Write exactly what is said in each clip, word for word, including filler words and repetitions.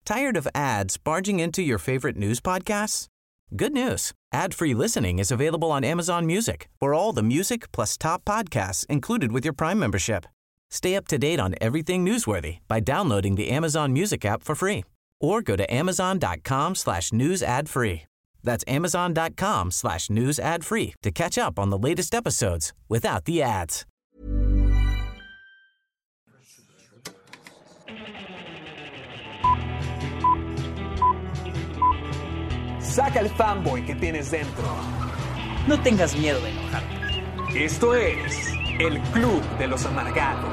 Tired of ads barging into your favorite news podcasts? Good news. Ad-free listening is available on Amazon Music for all the music plus top podcasts included with your Prime membership. Stay up to date on everything newsworthy by downloading the Amazon Music app for free or go to amazon.com slash news ad free. That's amazon.com slash news ad free to catch up on the latest episodes without the ads. Saca el fanboy que tienes dentro. No tengas miedo de enojarte. Esto es el Club de los Amargados.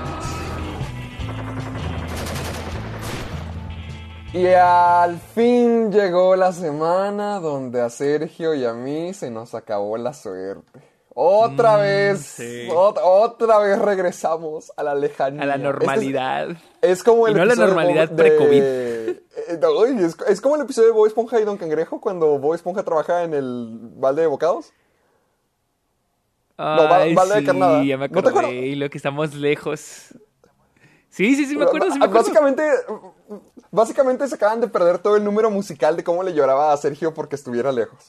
Y al fin llegó la semana donde a Sergio y a mí se nos acabó la suerte. Otra mm, vez, sí. ot- otra vez regresamos a la lejanía. A la normalidad. Este es, es como el y no la normalidad de, pre-COVID. Eh, no, es, es como el episodio de Bob Esponja y Don Cangrejo cuando Bob Esponja trabaja en el balde de bocados. Ay, no, balde sí, de carnada. Ya me acordé, ¿no te acuerdas? Y lo que estamos lejos. Sí, sí, sí, me acuerdo, sí me acuerdo. Básicamente, básicamente se acaban de perder todo el número musical de cómo le lloraba a Sergio porque estuviera lejos.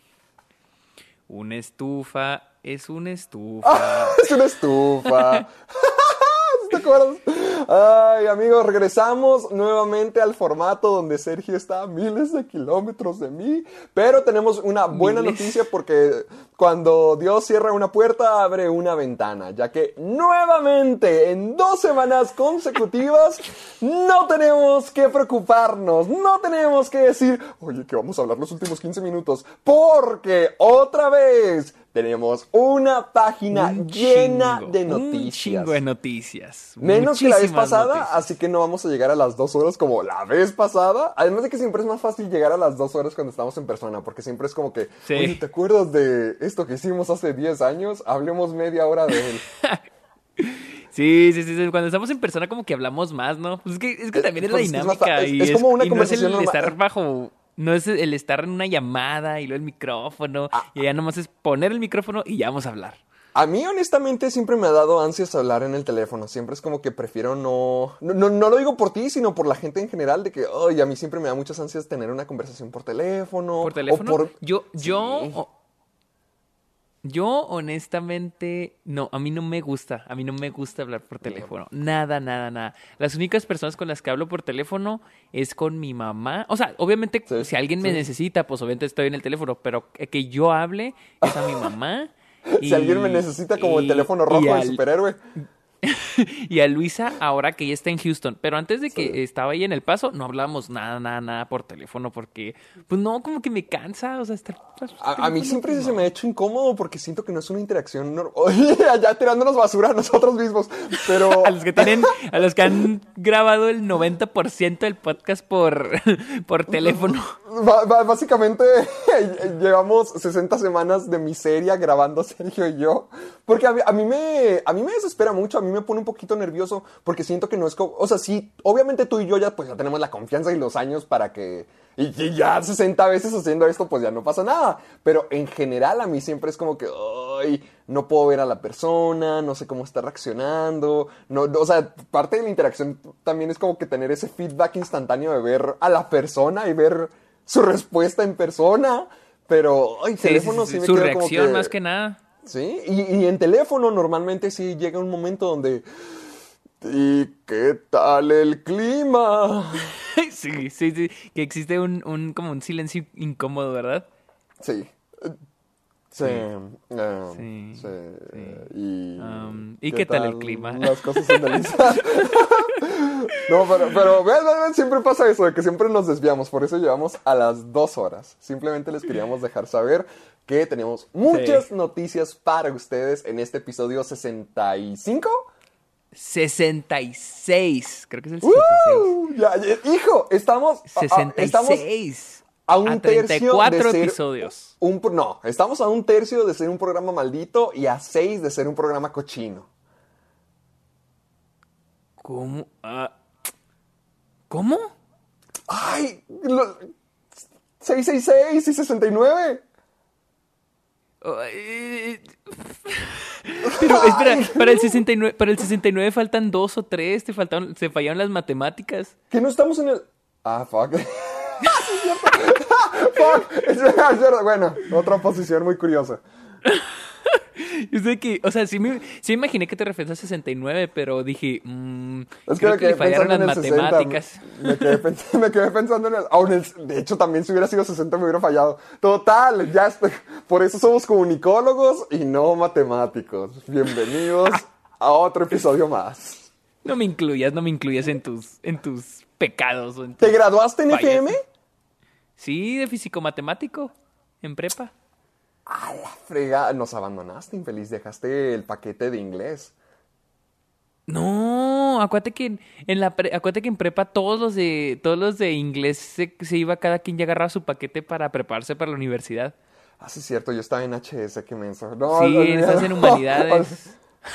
Una estufa es una estufa. Es una estufa. ¿Te acuerdas? Ay, amigos, regresamos nuevamente al formato donde Sergio está a miles de kilómetros de mí. Pero tenemos una buena miles. noticia porque cuando Dios cierra una puerta, abre una ventana. Ya que nuevamente, en dos semanas consecutivas, no tenemos que preocuparnos. No tenemos que decir, oye, que vamos a hablar los últimos quince minutos. Porque otra vez tenemos una página un llena chingo, de noticias. Un chingo de noticias. Menos que la vez pasada, noticias. Así que no vamos a llegar a las dos horas como la vez pasada. Además de que siempre es más fácil llegar a las dos horas cuando estamos en persona, porque siempre es como que, sí. Oye, ¿te acuerdas de esto que hicimos hace diez años? Hablemos media hora de él. Sí, sí, sí, cuando estamos en persona como que hablamos más, ¿no? Pues es que, es que también es, es la dinámica. Es, y es, es como una y conversación no es el normal. estar bajo... No es el estar en una llamada y luego el micrófono. Ah, y ya nomás es poner el micrófono y ya vamos a hablar. A mí, honestamente, siempre me ha dado ansias hablar en el teléfono. Siempre es como que prefiero no... No, no, no lo digo por ti, sino por la gente en general. De que, ay, a mí siempre me da muchas ansias tener una conversación por teléfono. ¿Por teléfono? O por... Yo, sí. yo... Yo, honestamente, no, a mí no me gusta, a mí no me gusta hablar por teléfono, nada, nada, nada. Las únicas personas con las que hablo por teléfono es con mi mamá. O sea, obviamente, sí, si alguien me sí. necesita, pues obviamente estoy en el teléfono, pero que yo hable es a mi mamá. Si y, alguien me necesita como y, el teléfono rojo al, del superhéroe. Y a Luisa, ahora que ella está en Houston. Pero antes de que sí. estaba ahí en El Paso, no hablábamos nada, nada, nada por teléfono. Porque, pues no, como que me cansa. O sea, estar... A, a mí siempre no. se me ha hecho incómodo porque siento que no es una interacción normal. Oye, allá tirándonos basura a nosotros mismos. Pero... a los que tienen, a los que han grabado el noventa por ciento del podcast por, por teléfono. B- básicamente, llevamos sesenta semanas de miseria grabando Sergio y yo. Porque a mí, a mí me, a mí me desespera mucho. A mí me pone un poquito nervioso porque siento que no es como... O sea, sí, obviamente tú y yo ya, pues, ya tenemos la confianza y los años para que... Y, y ya sesenta veces haciendo esto, pues ya no pasa nada. Pero en general a mí siempre es como que... Ay, no puedo ver a la persona, no sé cómo está reaccionando. No, o sea, parte de la interacción también es como que tener ese feedback instantáneo de ver a la persona y ver su respuesta en persona. Pero, ay, sí, teléfono sí, sí, sí, sí me su queda reacción como que... más que nada. Sí, y, y en teléfono normalmente sí llega un momento donde... ¿Y qué tal el clima? Sí, sí, sí, que existe un, un como un silencio incómodo, ¿verdad? Sí. Sí. Sí. Um, sí, sí. sí. ¿Y, um, ¿y qué tal, tal el clima? Las cosas en el No, pero, pero vean, vean, siempre pasa eso, de que siempre nos desviamos. Por eso llevamos a las dos horas. Simplemente les queríamos dejar saber que tenemos muchas sí. noticias para ustedes en este episodio sesenta y cinco. sesenta y seis. Creo que es el sesenta y seis. Uh, ya, ya, hijo, estamos... sesenta y seis. Estamos a un a treinta y cuatro tercio de ser episodios. Un, no, estamos a un tercio de ser un programa maldito y a seis de ser un programa cochino. ¿Cómo? Uh, ¿Cómo? ¡Ay! Lo, seiscientos sesenta y seis y sesenta y nueve. Pero espera, para el sesenta y nueve, para el sesenta y nueve faltan dos o tres, te faltaron, se fallaron las matemáticas. ¿Que no estamos en el...? Ah, fuck. Sí, es cierto. Fuck. Es verdad, es verdad. Bueno, otra posición muy curiosa. Yo sé que, o sea, sí me, sí me imaginé que te referías a sesenta y nueve, pero dije, mmm, Es que creo me que le quedé fallaron pensando las en el matemáticas. sesenta. Me quedé, pens- me quedé pensando en el... Aún el- de hecho, también si hubiera sido sesenta me hubiera fallado. Total, ya estoy... Por eso somos comunicólogos y no matemáticos. Bienvenidos a otro episodio más. No me incluyas, no me incluyas en tus, en tus pecados. O en ¿Te tus graduaste en fallas. F M? Sí, de físico-matemático, en prepa. A la frega, nos abandonaste, infeliz. Dejaste el paquete de inglés. No, acuérdate que en, en la pre- acuérdate que en prepa todos los de todos los de inglés se, se iba, cada quien ya agarraba su paquete para prepararse para la universidad. Ah, sí, es cierto, yo estaba en H S, qué menso. No, Sí, olvídalo. estás en humanidades.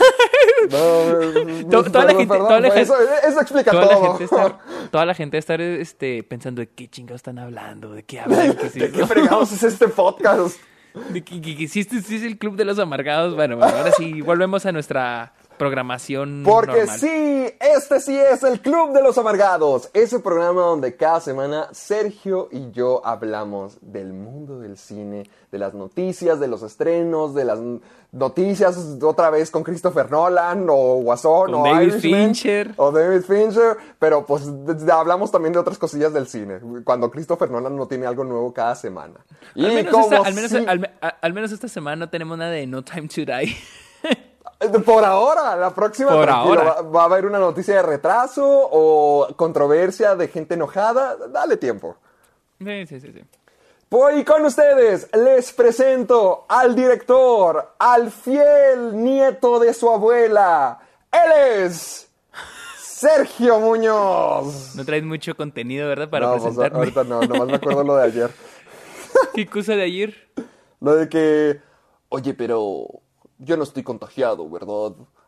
No, To- toda la perdón, gente- perdón, toda la eso, gente- eso explica Toda la todo. gente está, toda la gente está este, pensando de qué chingados están hablando, de qué hablan, qué es ¿De qué eso? fregados es este podcast? De que, que- que si este sí es el club de los amargados. Bueno, bueno, ahora sí volvemos a nuestra programación Porque normal. sí, este sí es el Club de los Amargados, ese programa donde cada semana Sergio y yo hablamos del mundo del cine, de las noticias, de los estrenos, de las noticias otra vez con Christopher Nolan o Guasón Con o David Irishman, Fincher. o David Fincher, pero pues de- de- hablamos también de otras cosillas del cine, cuando Christopher Nolan no tiene algo nuevo cada semana. Y Al menos, como esta, al, menos, si- al, me- a- al menos esta semana no tenemos nada de No Time to Die. Por ahora, la próxima Por tranquilo, ahora. Va, va a haber una noticia de retraso o controversia de gente enojada. Dale tiempo. Sí, sí, sí, sí. Pues, y con ustedes les presento al director, al fiel nieto de su abuela. Él es Sergio Muñoz. No traes mucho contenido, ¿verdad? Para No, pues, presentarme. ahorita no, nomás me acuerdo lo de ayer. ¿Qué cosa de ayer? Lo de que, oye, pero yo no estoy contagiado, ¿verdad?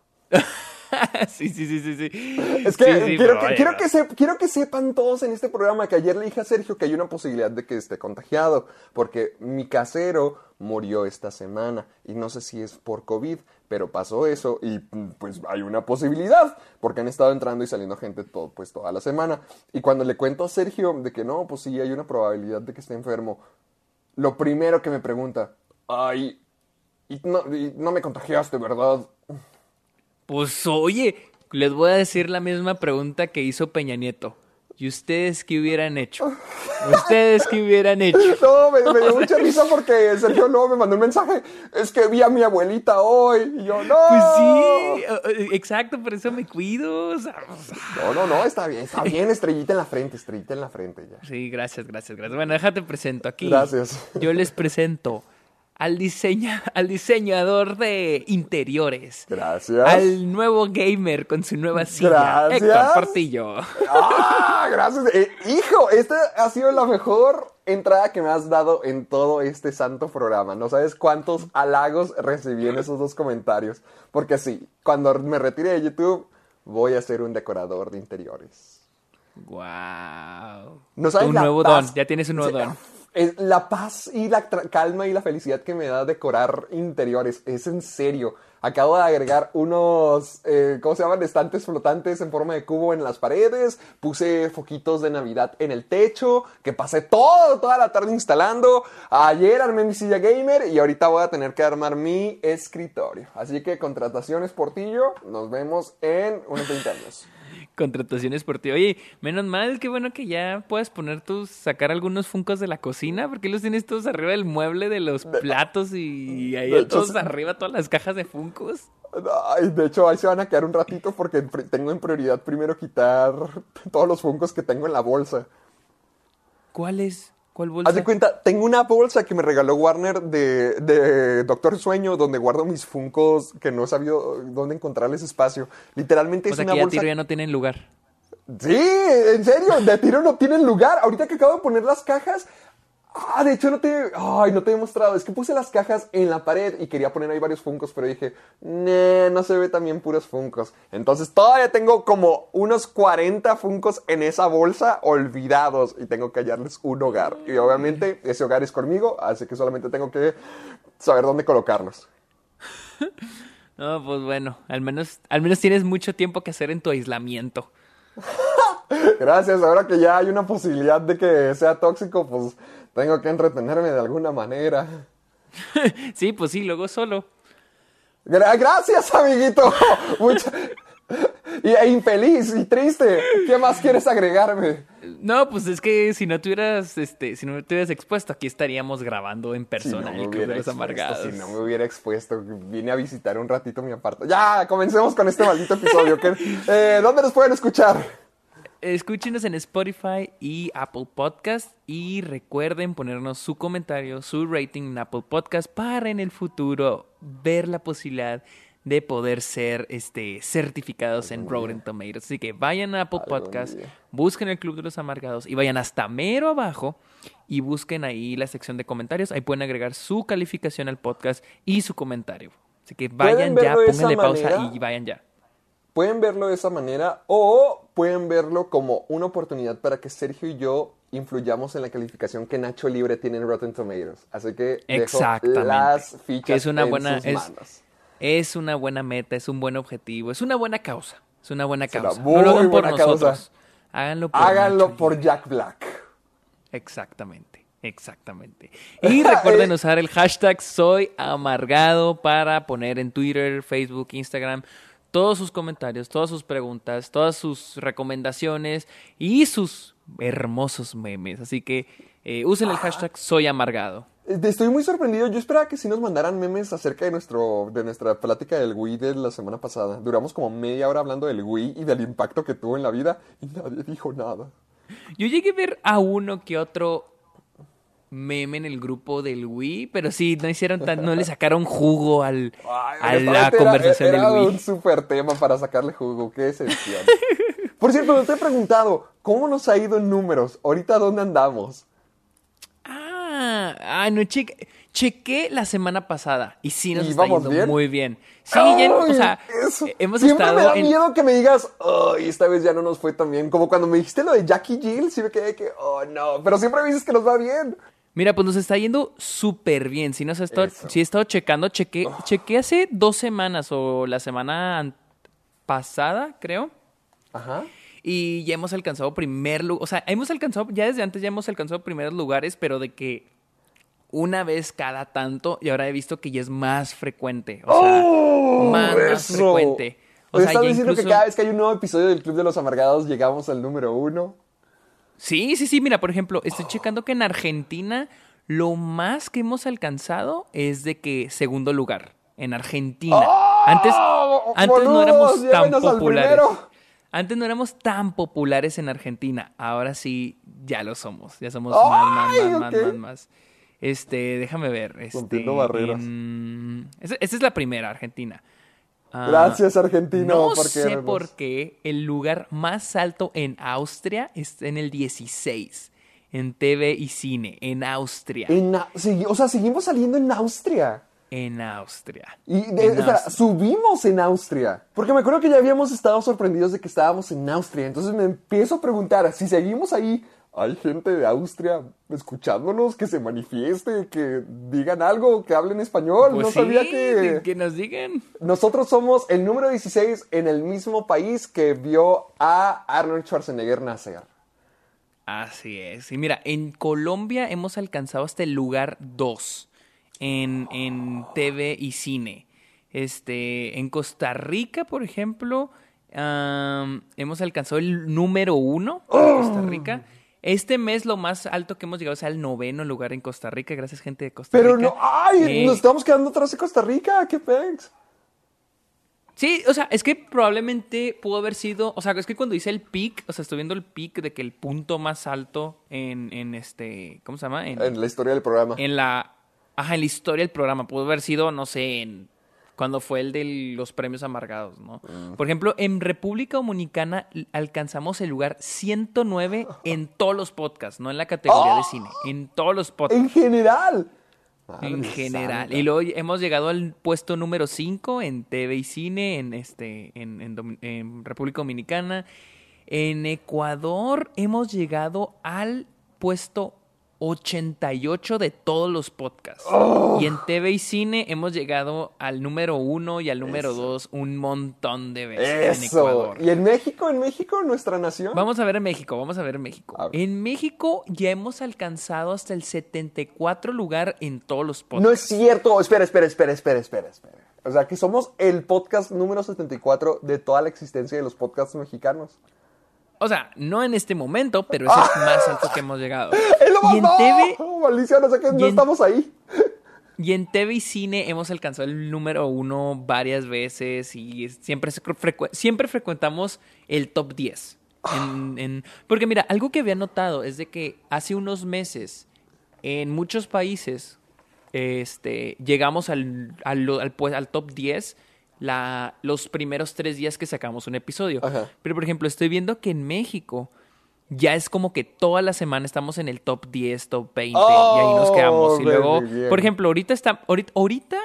sí, sí, sí, sí, sí. Es que, Sí, sí, quiero, pero que, oye, quiero, no. que se- quiero que sepan todos en este programa que ayer le dije a Sergio que hay una posibilidad de que esté contagiado, porque mi casero murió esta semana y no sé si es por COVID, pero pasó eso y pues hay una posibilidad, porque han estado entrando y saliendo gente todo, pues, toda la semana. Y cuando le cuento a Sergio de que no, pues sí, hay una probabilidad de que esté enfermo, lo primero que me pregunta, ay, y no, y no me contagiaste, ¿verdad? Pues oye, les voy a decir la misma pregunta que hizo Peña Nieto. ¿Y ustedes qué hubieran hecho? ¿Ustedes qué hubieran hecho? No, me, me dio mucha risa porque Sergio luego me mandó un mensaje. Es que vi a mi abuelita hoy. Y yo, no. Pues sí, eh, exacto, por eso me cuido. O sea, No, no, no, está bien, está bien. Estrellita en la frente, estrellita en la frente ya. sí, gracias, gracias, gracias. Bueno, déjate presento aquí. Gracias. Yo les presento al, diseña, al diseñador de interiores. Gracias. Al nuevo gamer con su nueva silla. Gracias. Héctor Portillo. ¡Ah! Gracias. Eh, hijo, esta ha sido la mejor entrada que me has dado en todo este santo programa. No sabes cuántos halagos recibí en esos dos comentarios. Porque sí, cuando me retire de YouTube, voy a ser un decorador de interiores. Wow. No sabes Un la nuevo paz- don, ya tienes un nuevo Sí, don. es la paz y la tra- calma y la felicidad que me da decorar interiores. Es en serio. Acabo de agregar unos, eh, ¿cómo se llaman? Estantes flotantes en forma de cubo en las paredes. Puse foquitos de Navidad en el techo, que pasé todo, toda la tarde instalando. Ayer armé mi silla gamer y ahorita voy a tener que armar mi escritorio. Así que contrataciones Portillo, nos vemos en unos veinte años. Contrataciones por ti. Oye, menos mal, qué bueno que ya puedes poner tus, sacar algunos funcos de la cocina, porque los tienes todos arriba del mueble de los platos y ahí de hecho, todos sí. arriba, todas las cajas de funcos. Ay, de hecho, ahí se van a quedar un ratito porque en pri- tengo en prioridad primero quitar todos los funcos que tengo en la bolsa. ¿Cuál es? ¿Cuál bolsa? Haz de cuenta, tengo una bolsa que me regaló Warner de, de Doctor Sueño donde guardo mis funcos que no he sabido dónde encontrarles espacio. Literalmente O es sea una que ya bolsa... tiro ya no tienen lugar. Sí, en serio, de tiro no tienen lugar. Ahorita que acabo de poner las cajas... Ah, de hecho no te... Ay, no te he mostrado. Es que puse las cajas en la pared y quería poner ahí varios funcos, pero dije, nah, no se ve también puros funcos. Entonces todavía tengo como unos cuarenta funcos en esa bolsa olvidados y tengo que hallarles un hogar. Y obviamente ese hogar es conmigo, así que solamente tengo que saber dónde colocarlos. No, pues bueno, al menos, al menos tienes mucho tiempo que hacer en tu aislamiento. Gracias, ahora que ya hay una posibilidad de que sea tóxico, pues tengo que entretenerme de alguna manera. Sí, pues sí, luego solo. Gra- gracias, amiguito. Mucha... Y, e infeliz y triste. ¿Qué más quieres agregarme? No, pues es que si no tuvieras, este, si no te hubieras expuesto, aquí estaríamos grabando en Si persona no me el Club hubiera de los expuesto, Amargados. si no me hubiera expuesto, vine a visitar un ratito mi apartamento. Ya, comencemos con este maldito episodio. ¿Qué- eh, ¿Dónde nos pueden escuchar? Escúchenos en Spotify y Apple Podcast y recuerden ponernos su comentario, su rating en Apple Podcast para en el futuro ver la posibilidad de poder ser este, certificados en Rotten Tomatoes. Así que vayan a Apple Algún Podcast, día. busquen el Club de los Amargados y vayan hasta mero abajo y busquen ahí la sección de comentarios. Ahí pueden agregar su calificación al podcast y su comentario. Así que vayan ya, verlo de esa pónganle pausa manera? y vayan ya. Pueden verlo de esa manera o pueden verlo como una oportunidad para que Sergio y yo influyamos en la calificación que Nacho Libre tiene en Rotten Tomatoes. Así que dejo Exactamente. las fichas Que es una en buena, sus es, manos. es una buena meta, es un buen objetivo, es una buena causa. Es una buena Es una causa. muy No lo hagan por buena nosotros. causa. Háganlo por Háganlo Nacho por Libre. Jack Black. Exactamente, exactamente. Y recuerden usar el hashtag Soy Amargado para poner en Twitter, Facebook, Instagram todos sus comentarios, todas sus preguntas, todas sus recomendaciones y sus hermosos memes. Así que eh, usen el hashtag Soy Amargado. Eh, Estoy muy sorprendido. Yo esperaba que sí nos mandaran memes acerca de, nuestro, de nuestra plática del Wii de la semana pasada. Duramos como media hora hablando del Wii y del impacto que tuvo en la vida y nadie dijo nada. Yo llegué a ver a uno que otro meme en el grupo del Wii, pero sí, no hicieron tan, no le sacaron jugo al, Ay, a la honestamente conversación era, era del Wii. un súper tema para sacarle jugo. Qué decepción. Por cierto, no te he preguntado, ¿cómo nos ha ido en números? ¿Ahorita dónde andamos? Ah, ah, no, cheque, chequé la semana pasada y sí nos ¿Y está vamos yendo bien? muy bien. Sí, ya, o Ay, sea, eso. eh, hemos Siempre estado me da en... miedo que me digas, ay, esta vez ya no nos fue tan bien. Como cuando me dijiste lo de Jackie Jill, sí me quedé que, oh, no. Pero siempre me dices que nos va bien. Mira, pues nos está yendo súper bien. Sí, nos ha estado, Eso. sí he estado checando, chequé, chequé hace dos semanas o la semana an- pasada, creo. Ajá. Y ya hemos alcanzado primer lugar. O sea, hemos alcanzado, ya desde antes ya hemos alcanzado primeros lugares, pero de que una vez cada tanto, y ahora he visto que ya es más frecuente. O sea, ¡Oh! más, más Eso. frecuente. O O sea, ¿Estás ya diciendo incluso... que cada vez que hay un nuevo episodio del Club de los Amargados llegamos al número uno? Sí, sí, sí. Mira, por ejemplo, estoy checando que en Argentina lo más que hemos alcanzado es de que segundo lugar. En Argentina. ¡Oh! Antes, antes no éramos ¡Boludos! tan Llévenos al populares. primero. Antes no éramos tan populares en Argentina. Ahora sí, ya lo somos. Ya somos ¡Ay, más, más, más, más, ok! más, más. Este, déjame ver. Este, Rompiendo barreras. en- Esa, esa es la primera, Argentina. Ah, Gracias, argentino. No por sé querernos. por qué el lugar más alto en Austria está en el dieciséis. En T V y cine, en Austria. En Au- segui- o sea, seguimos saliendo en Austria. En Austria. Y de- En espera, Austria. subimos en Austria. Porque me acuerdo que ya habíamos estado sorprendidos de que estábamos en Austria. Entonces me empiezo a preguntar, si seguimos ahí, ¿hay gente de Austria escuchándonos que se manifieste, que digan algo, que hablen español? Pues no sí, sabía que... que nos digan. Nosotros somos el número dieciséis en el mismo país que vio a Arnold Schwarzenegger nacer. Así es. Y mira, en Colombia hemos alcanzado hasta el lugar dos en, en T V y cine. Este, en Costa Rica, por ejemplo, am, hemos alcanzado el número uno en Costa Rica. Este mes lo más alto que hemos llegado es al noveno lugar en Costa Rica. Gracias, gente de Costa Pero Rica. no, ¡ay! Eh, Nos estamos quedando atrás de Costa Rica. ¡Qué pex! Sí, o sea, es que probablemente pudo haber sido, o sea, es que cuando hice el peak, o sea, estoy viendo el peak de que el punto más alto en, en este, ¿cómo se llama? En, En la historia del programa. en la, ajá, en la historia del programa, pudo haber sido, no sé, en cuando fue el de los premios amargados, ¿no? Por ejemplo, en República Dominicana l- alcanzamos el lugar ciento nueve en todos los podcasts, no en la categoría de cine, en todos los podcasts. En general. En Madre general. santa. Y luego hemos llegado al puesto número cinco en T V y cine, en este, en, en Domi- en República Dominicana. En Ecuador hemos llegado al puesto ochenta y ocho de todos los podcasts. Oh. Y en T V y cine hemos llegado al número uno y al número Eso. dos un montón de veces Eso. en Ecuador. ¿Y en México? ¿En México, nuestra nación? Vamos a ver en México, vamos a ver en México. A ver. En México ya hemos alcanzado hasta el setenta y cuatro lugar en todos los podcasts. No es cierto. Espera, espera, espera, espera, espera, espera. O sea, que somos el podcast número setenta y cuatro de toda la existencia de los podcasts mexicanos. O sea, no en este momento, pero ese es más alto que hemos llegado. ¡Es lo más y en no! T V, Oh, maldición, no sé qué, no en, estamos ahí. Y en T V y cine hemos alcanzado el número uno varias veces y siempre, frecu siempre frecuentamos el top diez. En, en, porque mira, algo que había notado es de que hace unos meses en muchos países este, llegamos al, al, al, pues, al top diez la, los primeros tres días que sacamos un episodio. Ajá. Pero, por ejemplo, estoy viendo que en México ya es como que toda la semana estamos en el top diez, top veinte, oh, y ahí nos quedamos. Y luego, bien. por ejemplo, ahorita, está, ahorita, ahorita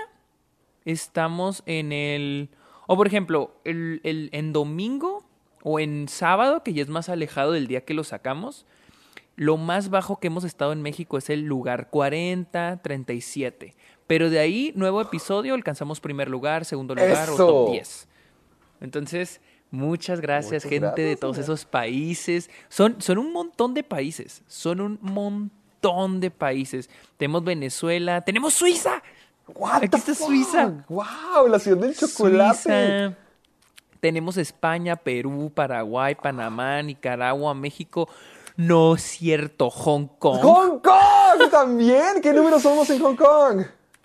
estamos en el... O, por ejemplo, el, el, en domingo o en sábado, que ya es más alejado del día que lo sacamos, lo más bajo que hemos estado en México es el lugar cuarenta, treinta y siete. Pero de ahí, nuevo episodio, alcanzamos primer lugar, segundo lugar Eso. o top diez. Entonces, muchas gracias, Muchas gente gracias, de todos man. esos países. Son, son un montón de países. Son un montón de países. Tenemos Venezuela, tenemos Suiza. What Aquí the está fuck? Suiza. ¡Wow! La ciudad del chocolate. Suiza. Tenemos España, Perú, Paraguay, Panamá, Nicaragua, México. No es cierto, Hong Kong. ¡Hong Kong! También. ¿Qué número somos en Hong Kong?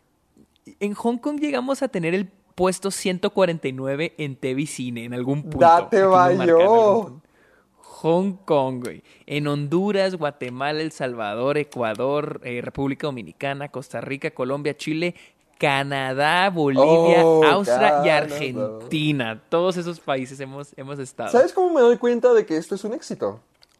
En Hong Kong llegamos a tener el puesto ciento cuarenta y nueve en T V y cine en algún punto. Date Aquí lo va marcan en yo. algún punto. Hong Kong, güey. En Honduras, Guatemala, El Salvador, Ecuador, eh, República Dominicana, Costa Rica, Colombia, Chile, Canadá, Bolivia, Oh, Austria y Canadá. Argentina. Todos esos países hemos, hemos estado. ¿Sabes cómo me doy cuenta de que esto es un éxito?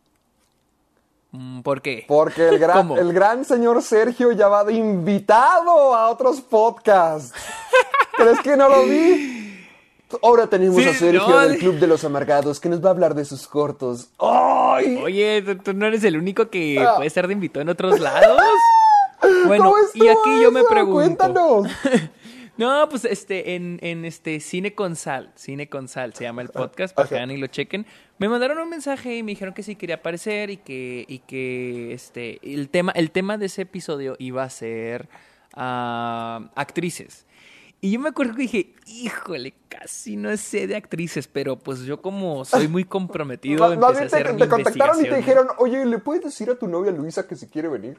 Mm, ¿Por qué? Porque el gran, ¿Cómo? el gran señor Sergio ya va de invitado a otros podcasts. ¿Crees que no lo vi? Ahora tenemos Sí, a Sergio no. del Club de los Amargados que nos va a hablar de sus cortos. ¡Ay! Oye, ¿tú, tú no eres el único que Ah. puede ser de invitado en otros lados? Bueno, ¿Cómo y estuvo aquí yo me eso? pregunto. Cuéntanos. No, pues este, en, en este Cine con Sal, Cine con Sal se llama el podcast, para que Ajá. vayan y lo chequen. Me mandaron un mensaje y me dijeron que sí quería aparecer y que, y que este, el tema, el tema de ese episodio iba a ser ah, actrices. Y yo me acuerdo que dije, híjole, casi no sé de actrices, pero pues yo como soy muy comprometido, Más empecé bien a hacer te, mi te contactaron y te investigación. dijeron, oye, ¿le puedes decir a tu novia Luisa que si quiere venir?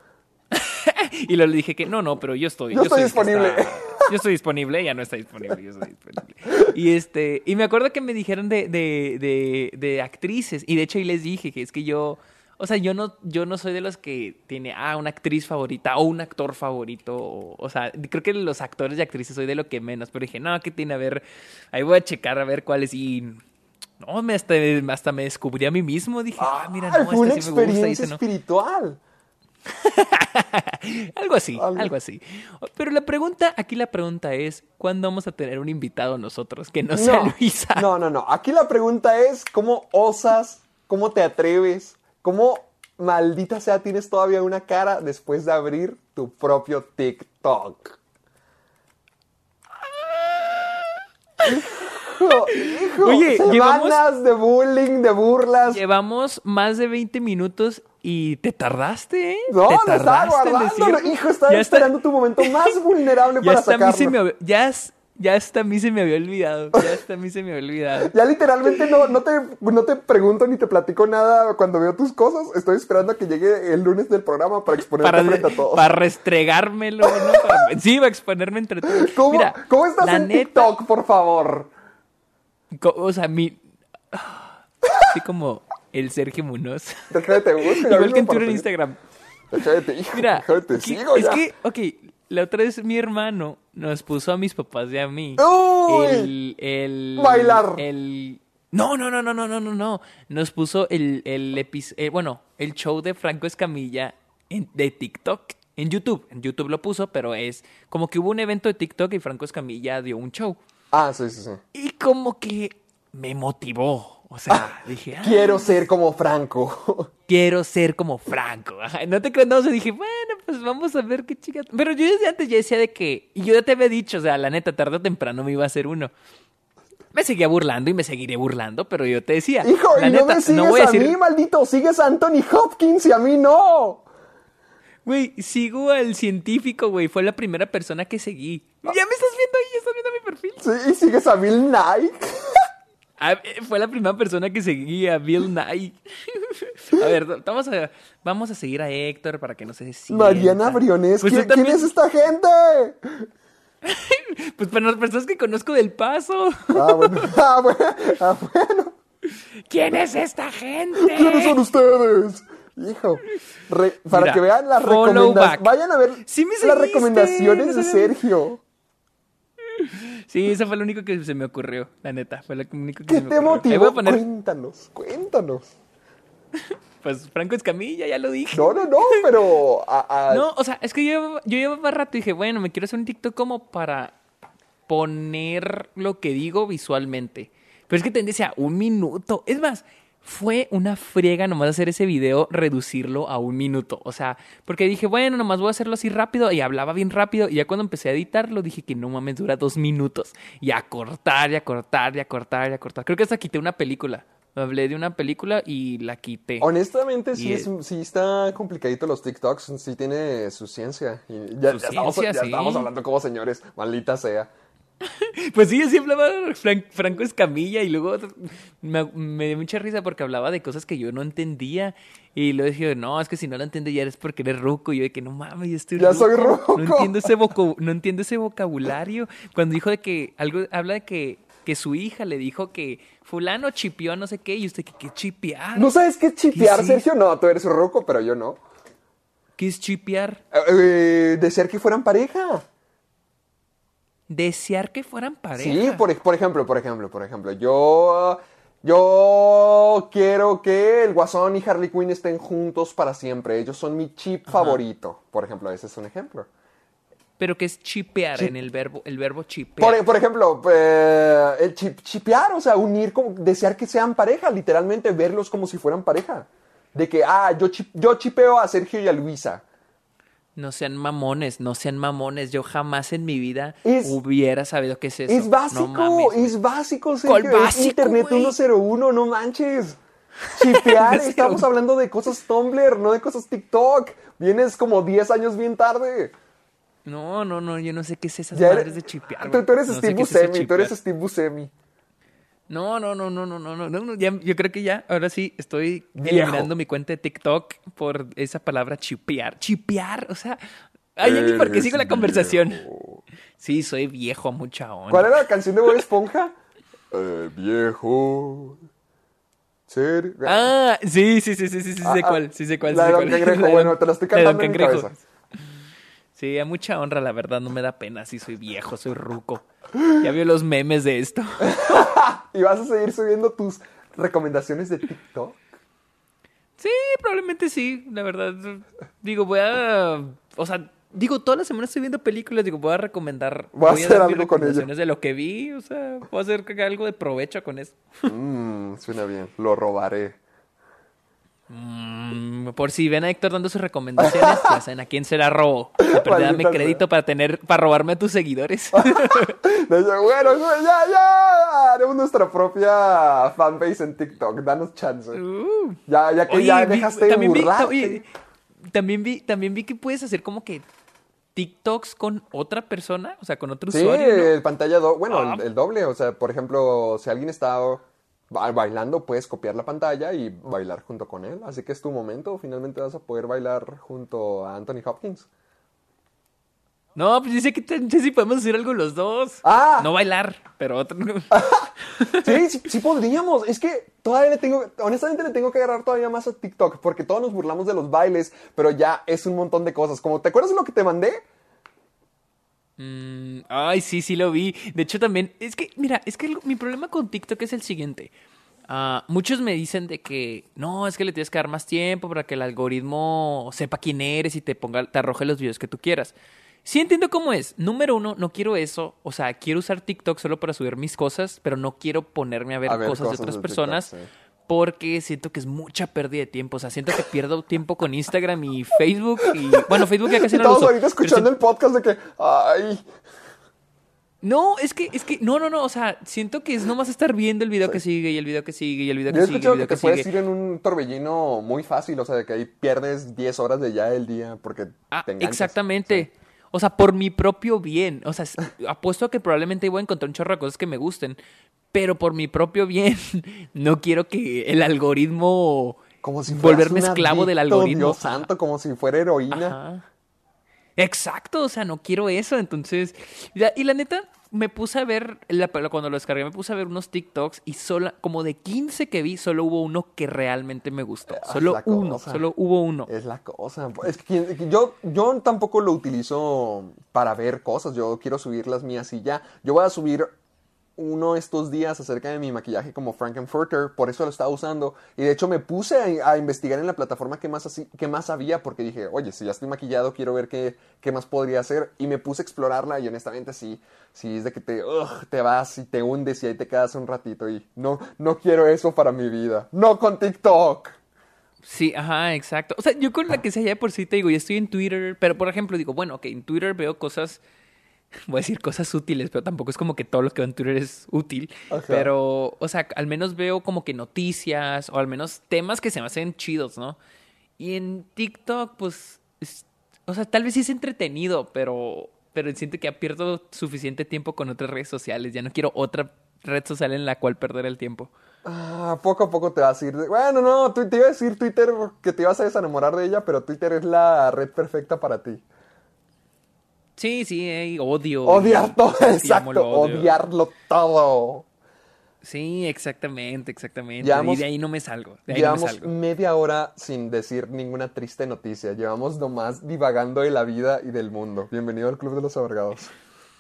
Y luego le dije que no, no, pero yo estoy. Yo estoy soy el que disponible. está- yo estoy disponible, ella no está disponible, yo estoy disponible. Y este, y me acuerdo que me dijeron de, de, de, de actrices, y de hecho ahí les dije que es que yo, o sea, yo no, yo no soy de los que tiene ah, una actriz favorita o un actor favorito. O, o sea, creo que los actores y actrices soy de lo que menos, pero dije, no, ¿qué tiene? A ver, ahí voy a checar a ver cuáles. Y no, me hasta, hasta me descubrí a mí mismo. Dije, ah, mira, Ay, no, fue una este sí me gusta, experiencia este no. espiritual. Algo así, Algo. algo así. Pero la pregunta, aquí la pregunta es, ¿cuándo vamos a tener un invitado nosotros que no sea No, Luisa? no, no, no. Aquí la pregunta es, ¿cómo osas? ¿Cómo te atreves? ¿Cómo, maldita sea, tienes todavía una cara después de abrir tu propio TikTok? Hijo, hijo, Oye, semanas llevamos- de bullying, de burlas. Llevamos más de veinte minutos y te tardaste, ¿eh? No, te lo estaba tardaste en guardando. decirlo. Hijo, estaba Ya está- esperando tu momento más vulnerable ya para hasta a mí se sacarlo. me había- ya, es- ya hasta a mí se me había olvidado. Ya hasta a mí se me había olvidado. Ya literalmente no, no, te, no te pregunto ni te platico nada cuando veo tus cosas. Estoy esperando a que llegue el lunes del programa para exponerte Para, frente a todos. para restregármelo, ¿no? Para- sí, va a exponerme entre todos. ¿Cómo, Mira, ¿cómo estás la en neta- TikTok, por favor? Co- O sea, mi... Así como el Sergio Muñoz. Déjame te busco. ya Igual mismo que en para Twitter e seguir. Instagram. Déjame te, hijo, Mira, déjame te que- sigo es ya. que, ok, la otra vez mi hermano nos puso a mis papás y a mí ¡Uy! el, el... Bailar. El... No, no, no, no, no, no, no, no. Nos puso el, el episodio, eh, bueno, el show de Franco Escamilla en- de TikTok. En YouTube. En YouTube lo puso, pero es como que hubo un evento de TikTok y Franco Escamilla dio un show. Ah, sí, sí, sí. Y como que me motivó. O sea, dije, ah, Quiero ser como Franco. quiero ser como Franco. Ajá, no te creo, no, o sea, dije, bueno, pues vamos a ver qué chica. Pero yo desde antes ya decía de que, y yo ya te había dicho, o sea, la neta, tarde o temprano me iba a hacer uno. Me seguía burlando y me seguiré burlando, pero yo te decía, Hijo, la y neta, no me sigues no voy a a, decir, mí, maldito. Sigues a Anthony Hopkins y a mí no. güey, sigo al científico, güey, fue la primera persona que seguí. Ya me estás viendo ahí, estás viendo mi perfil. Sí, y sigues a Bill Nye. Ah, eh, fue la primera persona que seguí a Bill Nye. A ver, vamos a, vamos a seguir a Héctor para que no se sienta. Mariana Briones. Pues ¿Quién, tú también- ¿quién es esta gente? Pues para las personas que conozco del Paso. Ah, bueno. Ah, bueno. Ah, bueno. ¿Quién es esta gente? ¿Quiénes son ustedes? Hijo, re- para Mira, que vean las follow recomendaciones. back. Vayan a ver Sí me las seguiste, recomendaciones no de sé. Sergio. Sí, eso fue lo único que se me ocurrió, la neta. Fue lo único que ¿Qué se me te ocurrió. Ahí voy motivó? a poner, Cuéntanos, cuéntanos. pues, Franco Escamilla, ya lo dije. No, no, no, pero... a- a- No, o sea, es que yo, llevaba- yo llevaba rato y dije, bueno, me quiero hacer un TikTok como para poner lo que digo visualmente. Pero es que te decía, un minuto. Es más, fue una friega nomás hacer ese video, reducirlo a un minuto. O sea, porque dije, bueno, nomás voy a hacerlo así rápido. Y hablaba bien rápido. Y ya cuando empecé a editarlo, dije que no mames, dura dos minutos. Y a cortar, y a cortar, y a cortar, y a cortar. Creo que hasta quité una película. Hablé de una película y la quité. Honestamente, sí, Y, es, sí está complicadito los TikToks, sí tiene su ciencia. Y ya, Su ya estamos, ciencia, ya sí. estamos hablando como señores, maldita sea. Pues sí, yo siempre hablaba de Fran- Franco Escamilla y luego me, me dio mucha risa porque hablaba de cosas que yo no entendía. Y luego dije, no, es que si no lo entiendes ya eres porque eres ruco. Y yo de que no mames, yo estoy Ya ruco. soy ruco. No entiendo ese, vocu- no entiendo ese vocabulario. Cuando dijo de que, algo, habla de que, que su hija le dijo que fulano chipeó a no sé qué. Y usted, que qué chipear? ¿No sabes qué es chipear, ¿Qué es Sergio? No, tú eres un roco, pero yo no. ¿Qué es chipear? Eh, eh, desear que fueran pareja. Desear que fueran pareja. Sí, por, por ejemplo, por ejemplo, por ejemplo, yo, yo quiero que el Guasón y Harley Quinn estén juntos para siempre. Ellos son mi chip favorito. Por ejemplo, ese es un ejemplo. Pero que es chipear Chip- en el verbo, el verbo chipear. Por, por ejemplo, eh, el chip, chipear, o sea, unir, como, desear que sean pareja, literalmente verlos como si fueran pareja. De que, ah, yo, chip- yo chipeo a Sergio y a Luisa. No sean mamones, no sean mamones. Yo jamás en mi vida Es- hubiera sabido qué es eso. Es básico, No mames, güey. es básico, ¿Cuál Sergio. Es básico, Internet güey? ciento uno, no manches. Chipear, cero estamos uno. hablando de cosas Tumblr, no de cosas TikTok. Vienes como diez años bien tarde. No, no, no, yo no sé qué es esas Ya madres eres- de chipear. Tú, güey. tú eres No sé Steve qué es eso de Buscemi, tú eres chipear. Steve Buscemi. No, no, no, no, no, no, no, no, no, ya, yo creo que ya, ahora sí, estoy Viejo. eliminando mi cuenta de TikTok por esa palabra chipear. Chipear, o sea, ay, ya ni por qué Eres sigo la conversación. viejo. Sí, soy viejo, mucha onda. ¿Cuál era la canción de Bob Esponja? Eh, viejo. Ser... Ah, sí, sí, sí, sí, sí, sí, Ah, sé ah, cuál, sí sé cuál. la sí de sé Don cuál. Cangrejo, La de bueno, Don- te la estoy la de Don cantando en mi Cangrejo. cabeza. Sí, a mucha honra, la verdad, no me da pena, sí soy viejo, soy ruco. Ya vio los memes de esto. ¿Y vas a seguir subiendo tus recomendaciones de TikTok? Sí, probablemente sí, la verdad. Digo, voy a... O sea, digo, toda la semana estoy viendo películas, digo, voy a recomendar... Voy a hacer dar mis algo con ello. recomendaciones de lo que vi, o sea, voy a hacer algo de provecho con eso. Mmm, suena bien. Lo robaré. Mm, por si ven a Héctor dando sus recomendaciones, ya saben a quién se la robo. Aparte, dame Maldita crédito para tener, para robarme a tus seguidores. Dice, bueno, güey, ya, ya. Haremos nuestra propia fanbase en TikTok. Danos chance. Uh. Ya, ya que Oye, ya vi- dejaste de también vi, burlarte. oye, también vi, también vi que puedes hacer como que TikToks con otra persona, o sea, con otro Sí, usuario, ¿no? el pantalla doble. Bueno, Ah. el, el doble. O sea, por ejemplo, si alguien está ba- bailando, puedes copiar la pantalla y bailar junto con él. Así que es tu momento. Finalmente vas a poder bailar junto a Anthony Hopkins. No, pues dice que te- sé si podemos hacer algo los dos. Ah. No bailar, pero otro. Sí, sí, sí podríamos. Es que todavía le tengo, honestamente le tengo que agarrar todavía más a TikTok, porque todos nos burlamos de los bailes, pero ya es un montón de cosas. Como, ¿te acuerdas de lo que te mandé? Mm, ay, sí, sí lo vi. De hecho, también, es que, mira, es que el- mi problema con TikTok es el siguiente. Ah, muchos me dicen de que no, es que le tienes que dar más tiempo para que el algoritmo sepa quién eres y te ponga, te arroje los videos que tú quieras. Sí entiendo cómo es. Número uno, no quiero eso. O sea, quiero usar TikTok solo para subir mis cosas, pero no quiero ponerme a ver, A ver cosas, cosas de otras de personas TikTok, sí. porque siento que es mucha pérdida de tiempo. O sea, siento que pierdo tiempo con Instagram y Facebook. Y bueno, Facebook ya casi Y no lo todos uso. ahorita pero escuchando sí- el podcast de que, ay, No, es que, es que, no, no, no. O sea, siento que es nomás estar viendo el video que sigue y el video que sigue y el video yo he que sigue y el escuchado que video te que puedes sigue. ir en un torbellino muy fácil, o sea, de que ahí pierdes diez horas de ya el día porque Ah, te enganchas. exactamente. O sea, por mi propio bien. O sea, s- apuesto a que probablemente voy a encontrar un chorro de cosas que me gusten. Pero por mi propio bien, no quiero que el algoritmo... Como si fueras volverme un esclavo del adicto, algoritmo. Dios santo, como si fuera heroína. Ajá. Exacto, o sea, no quiero eso. Entonces, la- y la neta, me puse a ver, la- cuando lo descargué, me puse a ver unos TikToks y solo, como de quince que vi, solo hubo uno que realmente me gustó. Ah, Solo la uno, cosa. solo hubo uno. Es la cosa. Es que quien- que yo, yo tampoco lo utilizo para ver cosas. Yo quiero subir las mías y ya. Yo voy a subir uno estos días acerca de mi maquillaje como Frankenfurter, por eso lo estaba usando. Y de hecho me puse a, a investigar en la plataforma qué más, así, qué más había, porque dije, oye, si ya estoy maquillado, quiero ver qué, qué más podría hacer. Y me puse a explorarla y honestamente sí, sí es de que te, ugh, te vas y te hundes y ahí te quedas un ratito y no, no quiero eso para mi vida. No con TikTok. Sí, ajá, exacto. O sea, yo con la que sea ya de por sí te digo, ya estoy en Twitter, pero por ejemplo digo, bueno, ok, en Twitter veo cosas, voy a decir cosas útiles, pero tampoco es como que todo lo que veo en Twitter es útil. Ajá. Pero, o sea, al menos veo como que noticias o al menos temas que se me hacen chidos, ¿no? Y en TikTok, pues, es- o sea, tal vez sí es entretenido, pero, pero siento que ya pierdo suficiente tiempo con otras redes sociales. Ya no quiero otra red social en la cual perder el tiempo. Ah, poco a poco te vas a ir. de- Bueno, no, tu- te iba a decir Twitter que te ibas a desenamorar de ella, pero Twitter es la red perfecta para ti. Sí, sí, eh, odio. Odiar todo, Sí, amo exacto, lo odio. odiarlo todo. Sí, exactamente, exactamente. Llevamos- y de ahí no me salgo. De ahí no me Llevamos salgo. media hora sin decir ninguna triste noticia. Llevamos nomás divagando de la vida y del mundo. Bienvenido al Club de los Amargados.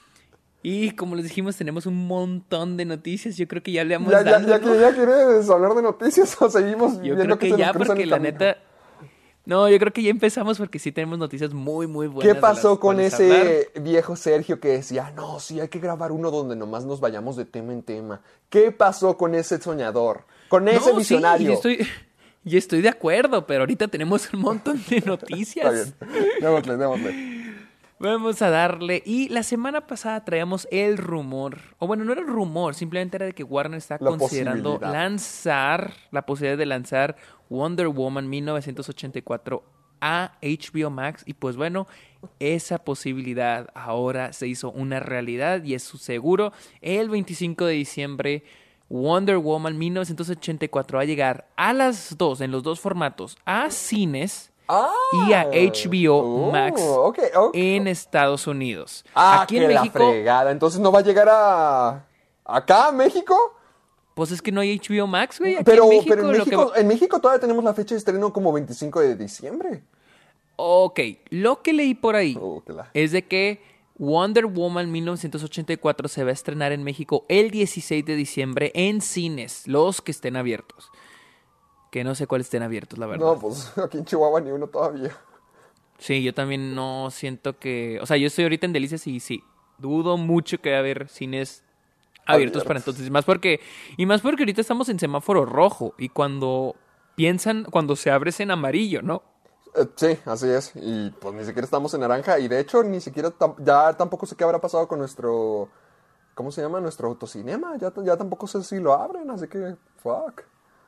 Y como les dijimos, tenemos un montón de noticias. Yo creo que ya le vamos ¿Ya, ya, dando, ya, ¿no? que- ya quieres hablar de noticias o seguimos Yo viendo creo que que se nos ya, cruza porque el la camino? neta... No, yo creo que ya empezamos porque sí tenemos noticias muy, muy buenas. ¿Qué de pasó las con cuales ese hablar. viejo Sergio que decía, no, sí, hay que grabar uno donde nomás nos vayamos de tema en tema? ¿Qué pasó con ese soñador? Con ese No, visionario. Sí, yo estoy, yo estoy de acuerdo, pero ahorita tenemos un montón de noticias. Está bien. Démosle, démosle. Vamos a darle. Y la semana pasada traíamos el rumor, o bueno, no era rumor, simplemente era de que Warner está La considerando posibilidad. lanzar, la posibilidad de lanzar Wonder Woman mil novecientos ochenta y cuatro a H B O Max. Y pues bueno, esa posibilidad ahora se hizo una realidad y es su seguro. El veinticinco de diciembre, Wonder Woman mil novecientos ochenta y cuatro va a llegar a las dos, en los dos formatos, a cines Ah, y a H B O oh, Max ok, ok. en Estados Unidos. Ah, Aquí que en la México, fregada. Entonces no va a llegar a... ¿Acá, a México? pues es que no hay H B O Max, güey. Aquí Pero, en México, pero en, lo que México, va- en México todavía tenemos la fecha de estreno como veinticinco de diciembre. Ok, lo que leí por ahí Oh, que la- es de que Wonder Woman mil novecientos ochenta y cuatro se va a estrenar en México el dieciséis de diciembre en cines, los que estén abiertos. Que no sé cuáles estén abiertos, la verdad. No, pues aquí en Chihuahua ni uno todavía. Sí, yo también no siento que... O sea, yo estoy ahorita en Delicias y sí, dudo mucho que va a haber cines abiertos Abiertos. para entonces. Y más porque, y más porque ahorita estamos en semáforo rojo y cuando piensan, cuando se abre es en amarillo, ¿no? Eh, sí, así es. Y pues ni siquiera estamos en naranja. Y de hecho, ni siquiera... tam- ya tampoco sé qué habrá pasado con nuestro... ¿Cómo se llama? Nuestro autocinema. Ya, ya tampoco sé si lo abren, así que... Fuck.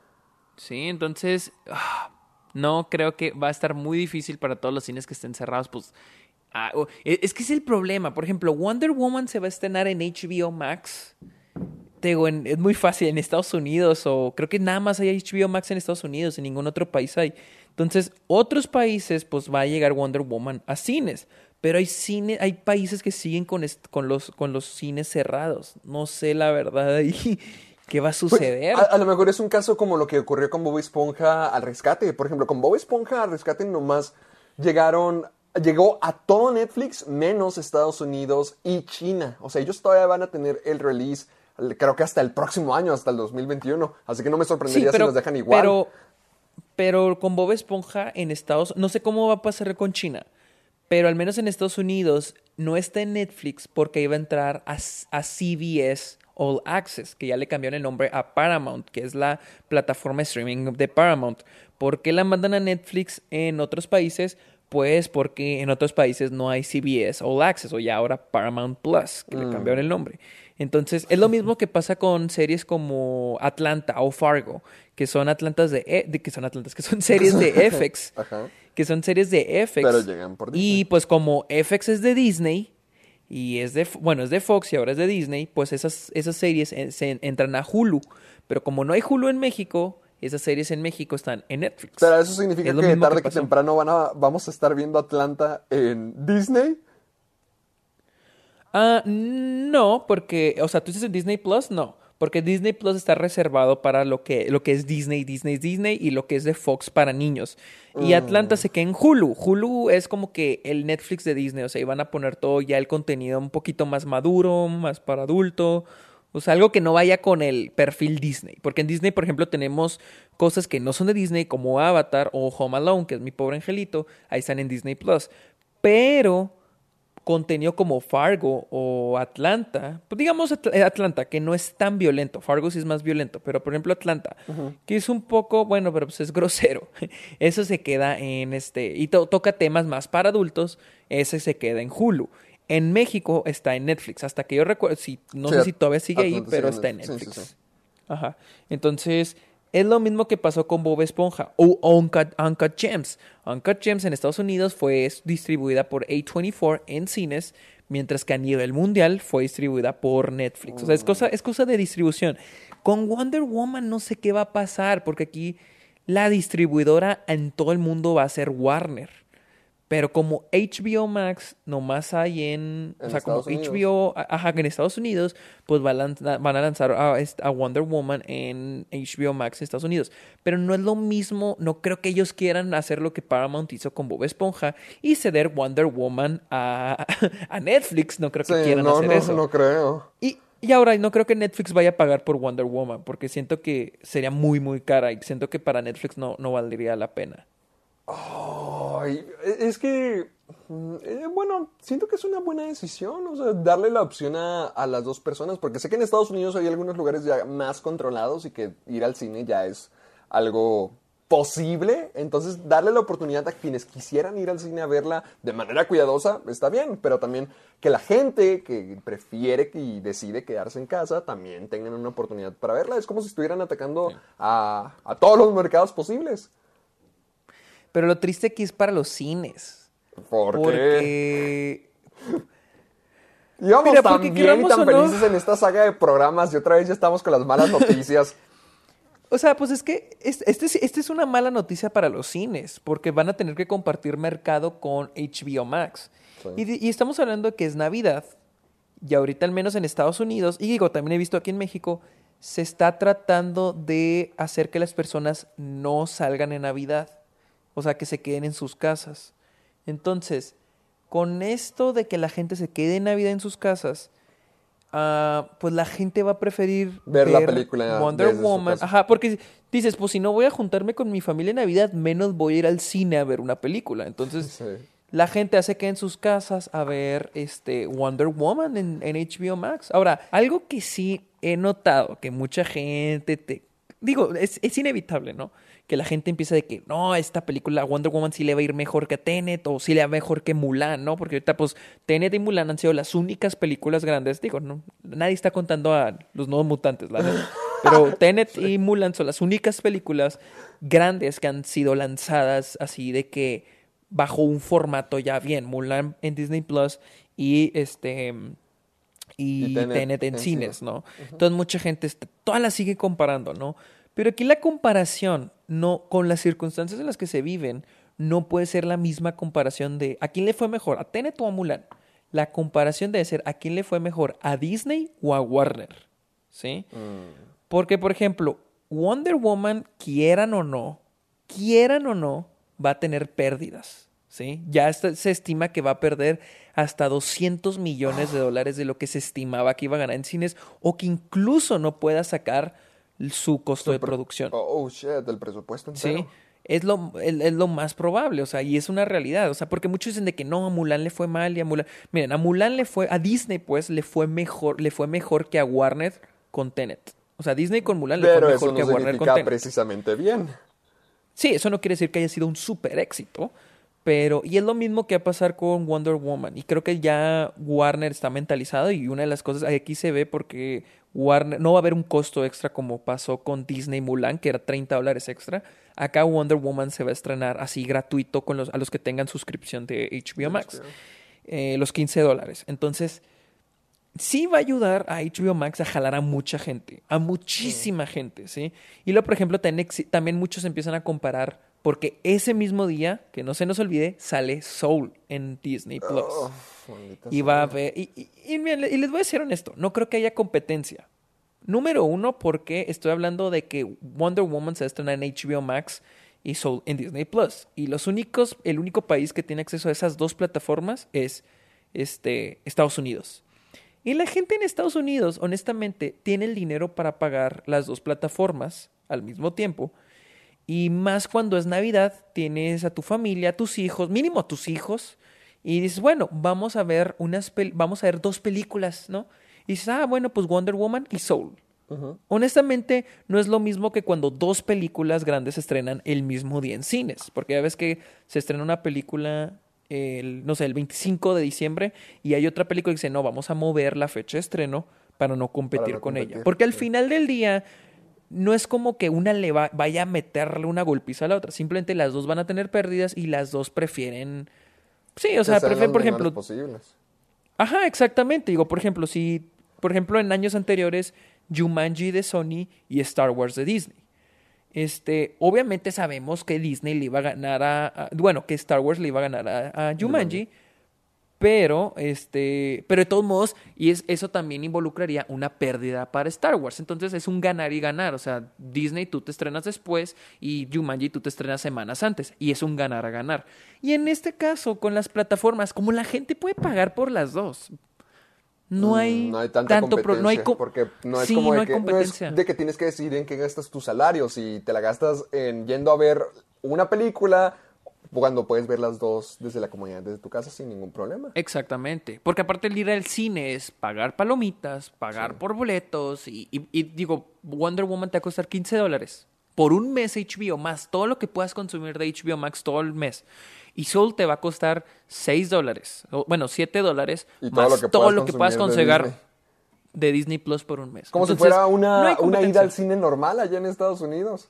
Sí, entonces ah, no creo que va a estar muy difícil para todos los cines que estén cerrados, pues ah, oh, e- es que es el problema. Por ejemplo, Wonder Woman se va a estrenar en H B O Max. Te digo, en- es muy fácil en Estados Unidos o creo que nada más hay H B O Max en Estados Unidos, en ningún otro país hay. Entonces, otros países pues va a llegar Wonder Woman a cines, pero hay cine, hay países que siguen con, est- con los con los cines cerrados. No sé la verdad ahí qué va a Pues, suceder. a, a lo mejor es un caso como lo que ocurrió con Bob Esponja al rescate. Por ejemplo, con Bob Esponja al rescate nomás llegaron, llegó a todo Netflix menos Estados Unidos y China. O sea, ellos todavía van a tener el release, creo que hasta el próximo año, hasta el dos mil veintiuno. Así que no me sorprendería si nos dejan igual. Pero, pero con Bob Esponja en Estados... No sé cómo va a pasar con China, Pero al menos en Estados Unidos no está en Netflix porque iba a entrar a, a C B S All Access, que ya le cambiaron el nombre a Paramount, que es la plataforma de streaming de Paramount. ¿Por qué la mandan a Netflix en otros países? Pues porque en otros países no hay C B S All Access o ya ahora Paramount Plus, que mm. le cambiaron el nombre. Entonces, es lo mismo que pasa con series como Atlanta o Fargo, que son Atlantas de, e de que son Atlantas, que son series de F X, Ajá. que son series de F X. Pero llegan por Disney. Y pues como F X es de Disney y es de, bueno, es de Fox y ahora es de Disney, pues esas, esas series en, se entran a Hulu. Pero como no hay Hulu en México, esas series en México están en Netflix. Pero eso significa Es que lo mismo tarde que que, pasó. temprano van a, vamos a estar viendo Atlanta en Disney. Ah, no, porque, o sea, tú dices en Disney Plus, no, porque Disney Plus está reservado para lo que, lo que es Disney, Disney, Disney y lo que es de Fox para niños. Y Atlanta se queda en Hulu. Hulu es como que el Netflix de Disney, o sea, iban a poner todo ya el contenido un poquito más maduro, más para adulto, o sea, algo que no vaya con el perfil Disney. Porque en Disney, por ejemplo, tenemos cosas que no son de Disney, como Avatar o Home Alone, que es Mi Pobre Angelito, ahí están en Disney Plus. Pero contenido como Fargo o Atlanta, pues digamos Atl- Atlanta, que no es tan violento. Fargo sí es más violento, pero por ejemplo Atlanta, uh-huh. que es un poco, bueno, pero pues es grosero. Eso se queda en este, y to- toca temas más para adultos, ese se queda en Hulu. En México está en Netflix, hasta que yo recuerdo, sí, no sí, sé si todavía sigue Atlanta ahí, pero sigue está en en Netflix. Netflix. Sí, sí, sí. Ajá. Entonces, es lo mismo que pasó con Bob Esponja o Uncut, Uncut Gems. Uncut Gems en Estados Unidos fue distribuida por A veinticuatro en cines, mientras que a nivel mundial fue distribuida por Netflix. O sea, es cosa, es cosa de distribución. Con Wonder Woman no sé qué va a pasar, porque aquí la distribuidora en todo el mundo va a ser Warner. Pero como H B O Max nomás hay en... En o sea, como Estados Unidos. H B O... Ajá, en Estados Unidos, pues va a lanza, van a lanzar a, a Wonder Woman en H B O Max en Estados Unidos. Pero no es lo mismo... No creo que ellos quieran hacer lo que Paramount hizo con Bob Esponja y ceder Wonder Woman a, a Netflix. No creo que Sí, quieran no, hacer no, eso. no creo. Y, y ahora no creo que Netflix vaya a pagar por Wonder Woman, porque siento que sería muy, muy cara y siento que para Netflix no, no valdría la pena. Ay, es que, eh, bueno, siento que es una buena decisión, o sea, darle la opción a, a las dos personas, porque sé que en Estados Unidos hay algunos lugares ya más controlados y que ir al cine ya es algo posible, entonces darle la oportunidad a quienes quisieran ir al cine a verla de manera cuidadosa está bien, pero también que la gente que prefiere y decide quedarse en casa también tengan una oportunidad para verla. Es como si estuvieran atacando sí. a, a todos los mercados posibles. Pero lo triste aquí es para los cines. ¿Por porque... qué? Íbamos Mira, tan porque bien y tan o no... felices en esta saga de programas y otra vez ya estamos con las malas noticias. O sea, pues es que este, este, este es una mala noticia para los cines, porque van a tener que compartir mercado con H B O Max. Sí. Y, y estamos hablando de que es Navidad, y ahorita al menos en Estados Unidos, y digo, también he visto aquí en México, se está tratando de hacer que las personas no salgan en Navidad. O sea, que se queden en sus casas. Entonces, con esto de que la gente se quede en Navidad en sus casas, uh, pues la gente va a preferir ver, ver la película Wonder Woman. Ajá, porque dices, pues si no voy a juntarme con mi familia en Navidad, menos voy a ir al cine a ver una película. Entonces, sí. la gente hace que en sus casas a ver este Wonder Woman en, en H B O Max. Ahora, algo que sí he notado, que mucha gente te... Digo, es, es inevitable, ¿no? Que la gente empieza de que, no, esta película Wonder Woman sí le va a ir mejor que a Tenet o sí le va mejor que Mulan, ¿no? Porque ahorita, pues, Tenet y Mulan han sido las únicas películas grandes. Digo, no, nadie está contando a los nuevos mutantes, la verdad. Pero Tenet sí. y Mulan son las únicas películas grandes que han sido lanzadas así de que bajo un formato ya bien. Mulan en Disney Plus y este... y, y Tenet, Tenet en, en cines, cine. ¿no? Uh-huh. Entonces mucha gente, está, todas las sigue comparando, ¿no? Pero aquí la comparación, no, con las circunstancias en las que se viven, no puede ser la misma comparación de ¿a quién le fue mejor? ¿A Tenet o a Mulan? La comparación debe ser ¿a quién le fue mejor? ¿A Disney o a Warner? ¿Sí? Mm. Porque, por ejemplo, Wonder Woman, quieran o no, quieran o no, va a tener pérdidas. ¿Sí? Ya está, se estima que va a perder hasta doscientos millones de dólares de lo que se estimaba que iba a ganar en cines o que incluso no pueda sacar su costo de producción. Oh, oh, shit, el presupuesto entero. Sí, Es lo, es, es lo más probable, o sea, y es una realidad, o sea, porque muchos dicen de que no, a Mulan le fue mal y a Mulan... Miren, a Mulan le fue, a Disney pues, le fue mejor, le fue mejor que a Warner con Tenet. O sea, Disney con Mulan le Pero fue eso mejor no que a Warner con significa Tenet. precisamente bien. Sí, eso no quiere decir que haya sido un súper éxito, pero... Y es lo mismo que va a pasar con Wonder Woman, y creo que ya Warner está mentalizado, y una de las cosas aquí se ve porque Warner... No va a haber un costo extra como pasó con Disney Mulan, que era treinta dólares extra. Acá Wonder Woman se va a estrenar así gratuito con los, a los que tengan suscripción de H B O Max. Eh, los quince dólares. Entonces, sí va a ayudar a H B O Max a jalar a mucha gente. A muchísima gente, ¿sí? Y luego, por ejemplo, también, también muchos empiezan a comparar porque ese mismo día, que no se nos olvide, sale Soul en Disney Plus. Oh, y va a haber... Y, y, y, y les voy a ser honesto, no creo que haya competencia. Número uno, porque estoy hablando de que Wonder Woman se estrena en H B O Max y Soul en Disney Plus. Y los únicos, el único país que tiene acceso a esas dos plataformas es este, Estados Unidos. Y la gente en Estados Unidos, honestamente, tiene el dinero para pagar las dos plataformas al mismo tiempo. Y más cuando es Navidad, tienes a tu familia, a tus hijos, mínimo a tus hijos, y dices, bueno, vamos a ver unas pel- vamos a ver dos películas, ¿no? Y dices, ah, bueno, pues Wonder Woman y Soul. Uh-huh. Honestamente, no es lo mismo que cuando dos películas grandes se estrenan el mismo día en cines. Porque ya ves que se estrena una película, el, no sé, el veinticinco de diciembre, y hay otra película que dice, no, vamos a mover la fecha de estreno para no competir para no con competir. ella. Porque al sí. final del día, no es como que una le va, vaya a meterle una golpiza a la otra. Simplemente las dos van a tener pérdidas y las dos prefieren... Sí, o sea, prefieren, por ejemplo... posibles. Ajá, exactamente. Digo, por ejemplo, si... Por ejemplo, en años anteriores, Jumanji de Sony y Star Wars de Disney. Este, obviamente sabemos que Disney le iba a ganar a... a bueno, que Star Wars le iba a ganar a, a Jumanji. Pero, este... Pero de todos modos, y es, eso también involucraría una pérdida para Star Wars. Entonces es un ganar y ganar. O sea, Disney tú te estrenas después y Jumanji tú te estrenas semanas antes. Y es un ganar a ganar. Y en este caso, con las plataformas, como la gente puede pagar por las dos... No hay, no hay tanta tanto competencia, pro, no hay co- porque no es sí, como de, no hay que, no es de que tienes que decidir en qué gastas tu salario. Si te la gastas en yendo a ver una película, cuando puedes ver las dos desde la comodidad de tu casa sin ningún problema. Exactamente, porque aparte el ir al cine es pagar palomitas, pagar sí. por boletos y, y, y digo, Wonder Woman te va a costar quince dólares por un mes H B O más, todo lo que puedas consumir de H B O Max todo el mes. Y Soul te va a costar seis dólares, bueno, siete dólares, y más todo lo que todo puedas, lo que puedas conseguir de Disney. de Disney Plus por un mes. Como Entonces, si fuera una, no una ida al cine normal allá en Estados Unidos.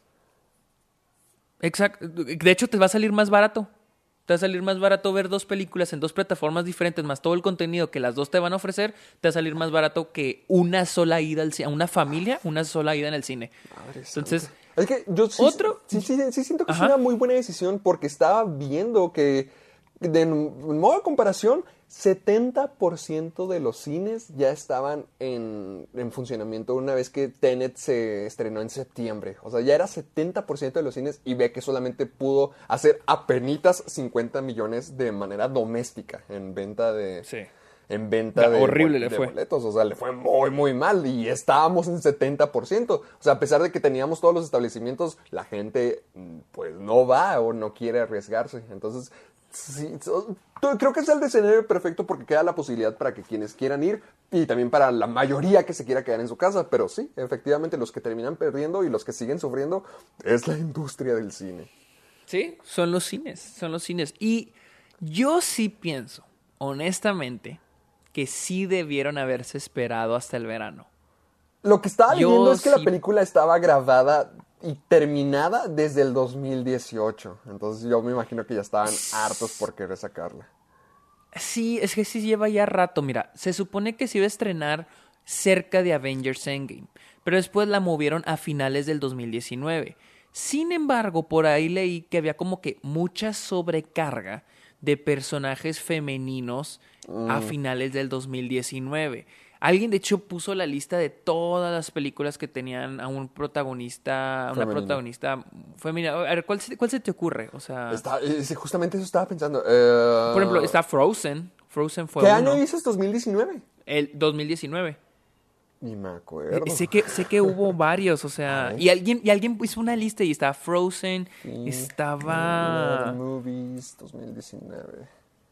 Exacto. De hecho, te va a salir más barato. Te va a salir más barato ver dos películas en dos plataformas diferentes, más todo el contenido que las dos te van a ofrecer, te va a salir más barato que una sola ida al cine, a una familia, una sola ida en el cine. Madre Entonces... santa. Es que yo sí, ¿Otro? sí, sí, sí siento que Ajá. es una muy buena decisión porque estaba viendo que, de en modo de comparación, setenta por ciento de los cines ya estaban en, en funcionamiento una vez que Tenet se estrenó en septiembre. O sea, ya era setenta por ciento de los cines y ve que solamente pudo hacer apenitas cincuenta millones de manera doméstica en venta de... Sí. En venta de, horrible de le fue. boletos, o sea, le fue muy, muy mal y estábamos en setenta por ciento. O sea, a pesar de que teníamos todos los establecimientos, la gente pues no va o no quiere arriesgarse. Entonces, sí, so, creo que es el escenario perfecto porque queda la posibilidad para que quienes quieran ir y también para la mayoría que se quiera quedar en su casa. Pero sí, efectivamente, los que terminan perdiendo y los que siguen sufriendo es la industria del cine. Sí, son los cines, son los cines. Y yo sí pienso, honestamente... que sí debieron haberse esperado hasta el verano. Lo que estaba Yo leyendo es que sí... la película estaba grabada y terminada desde el dos mil dieciocho. Entonces yo me imagino que ya estaban hartos por querer sacarla. Sí, es que sí lleva ya rato. Mira, se supone que se iba a estrenar cerca de Avengers Endgame, pero después la movieron a finales del dos mil diecinueve. Sin embargo, por ahí leí que había como que mucha sobrecarga de personajes femeninos mm. a finales del dos mil diecinueve. Alguien, de hecho, puso la lista de todas las películas que tenían a un protagonista, a una Femenino. protagonista femenina. A ver, ¿cuál, ¿cuál se te ocurre? O sea, Está, justamente eso estaba pensando. Uh, por ejemplo, está Frozen. Frozen fue ¿Qué uno. año dices? ¿dos mil diecinueve? El dos mil diecinueve. Ni me acuerdo. Sé que, sé que hubo varios, o sea, y alguien, y alguien hizo una lista y estaba Frozen, Sí. estaba... World Movies dos mil diecinueve.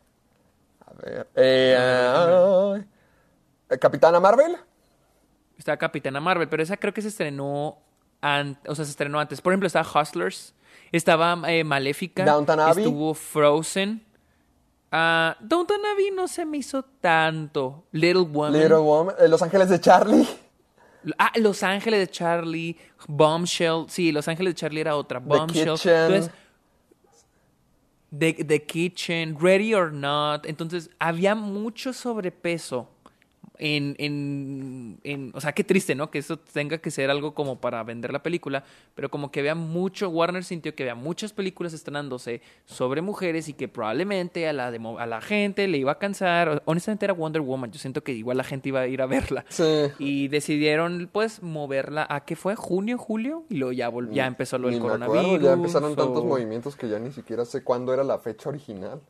A ver. Eh, ah, Capitana Marvel. Estaba Capitana Marvel, pero esa creo que se estrenó, an- o sea, se estrenó antes. Por ejemplo, estaba Hustlers, estaba eh, Maléfica, Downton Abbey. estuvo Frozen. Ah, Downton Abbey no se me hizo tanto. Little Woman. Little Woman. eh, Los Ángeles de Charlie. Ah, Los Ángeles de Charlie, Bombshell. Sí, Los Ángeles de Charlie era otra. The Bombshell. Kitchen. Entonces, The, The Kitchen, Ready or Not. Entonces, había mucho sobrepeso en, en, en... O sea, qué triste, ¿no? Que eso tenga que ser algo como para vender la película. Pero como que había mucho... Warner sintió que había muchas películas estrenándose sobre mujeres y que probablemente a la, demo- a la gente le iba a cansar. Honestamente era Wonder Woman. Yo siento que igual la gente iba a ir a verla. Sí. Y decidieron, pues, moverla a... ¿Qué fue? ¿Junio, julio? Y luego ya, vol- ya empezó lo del Ni me acuerdo, coronavirus. ya empezaron o- tantos movimientos que ya ni siquiera sé cuándo era la fecha original.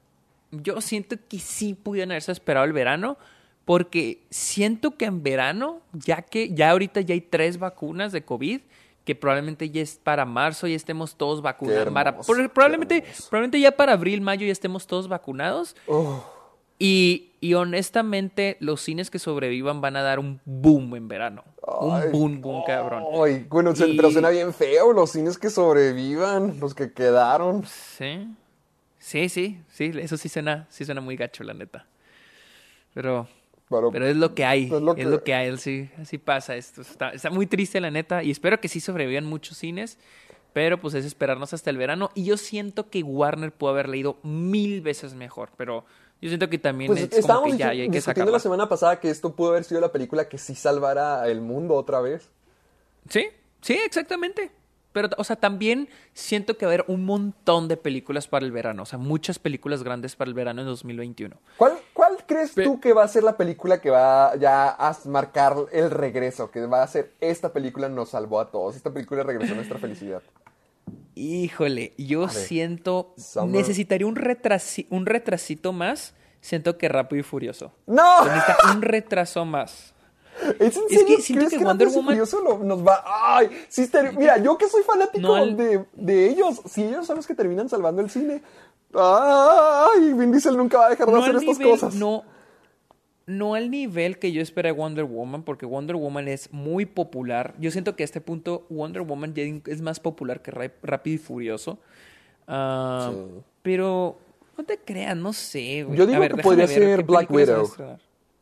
Yo siento que sí pudieron haberse esperado el verano, porque siento que en verano, ya que ya ahorita ya hay tres vacunas de COVID, que probablemente ya es para marzo ya estemos todos vacunados. Qué Para- hermoso, por- qué probablemente, hermoso. probablemente ya para abril, mayo ya estemos todos vacunados. Oh, Y, y honestamente, los cines que sobrevivan van a dar un boom en verano. ay, un boom, boom, cabrón. ay, bueno, se- Y- pero suena bien feo. Los cines que sobrevivan, los que quedaron. Sí. Sí, sí, sí, eso sí suena, sí suena muy gacho, la neta. Pero... Pero, Pero es lo que hay, Es es lo lo que- que, hay, así, así pasa esto. Está, está muy triste, la neta, y espero que sí sobrevivan muchos cines, pero pues es esperarnos hasta el verano. Y yo siento que Warner pudo haber leído mil veces mejor, pero yo siento que también pues es como estábamos que ya, dici- ya hay que discutiendo sacarla. la semana pasada que esto pudo haber sido la película que sí salvara el mundo otra vez. Sí, sí, exactamente. Pero, o sea, también siento que va a haber un montón de películas para el verano, o sea, muchas películas grandes para el verano en dos mil veintiuno. ¿Cuál, cuál crees Pe- tú que va a ser la película que va ya a marcar el regreso? Que va a ser esta película nos salvó a todos. Esta película regresó a nuestra felicidad. Híjole, yo A ver, siento, Summer- necesitaría un, retrasi- un retrasito más, siento que Rápido y Furioso. ¡No! Se necesita un retraso más. ¿Es en Es serio? que siento ¿Crees que que Wonder Rápido y Woman- Furioso lo- nos va... ¡Ay! Sí, estaría- mira, yo que soy fanático No al- de, de ellos, si ellos son los que terminan salvando el cine... ¡Ay! Vin Diesel nunca va a dejar de No hacer al estas nivel, cosas. no, no al nivel que yo esperé de Wonder Woman, porque Wonder Woman es muy popular. Yo siento que a este punto Wonder Woman ya es más popular que Ra- Rápido y Furioso. Ah, Sí. Pero no te creas, no sé, güey. Yo digo A ver, que déjame podría ver ser qué Black películas van a Widow. estrenar.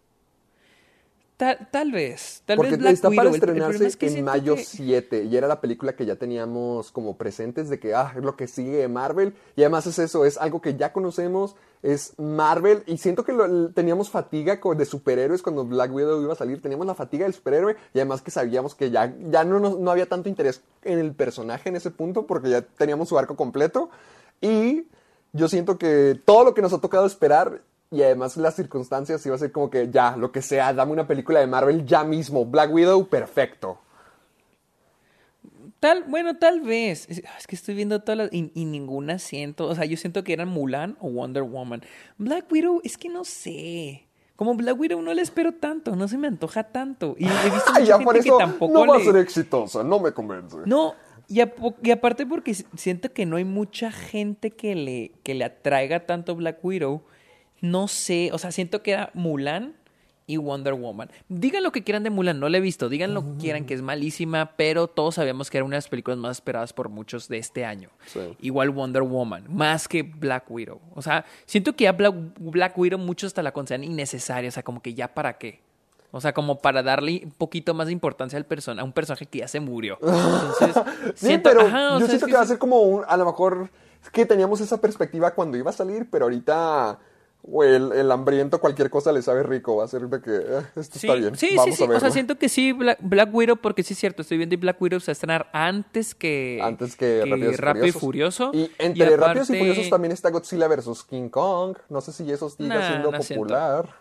Tal, tal vez, tal Porque vez Black está Widow. para El- el problema estrenarse es que en siento mayo que- siete y era la película que ya teníamos como presentes de que ah, es lo que sigue de Marvel y además es eso, es algo que ya conocemos, es Marvel y siento que lo- teníamos fatiga co- de superhéroes cuando Black Widow iba a salir, teníamos la fatiga del superhéroe y además que sabíamos que ya, ya no, nos- no había tanto interés en el personaje en ese punto porque ya teníamos su arco completo y yo siento que todo lo que nos ha tocado esperar y además las circunstancias iba a ser como que ya, lo que sea, dame una película de Marvel ya mismo. Black Widow, perfecto. Tal, bueno, tal vez. Es, es que estoy viendo todas las... Y, y ninguna siento... O sea, yo siento que eran Mulan o Wonder Woman. Black Widow, es que no sé. Como Black Widow no le espero tanto. No se me antoja tanto. Y he visto Ay, mucha ya gente por que eso tampoco no va a le- ser exitosa, no me convence. No, y, a- y aparte porque s- siento que no hay mucha gente que le, que le atraiga tanto Black Widow. No sé, o sea, siento que era Mulan y Wonder Woman. Digan lo que quieran de Mulan, no la he visto. Digan lo que quieran, que es malísima, pero todos sabíamos que era una de las películas más esperadas por muchos de este año. Sí. Igual Wonder Woman, más que Black Widow. O sea, siento que ya Black, Black Widow muchos hasta la consideran innecesaria, o sea, como que ya para qué. O sea, como para darle un poquito más de importancia al person a un personaje que ya se murió. Entonces, Sí, siento, pero ajá, o yo sea, siento es que, va a sí- ser como un, a lo mejor es que teníamos esa perspectiva cuando iba a salir, pero ahorita güey, el, el hambriento cualquier cosa le sabe rico, va a ser de que eh, esto Sí, está bien, sí, vamos sí, a sí. verlo. O sea, siento que sí, Black, Black Widow, porque sí es cierto, estoy viendo y Black Widow se va a estrenar antes que, Antes que, Rápidos y Rápido y Furiosos. Furioso. Y entre Rápidos y aparte- Furiosos también está Godzilla versus King Kong. No sé si eso siga Nah, siendo no siento. popular.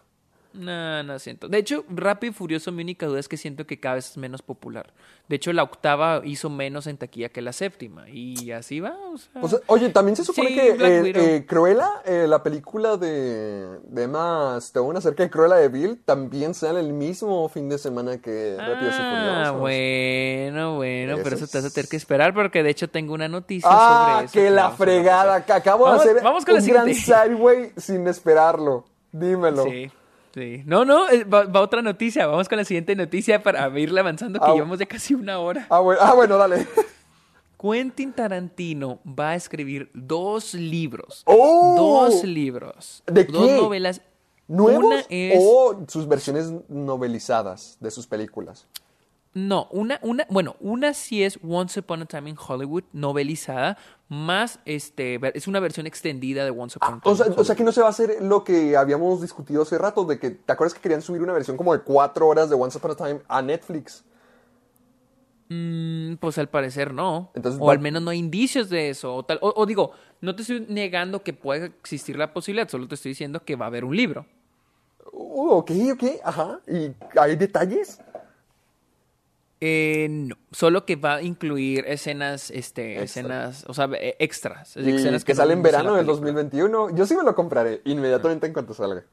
No, no siento. De hecho, Rápido y Furioso, mi única duda es que siento que cada vez es menos popular. De hecho, la octava hizo menos en taquilla que la séptima. Y así va, o sea... O sea, oye, también se supone Sí, que Black eh, Widow. eh, Cruella, eh, la película de, de Emma Stone acerca de Cruella de Vil, también sale el mismo fin de semana que Rápidos y Ah, Furiosos. bueno, bueno, Eso pero eso te vas a es- tener que esperar porque de hecho tengo una noticia Ah, sobre eso. que la vamos a hablar fregada, después. que acabo Vamos- de hacer vamos con la un gran siguiente. sideway sin esperarlo. Dímelo. Sí, sí. No, no, eh, va, va otra noticia. Vamos con la siguiente noticia para irle avanzando que Ah, llevamos ya casi una hora. Ah, bueno, ah, bueno, dale. Quentin Tarantino va a escribir dos libros. ¡Oh! Dos libros. ¿De Dos qué? novelas. ¿Nuevos Una es... o sus versiones novelizadas de sus películas? No, una, una, bueno, una sí es Once Upon a Time in Hollywood, novelizada, más este, ver- es una versión extendida de Once Upon a Ah, Time o sea, in o sea Hollywood. que no se va a hacer lo que habíamos discutido hace rato, de que, ¿te acuerdas que querían subir una versión como de cuatro horas de Once Upon a Time a Netflix? Mm, pues al parecer no. Entonces o va- al menos no hay indicios de eso. O, tal, o, o digo, no te estoy negando que pueda existir la posibilidad, solo te estoy diciendo que va a haber un libro. Uh, ok, ok, ajá. ¿Y hay detalles? Eh, no, solo que va a incluir escenas, este, Extra. escenas, o sea, eh, extras. Y escenas que no sale en vimos la verano del película. dos mil veintiuno. Yo sí me lo compraré inmediatamente en cuanto salga.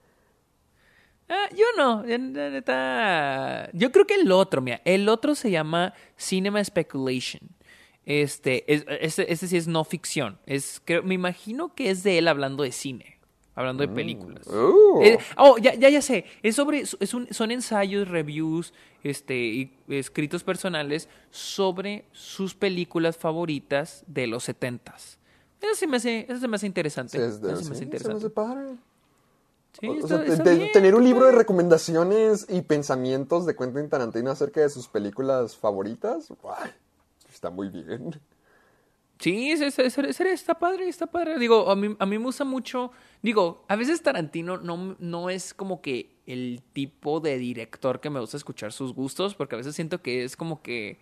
Ah, yo no, ya- ya- neta, yo creo que el otro, mira, el otro se llama Cinema Speculation. Este, es, este, este sí es no ficción. Es, creo, me imagino que es de él hablando de cine, hablando de películas. Uh. Eh, oh, ya, ya, ya sé. Es sobre, es un, son ensayos, reviews, este, y escritos personales sobre sus películas favoritas de los setentas. Eso se me hace, eso se me hace interesante. Sí, es de- Eso se me hace sí, se me interesante. hace padre. Sí, O está- sea, te- está te- bien, tener un está libro de padre. recomendaciones y pensamientos de Quentin Tarantino acerca de sus películas favoritas, ¡guay! Está muy bien. Sí, ese, ese- ese- ese está padre, está padre. Digo, a mí, a mí me gusta mucho. Digo, a veces Tarantino no, no es como que el tipo de director que me gusta escuchar sus gustos, porque a veces siento que es como que.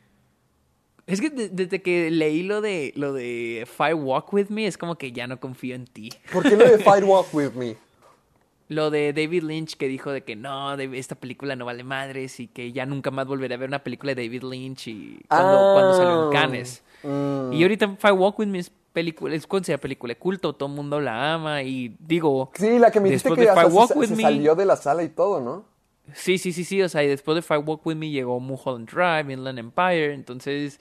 Es que de- desde que leí lo de lo de Fire Walk With Me, es como que ya no confío en ti. ¿Por qué lo de Fight Walk With Me? Lo de David Lynch que dijo de que no, de- esta película no vale madres y que ya nunca más volveré a ver una película de David Lynch y cuando, Ah, cuando salió en Cannes. mm. Y ahorita Fire Walk With Me es, película, es considerada película de culto, todo el mundo la ama y digo... Sí, la que me dijiste después que de hasta Fire Walk se, With se Me- salió de la sala y todo, ¿no? Sí, sí, sí, sí, o sea, y después de Fire Walk With Me llegó Mulholland Drive, Inland Empire, entonces...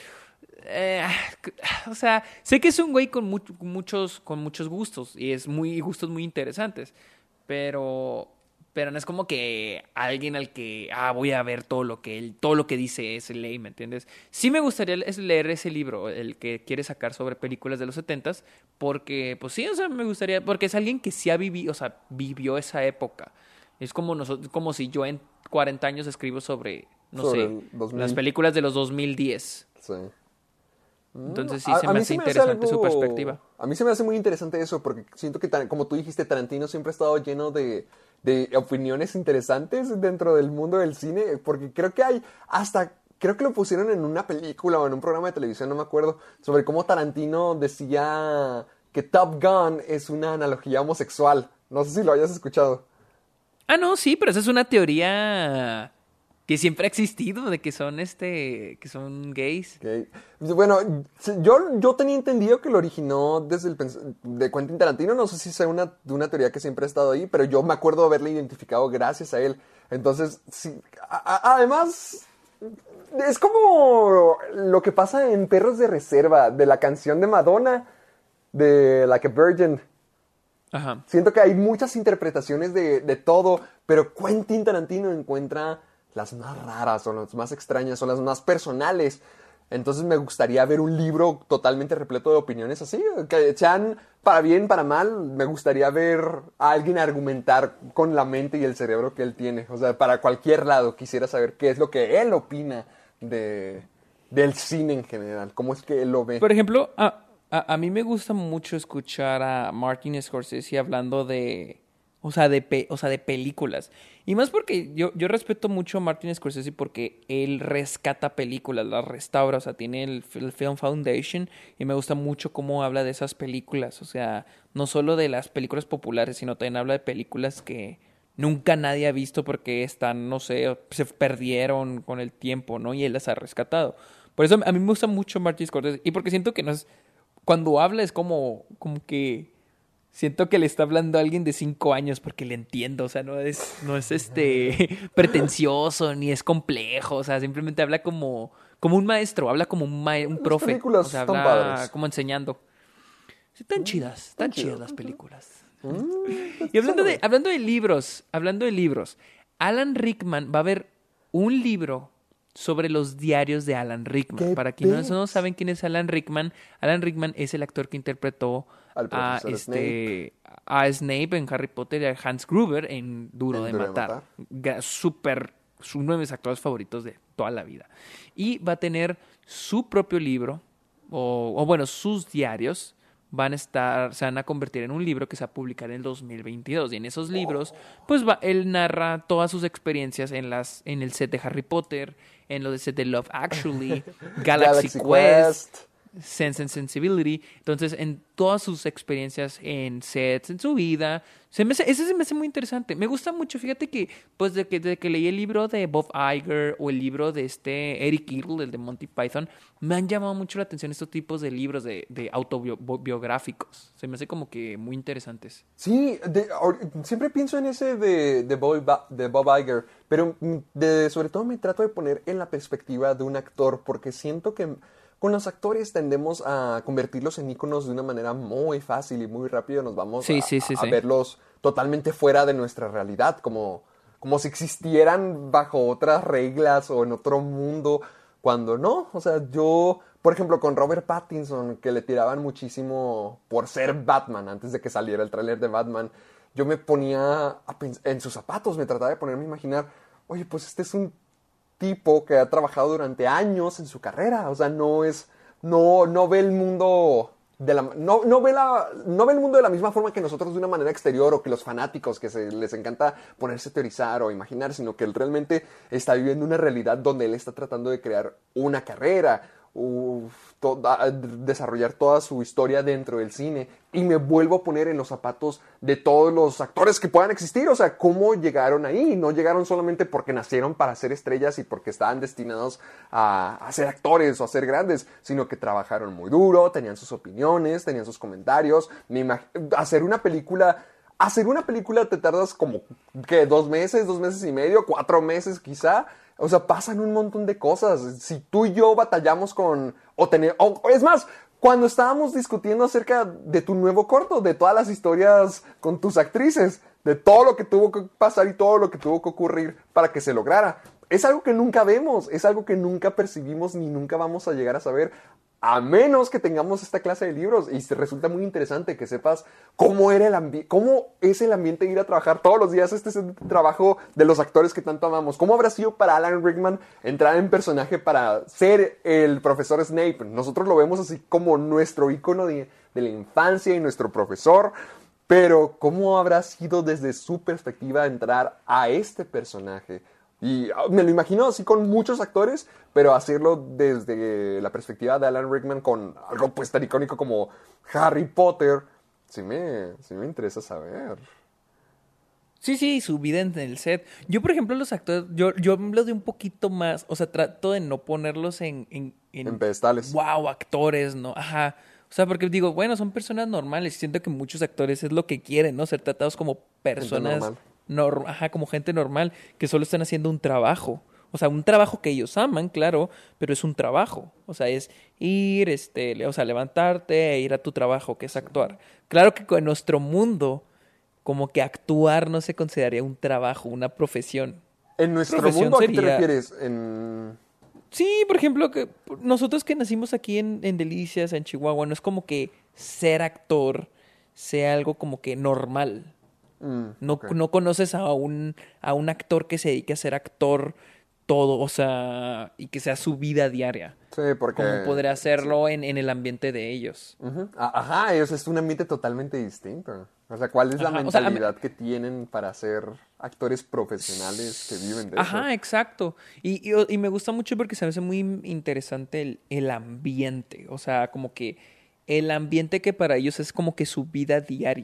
eh, o sea, sé que es un güey con, mu- con muchos, con muchos gustos y es muy gustos muy interesantes, pero... Pero no es como que alguien al que, ah, voy a ver todo lo que él, todo lo que dice ese ley, ¿me entiendes? Sí me gustaría es leer ese libro, el que quiere sacar sobre películas de los setentas, porque, pues sí, o sea, me gustaría, porque es alguien que sí ha vivido, o sea, vivió esa época. Es como nosotros, como si yo en cuarenta años escribo sobre, no Sobre sé, el dos mil. las películas de los dos mil diez. Sí. Entonces sí A- se a me mí hace se me hace interesante su algo- perspectiva. A mí se me hace muy interesante eso, porque siento que, Tar- como tú dijiste, Tarantino siempre ha estado lleno de, de opiniones interesantes dentro del mundo del cine, porque creo que hay hasta, creo que lo pusieron en una película o en un programa de televisión, no me acuerdo, sobre cómo Tarantino decía que Top Gun es una analogía homosexual. No sé si lo hayas escuchado. Ah, no, sí, pero esa es una teoría que siempre ha existido, de que son, este, que son gays. Ok. Bueno, yo, yo tenía entendido que lo originó desde el pens- de Quentin Tarantino. No sé si sea una, de una teoría que siempre ha estado ahí, pero yo me acuerdo haberle identificado gracias a él. Entonces, sí. a- a- además, es como lo que pasa en Perros de Reserva, de la canción de Madonna, de Like a Virgin. Ajá. Siento que hay muchas interpretaciones de, de todo, pero Quentin Tarantino encuentra las más raras o las más extrañas o las más personales. Entonces me gustaría ver un libro totalmente repleto de opiniones así, que sean para bien, para mal. Me gustaría ver a alguien argumentar con la mente y el cerebro que él tiene. O sea, para cualquier lado quisiera saber qué es lo que él opina de, del cine en general, cómo es que él lo ve. Por ejemplo, a, a, a mí me gusta mucho escuchar a Martin Scorsese hablando de, o sea, de, pe- o sea, de películas. Y más porque yo, yo respeto mucho a Martin Scorsese porque él rescata películas, las restaura, o sea, tiene el, el Film Foundation y me gusta mucho cómo habla de esas películas. O sea, no solo de las películas populares, sino también habla de películas que nunca nadie ha visto porque están, no sé, se perdieron con el tiempo, ¿no? Y él las ha rescatado. Por eso a mí me gusta mucho Martin Scorsese y porque siento que no es, cuando habla es como, como que siento que le está hablando a alguien de cinco años porque le entiendo, o sea, no es, no es este pretencioso ni es complejo, o sea, simplemente habla como, como un maestro, habla como un, ma- un Las profe, películas o sea, están habla padres. como enseñando. Sí, están chidas, están chidas chidas, las están películas. Mm, Y hablando de, suena hablando de libros, hablando de libros, Alan Rickman va a haber un libro sobre los diarios de Alan Rickman. ¡Qué Para quienes no pex! saben quién es Alan Rickman, Alan Rickman es el actor que interpretó Al a profesor este a Snape en Harry Potter y a Hans Gruber en Duro, En de, Duro de Matar. Matar. Ga- Súper, es uno de mis actores favoritos de toda la vida. Y va a tener su propio libro, o, o bueno, sus diarios van a estar, se van a convertir en un libro que se va a publicar en el dos mil veintidós. Y en esos libros, pues va, él narra todas sus experiencias en las, en el set de Harry Potter, en lo de set de Love Actually, Galaxy, Galaxy Quest, Quest. Sense and Sensibility. Entonces, en todas sus experiencias en sets, en su vida, se me hace, ese se me hace muy interesante. Me gusta mucho, fíjate que, pues, de que, de que leí el libro de Bob Iger o el libro de este Eric Idle, el de Monty Python, me han llamado mucho la atención estos tipos de libros de, de autobiográficos. Se me hace como que muy interesantes. Sí, de- ahor- siempre pienso en ese de, de, Bob, Ba- de Bob Iger, pero mm, de, sobre todo me trato de poner en la perspectiva de un actor, porque siento que con los actores tendemos a convertirlos en íconos de una manera muy fácil y muy rápido. Nos vamos Sí, a, sí, sí, a sí. verlos totalmente fuera de nuestra realidad, como, como si existieran bajo otras reglas o en otro mundo, cuando no. O sea, yo, por ejemplo, con Robert Pattinson, que le tiraban muchísimo por ser Batman antes de que saliera el tráiler de Batman, yo me ponía a pens- en sus zapatos, me trataba de ponerme a imaginar, oye, pues este es un tipo que ha trabajado durante años en su carrera, o sea, no es, no, no ve el mundo de la, no, no ve la, no ve el mundo de la misma forma que nosotros de una manera exterior o que los fanáticos que se, les encanta ponerse a teorizar o imaginar, sino que él realmente está viviendo una realidad donde él está tratando de crear una carrera, uf, toda- desarrollar toda su historia dentro del cine y me vuelvo a poner en los zapatos de todos los actores que puedan existir, o sea, cómo llegaron ahí, no llegaron solamente porque nacieron para ser estrellas y porque estaban destinados a, a ser actores o a ser grandes, sino que trabajaron muy duro, tenían sus opiniones, tenían sus comentarios, me imag- hacer una película... Hacer una película te tardas como, ¿qué? ¿Dos meses? ¿Dos meses y medio? ¿Cuatro meses quizá? O sea, pasan un montón de cosas. Si tú y yo batallamos con... O tener, o, es más, cuando estábamos discutiendo acerca de tu nuevo corto, de todas las historias con tus actrices, de todo lo que tuvo que pasar y todo lo que tuvo que ocurrir para que se lograra. Es algo que nunca vemos, es algo que nunca percibimos ni nunca vamos a llegar a saber, a menos que tengamos esta clase de libros. Y se resulta muy interesante que sepas cómo era el ambi- cómo es el ambiente de ir a trabajar todos los días. Este es el trabajo de los actores que tanto amamos. ¿Cómo habrá sido para Alan Rickman entrar en personaje para ser el profesor Snape? Nosotros lo vemos así como nuestro ícono de, de la infancia y nuestro profesor. Pero ¿cómo habrá sido desde su perspectiva entrar a este personaje? Y ah, me lo imagino así con muchos actores, pero hacerlo desde la perspectiva de Alan Rickman con algo pues tan icónico como Harry Potter, sí me, sí me interesa saber. Sí, sí, su vida en el set. Yo, por ejemplo, los actores, yo, yo hablo de un poquito más, o sea, trato de no ponerlos en... En, En pedestales. Wow, actores, ¿no? Ajá. O sea, porque digo, bueno, son personas normales. Y siento que muchos actores es lo que quieren, ¿no? Ser tratados como personas... normal. nor- ajá, como gente normal, que solo están haciendo un trabajo. O sea, un trabajo que ellos aman, claro, pero es un trabajo. O sea, es ir, este, le- o sea, levantarte e ir a tu trabajo, que es actuar. Claro que con nuestro mundo, como que actuar no se consideraría un trabajo, una profesión. En nuestro Profesión mundo, ¿a qué te sería- refieres? En... Sí, por ejemplo, que nosotros que nacimos aquí en, en Delicias, en Chihuahua, no es como que ser actor sea algo como que normal. Mm, No, ok. no conoces a un, a un actor que se dedique a ser actor todo, o sea, y que sea su vida diaria. Sí, porque... Como podría hacerlo en, en el ambiente de ellos. Ujú. A- Ajá, es, es un ambiente totalmente distinto. O sea, ¿cuál es la Ajá, o sea, a mí- mentalidad que tienen para ser actores profesionales que viven de Ajá, eso? exacto. Y, y, y me gusta mucho porque se me hace muy interesante el, el ambiente. O sea, como que el ambiente que para ellos es como que su vida diaria.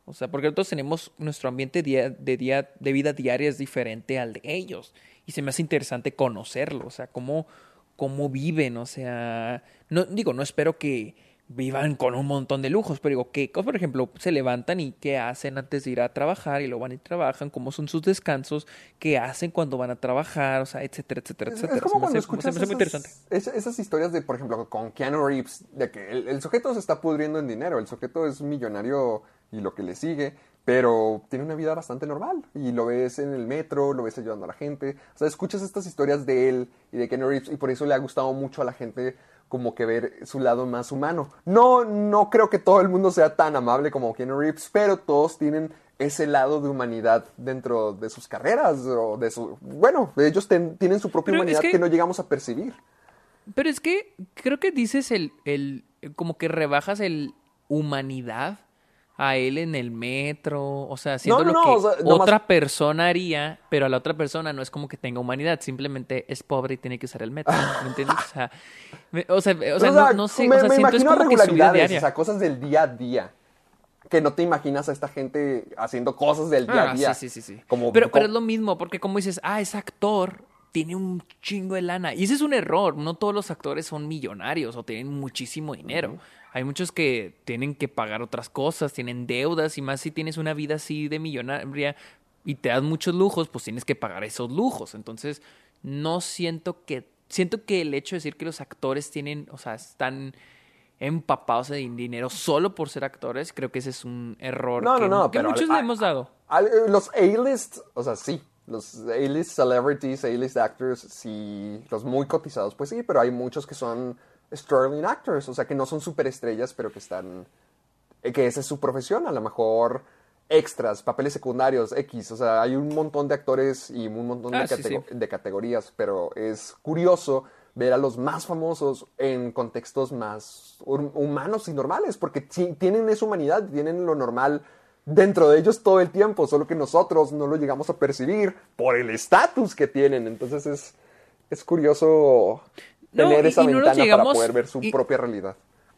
O sea, porque nosotros tenemos nuestro ambiente día, de, día, de vida diaria es diferente al de ellos. Y se me hace interesante conocerlo, o sea, cómo, cómo viven, o sea, no digo, no espero que vivan con un montón de lujos, pero digo, ¿qué? Por ejemplo, se levantan y qué hacen antes de ir a trabajar y luego van y trabajan, cómo son sus descansos, qué hacen cuando van a trabajar, o sea, etcétera, etcétera, Es, etcétera. es como Se me cuando hace- escuchas se me hace muy interesante. esas, es- esas historias de, por ejemplo, con Keanu Reeves, de que el, el sujeto se está pudriendo en dinero, el sujeto es millonario y lo que le sigue, pero tiene una vida bastante normal y lo ves en el metro, lo ves ayudando a la gente, o sea, escuchas estas historias de él y de Keanu Reeves y por eso le ha gustado mucho a la gente como que ver su lado más humano. No, no creo que todo el mundo sea tan amable como Keanu Reeves, pero todos tienen ese lado de humanidad dentro de sus carreras o de su... Bueno, ellos ten- tienen su propia Pero es humanidad que... que- no llegamos a percibir. Pero es que creo que dices el, el, como que rebajas el humanidad a él en el metro, o sea, haciendo no, lo no, que o sea, nomás- otra persona haría, pero a la otra persona no es como que tenga humanidad, simplemente es pobre y tiene que usar el metro, ¿me entiendes? O sea, me- o sea, o sea, no, no sé, me, o sea, me siento es imagino como que su vida regularidades, diaria. o sea, cosas del día a día. Que no te imaginas a esta gente haciendo cosas del día a Ah, día. sí, sí, sí, sí. Como, pero, como- pero es lo mismo, porque como dices, ah, es actor, tiene un chingo de lana. Y ese es un error. No todos los actores son millonarios o tienen muchísimo dinero. Hay muchos que tienen que pagar otras cosas, tienen deudas, y más si tienes una vida así de millonaria y te das muchos lujos, pues tienes que pagar esos lujos. Entonces, no siento que. Siento que el hecho de decir que los actores tienen, o sea, están empapados en dinero solo por ser actores, creo que ese es un error No, que, no, no, que pero muchos al- le hemos dado. al- los A-list, o sea, sí. Los A-list celebrities, A-list actors, sí. Los muy cotizados, pues sí, pero hay muchos que son sterling actors, o sea, que no son superestrellas, pero que están... eh, que esa es su profesión, a lo mejor extras, papeles secundarios, X, o sea, hay un montón de actores y un montón de, Ah, sí, catego- sí. de categorías, pero es curioso ver a los más famosos en contextos más hum- humanos y normales, porque sí, tienen esa humanidad, tienen lo normal dentro de ellos todo el tiempo, solo que nosotros no lo llegamos a percibir por el estatus que tienen, entonces es, es curioso No, tener y- esa y no los ventana para llegamos- poder ver su y- propia realidad.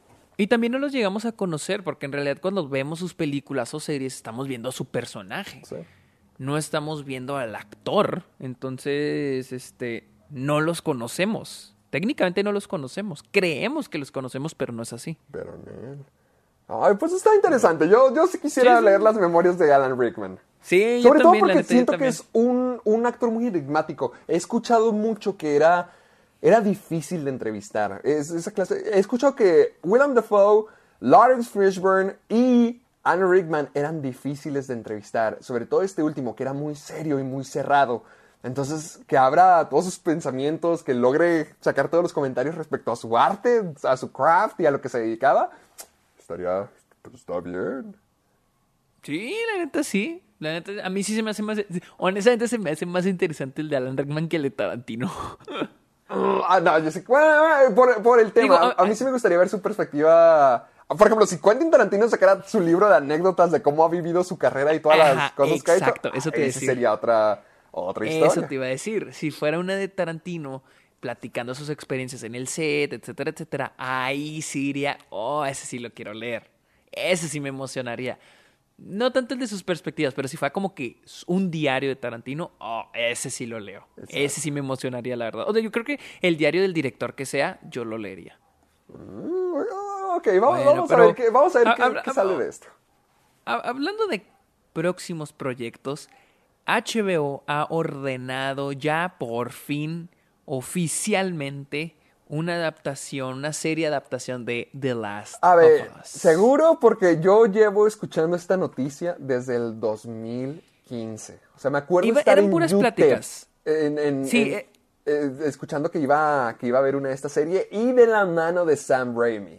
Y también no los llegamos a conocer, porque en realidad cuando vemos sus películas o series estamos viendo a su personaje. Sí. No estamos viendo al actor. Entonces, este, no los conocemos. Técnicamente no los conocemos. Creemos que los conocemos, pero no es así. Pero, man. Ay, pues está interesante. Yo, yo sí quisiera Sí, sí. leer las memorias de Alan Rickman. Sí, Sobre yo todo también, la porque neta, yo siento que también. es un, un actor muy enigmático. He escuchado mucho que era, era difícil de entrevistar. Es, esa clase, he escuchado que Willem Dafoe, Lawrence Fishburne y Alan Rickman eran difíciles de entrevistar. Sobre todo este último, que era muy serio y muy cerrado. Entonces, que abra todos sus pensamientos, que logre sacar todos los comentarios respecto a su arte, a su craft y a lo que se dedicaba, estaría, pues está bien. Sí, la neta sí. La neta, a mí sí se me hace más... Honestamente se me hace más interesante el de Alan Rickman que el de Tarantino. Ah, no, yo sé, bueno, por, por el tema, Digo, a, a mí sí me gustaría ver su perspectiva. Por ejemplo, si Quentin Tarantino sacara su libro de anécdotas de cómo ha vivido su carrera y todas Ajá, las cosas que ha hecho, exacto, eso te iba a ese decir. sería otra, otra historia. Eso te iba a decir. Si fuera una de Tarantino platicando sus experiencias en el set, etcétera, etcétera, ahí sí iría, oh, ese sí lo quiero leer. Ese sí me emocionaría. No tanto el de sus perspectivas, pero si fuera como que un diario de Tarantino, oh, ese sí lo leo. Exacto. Ese sí me emocionaría, la verdad. O sea, yo creo que el diario del director que sea, yo lo leería. Mm, ok, vamos, Bueno, vamos a pero- ver, qué, vamos a ver Ah, qué, habla- qué sale de esto. Ha- Hablando de próximos proyectos, H B O ha ordenado ya por fin, oficialmente, una adaptación, una serie adaptación de The Last A ver, of Us. seguro porque yo llevo escuchando esta noticia desde el dos mil quince. O sea, me acuerdo Iba- estar eran en puras YouTube, pláticas. En, en- Sí, en- eh. eh, escuchando que iba, que iba a haber una de esta serie y de la mano de Sam Raimi.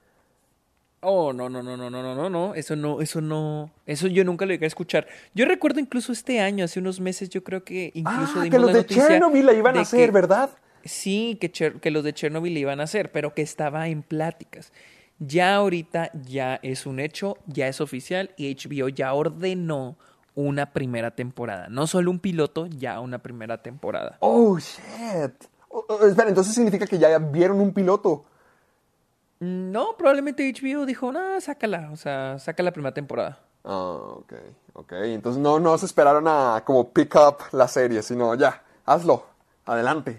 Oh, no, no, no, no, no, no, no, no, eso no, eso no, eso yo nunca lo llegué a escuchar. Yo recuerdo incluso este año, hace unos meses, yo creo que incluso Ah, dimos que los la de noticia Chernobyl la iban de a hacer, que- ¿verdad? Sí, que, Cher- que los de Chernobyl le iban a hacer, pero que estaba en pláticas. Ya ahorita ya es un hecho, ya es oficial y H B O ya ordenó una primera temporada. No solo un piloto, ya una primera temporada. Oh, shit. Oh, oh, espera, entonces significa que ya vieron un piloto. No, probablemente H B O dijo, no, sácala, o sea, saca la primera temporada. Ah, ok, ok. Entonces no, no se esperaron a como pick up la serie, sino ya, hazlo, adelante.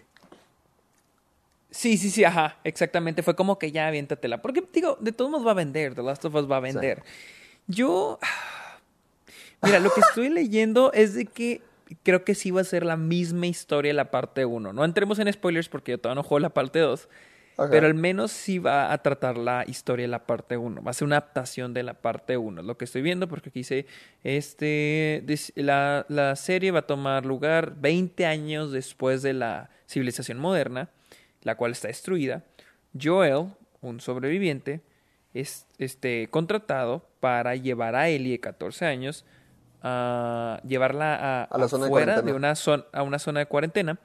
Sí, sí, sí, ajá, exactamente. Fue como que ya aviéntatela. Porque, digo, de todos modos va a vender. The Last of Us va a vender. Sí. Yo. Mira, lo que estoy leyendo es de que creo que sí va a ser la misma historia la parte uno. No entremos en spoilers porque yo todavía no juego la parte dos. Okay. Pero al menos sí va a tratar la historia de la parte uno. Va a ser una adaptación de la parte uno. Lo que estoy viendo, porque aquí dice, este, la, la serie va a tomar lugar veinte años después de la civilización moderna, la cual está destruida. Joel, un sobreviviente, es este, contratado para llevar a Ellie de catorce años, a uh, llevarla a, a la zona afuera de, de una, zona, a una zona de cuarentena.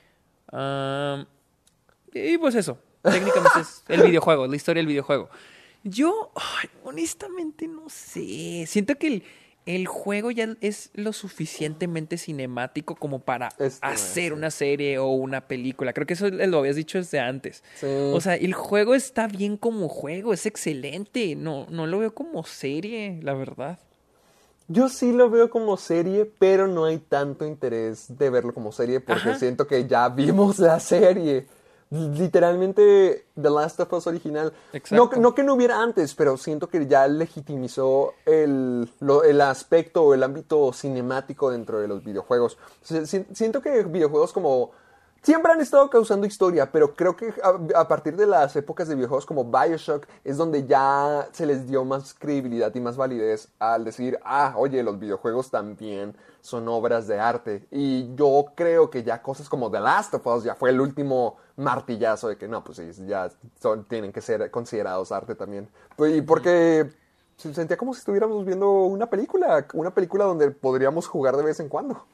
Uh, y pues eso. Técnicamente es el videojuego, la historia del videojuego. Yo, ay, honestamente, no sé. Siento que el, el juego ya es lo suficientemente cinemático como para este, hacer sí. una serie o una película. Creo que eso lo habías dicho desde antes. Sí. O sea, el juego está bien como juego, es excelente. No, no lo veo como serie, la verdad. Yo sí lo veo como serie, pero no hay tanto interés de verlo como serie porque Ajá. siento que ya vimos la serie. Literalmente The Last of Us original. No, no que no hubiera antes, pero siento que ya legitimizó el, lo, el aspecto o el ámbito cinemático dentro de los videojuegos. Siento que videojuegos como... Siempre han estado causando historia, pero creo que a, a partir de las épocas de videojuegos como BioShock es donde ya se les dio más credibilidad y más validez al decir, ah, oye, los videojuegos también son obras de arte. Y yo creo que ya cosas como The Last of Us ya fue el último martillazo de que no, pues sí, ya son, tienen que ser considerados arte también. Y porque se sentía como si estuviéramos viendo una película, una película donde podríamos jugar de vez en cuando.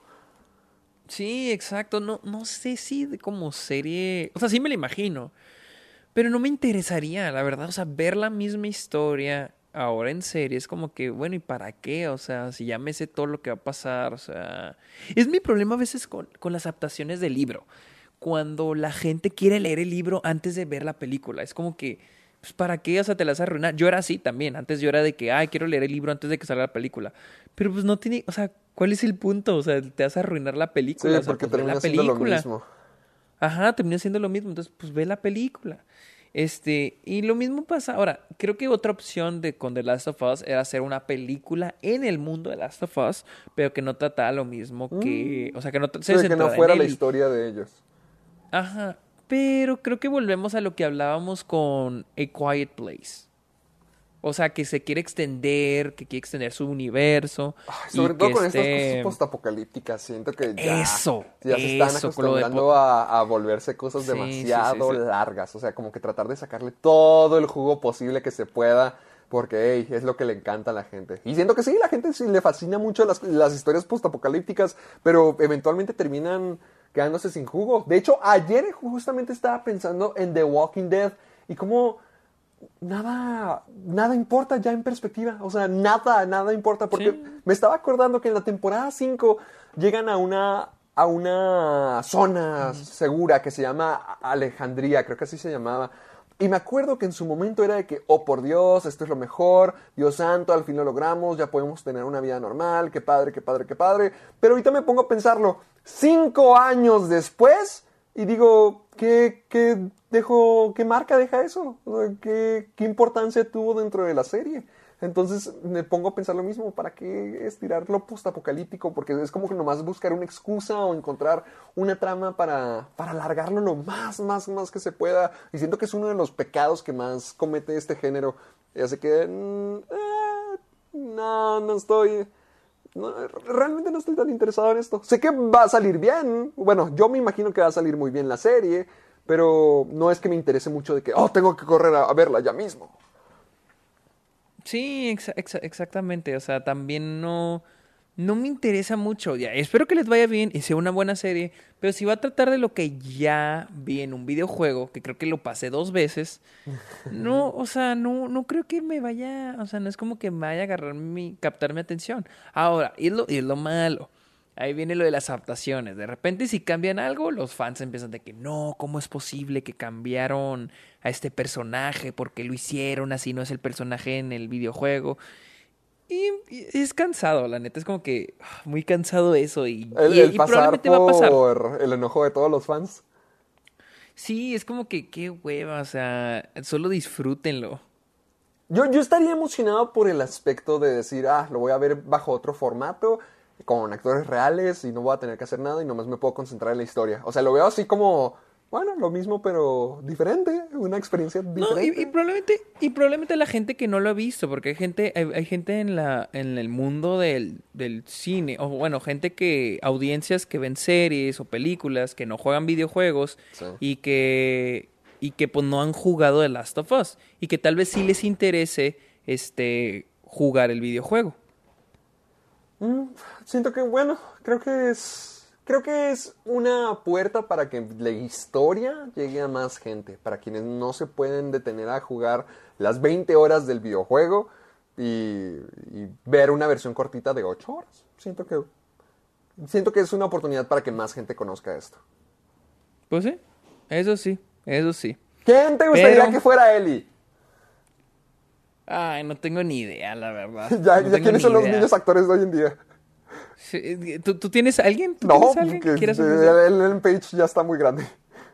Sí, exacto. No, no sé si de como serie... O sea, sí me la imagino. Pero no me interesaría, la verdad. O sea, ver la misma historia ahora en serie es como que, bueno, ¿y para qué? O sea, si ya me sé todo lo que va a pasar, o sea... Es mi problema a veces con, con las adaptaciones del libro. Cuando la gente quiere leer el libro antes de ver la película. Es como que, pues, ¿para qué? O sea, te las vas a arruinar. Yo era así también. Antes yo era de que, ay, quiero leer el libro antes de que salga la película. Pero pues no tiene... O sea, ¿cuál es el punto? O sea, te vas a arruinar la película. Sí, o sea, porque pues, termina la siendo película. lo mismo. Ajá, termina siendo lo mismo. Entonces, pues ve la película. Este, y lo mismo pasa. Ahora, creo que otra opción de con The Last of Us era hacer una película en el mundo de The Last of Us, pero que no tratara lo mismo que... Mm. O sea, que no, se sí, que no fuera la historia de ellos. Ajá, pero creo que volvemos a lo que hablábamos con A Quiet Place. O sea, que se quiere extender, que quiere extender su universo. Ay, sobre y todo que con esté... estas cosas postapocalípticas. Siento que ya, eso, ya se están eso, acostumbrando po... a, a volverse cosas sí, demasiado sí, sí, sí. largas. O sea, como que tratar de sacarle todo el jugo posible que se pueda. Porque, hey, es lo que le encanta a la gente. Y siento que sí, la gente sí le fascina mucho las, las historias postapocalípticas. Pero eventualmente terminan quedándose sin jugo. De hecho, ayer justamente estaba pensando en The Walking Dead. Y cómo... Nada, nada importa ya en perspectiva, o sea, nada, nada importa, porque sí. Me estaba acordando que en la temporada cinco llegan a una, a una zona uh-huh. segura que se llama Alejandría, creo que así se llamaba, y me acuerdo que en su momento era de que, oh por Dios, esto es lo mejor, Dios santo, al fin lo logramos, ya podemos tener una vida normal, qué padre, qué padre, qué padre, pero ahorita me pongo a pensarlo, cinco años después, y digo, ¿qué, qué dejó, qué marca deja eso? ¿Qué, ¿Qué importancia tuvo dentro de la serie? Entonces me pongo a pensar lo mismo, ¿para qué estirar lo postapocalíptico? Porque es como que nomás buscar una excusa o encontrar una trama para, para alargarlo lo más, más, más que se pueda. Y siento que es uno de los pecados que más comete este género. Y así que, mm, eh, no, no estoy... No, realmente no estoy tan interesado en esto. Sé que va a salir bien. Bueno, yo me imagino que va a salir muy bien la serie, pero no es que me interese mucho de que, oh, tengo que correr a, a verla ya mismo. Sí, exa- exa- exactamente. O sea, también no, no me interesa mucho. Ya, espero que les vaya bien y sea una buena serie. Pero si va a tratar de lo que ya vi en un videojuego, que creo que lo pasé dos veces, no, o sea, no, no creo que me vaya, o sea, no es como que me vaya a agarrar mi, captar mi atención. Ahora, y es lo, y es lo malo. Ahí viene lo de las adaptaciones. De repente, si cambian algo, los fans empiezan de que no, ¿cómo es posible que cambiaron a este personaje? ¿Por qué lo hicieron así? No es el personaje en el videojuego. Y, y es cansado, la neta, es como que ah, muy cansado eso y, El, y, el y pasar probablemente va a pasar. por el enojo de todos los fans. Sí, es como que qué hueva, o sea, solo disfrútenlo. Yo, yo estaría emocionado por el aspecto de decir, ah, lo voy a ver bajo otro formato, con actores reales y no voy a tener que hacer nada y nomás me puedo concentrar en la historia. O sea, lo veo así como, bueno, lo mismo pero diferente, una experiencia No, diferente. y, y probablemente, y probablemente la gente que no lo ha visto, porque hay gente, hay, hay gente en la, en el mundo del, del cine, o bueno, gente que, audiencias que ven series o películas, que no juegan videojuegos Sí. y que, y que pues no han jugado The Last of Us, y que tal vez sí les interese este jugar el videojuego. Mm, siento que, bueno, creo que es, creo que es una puerta para que la historia llegue a más gente, para quienes no se pueden detener a jugar las veinte horas del videojuego y, y ver una versión cortita de ocho horas. Siento que, siento que es una oportunidad para que más gente conozca esto. Pues sí, eso sí, eso sí. ¿Quién te gustaría Pero- que fuera Ellie? Ay, no tengo ni idea, la verdad. Ya, No ya tengo ¿quiénes ni son los idea. niños actores de hoy en día? Sí, ¿Tú, tú tienes a alguien? ¿Tú No, tienes a alguien que que quieras eh, ofrecer? Ellen Page ya está muy grande.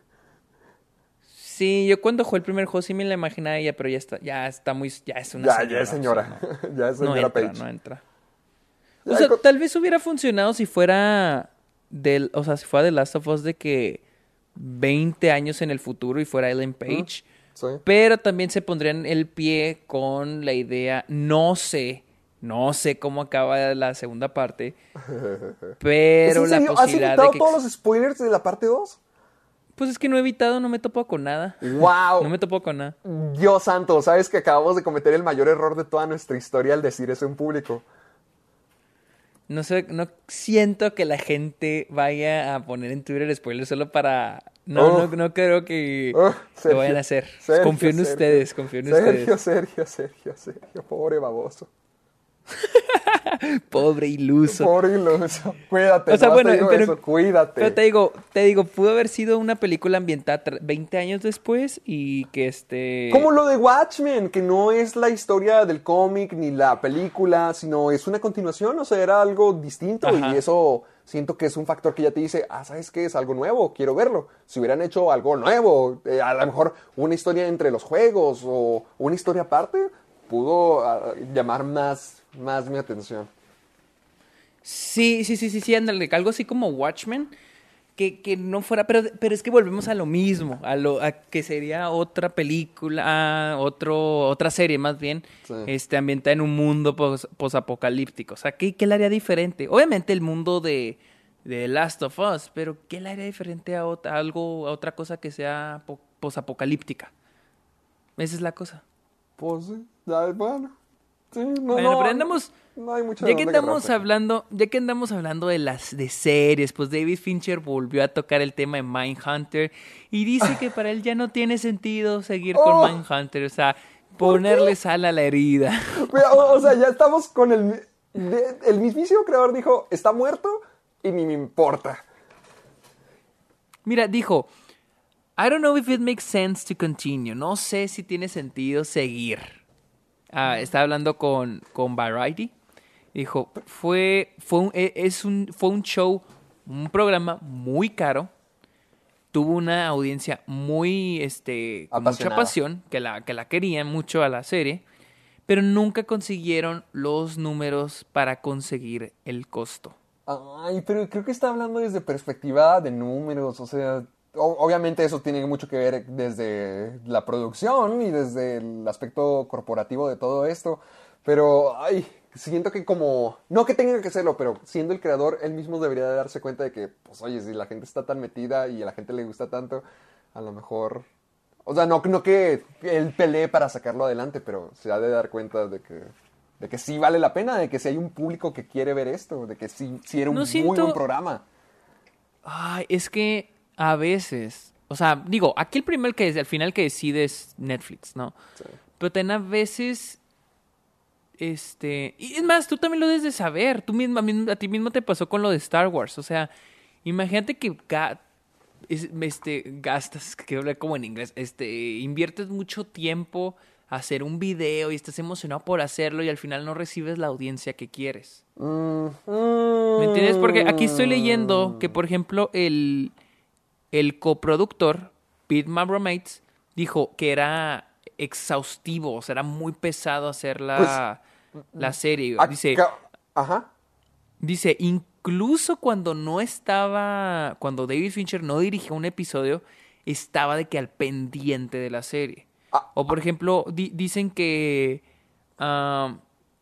Sí, yo cuando jugué el primer juego sí me la imaginaba a ella, pero ya está, ya está muy, ya es una Ya, señora. ya es o sea, señora. no, Ya es no señora entra, Page. no entra. Ya, O sea, con- tal vez hubiera funcionado si fuera del, o sea, si fuera The Last of Us de que veinte años en el futuro y fuera Ellen Page, Sí. pero también se pondrían el pie con la idea, no sé, no sé cómo acaba la segunda parte, ¿Es pero en la serio? ¿Has posibilidad de evitado que... todos los spoilers de la parte dos? Pues es que no he evitado, no me topo con nada. ¡Wow! No me topo con nada. Dios santo, ¿sabes que acabamos de cometer el mayor error de toda nuestra historia al decir eso en público? No sé, no siento que la gente vaya a poner en Twitter spoilers solo para... No, Oh. no, no creo que Oh, Sergio, lo vayan a hacer. Sergio, confío en Sergio. ustedes, confío en Sergio, ustedes. Sergio, Sergio, Sergio, pobre baboso. Pobre iluso. Pobre iluso. Cuídate, O sea, nomás bueno, te digo pero- eso, cuídate. Pero te digo, te digo, pudo haber sido una película ambientada tra- veinte años después y que este... Como lo de Watchmen, que no es la historia del cómic ni la película, sino es una continuación, o sea, era algo distinto Ajá. y eso siento que es un factor que ya te dice, ah, ¿sabes qué? Es algo nuevo, quiero verlo. Si hubieran hecho algo nuevo, eh, a lo mejor una historia entre los juegos o una historia aparte, pudo ah, llamar más, más mi atención. Sí, sí, sí, sí, sí, ándale, algo así como Watchmen, que, que no fuera, pero, pero es que volvemos a lo mismo, a lo a que sería otra película, ah, otro, otra serie más bien, Sí. este, ambientada en un mundo pos- posapocalíptico. O sea, ¿qué, qué le haría diferente? Obviamente el mundo de, de Last of Us, pero ¿qué le haría diferente a, ot- a algo, a otra cosa que sea po- posapocalíptica? Esa es la cosa. Pues sí, ya, bueno. Sí, no, Bueno, no, pero andamos... no hay mucho Ya de que dónde andamos agarrarse. hablando, ya que andamos hablando de las de series, pues David Fincher volvió a tocar el tema de Mindhunter y dice que para él ya no tiene sentido seguir Oh. con Mindhunter, o sea, ponerle sal a la herida. Mira, O, o sea, ya estamos con el... mi- de- el mismísimo creador dijo, está muerto y ni me importa. Mira, dijo, I don't know if it makes sense to continue. No sé si tiene sentido seguir. Ah, estaba hablando con, con Variety. Dijo, fue, fue, un, e- es un, fue un show, un programa muy caro. Tuvo una audiencia muy, este, con mucha Apasionada. pasión, que la, que la querían mucho a la serie, pero nunca consiguieron los números para conseguir el costo. Ay, pero creo que está hablando desde perspectiva de números, o sea, o- obviamente eso tiene mucho que ver desde la producción y desde el aspecto corporativo de todo esto, pero, ay, siento que como, no que tenga que hacerlo, pero siendo el creador, él mismo debería de darse cuenta de que, pues, oye, si la gente está tan metida y a la gente le gusta tanto, a lo mejor, o sea, no, no que él pelee para sacarlo adelante, pero se ha de dar cuenta de que... De que sí vale la pena, de que sí hay un público que quiere ver esto, de que sí, sí era un No muy siento- buen programa. Ay, es que a veces, o sea, digo, aquí el primero que es, al final que decide es Netflix, ¿no? Sí. Pero también a veces, este, y es más, tú también lo debes de saber, tú mismo, a, mí- a ti mismo te pasó con lo de Star Wars, o sea, imagínate que ga- es- este, gastas, que hablar como en inglés, este, inviertes mucho tiempo hacer un video y estás emocionado por hacerlo y al final no recibes la audiencia que quieres. Mm, mm, ¿Me entiendes? Porque aquí estoy leyendo que, por ejemplo, el, el coproductor, Pete Mavromates, dijo que era exhaustivo, o sea, era muy pesado hacer la, pues, la serie. Dice, acá, ajá. dice, incluso cuando no estaba, cuando David Fincher no dirigió un episodio, estaba de que al pendiente de la serie. Ah, o por ejemplo, di- dicen que, um,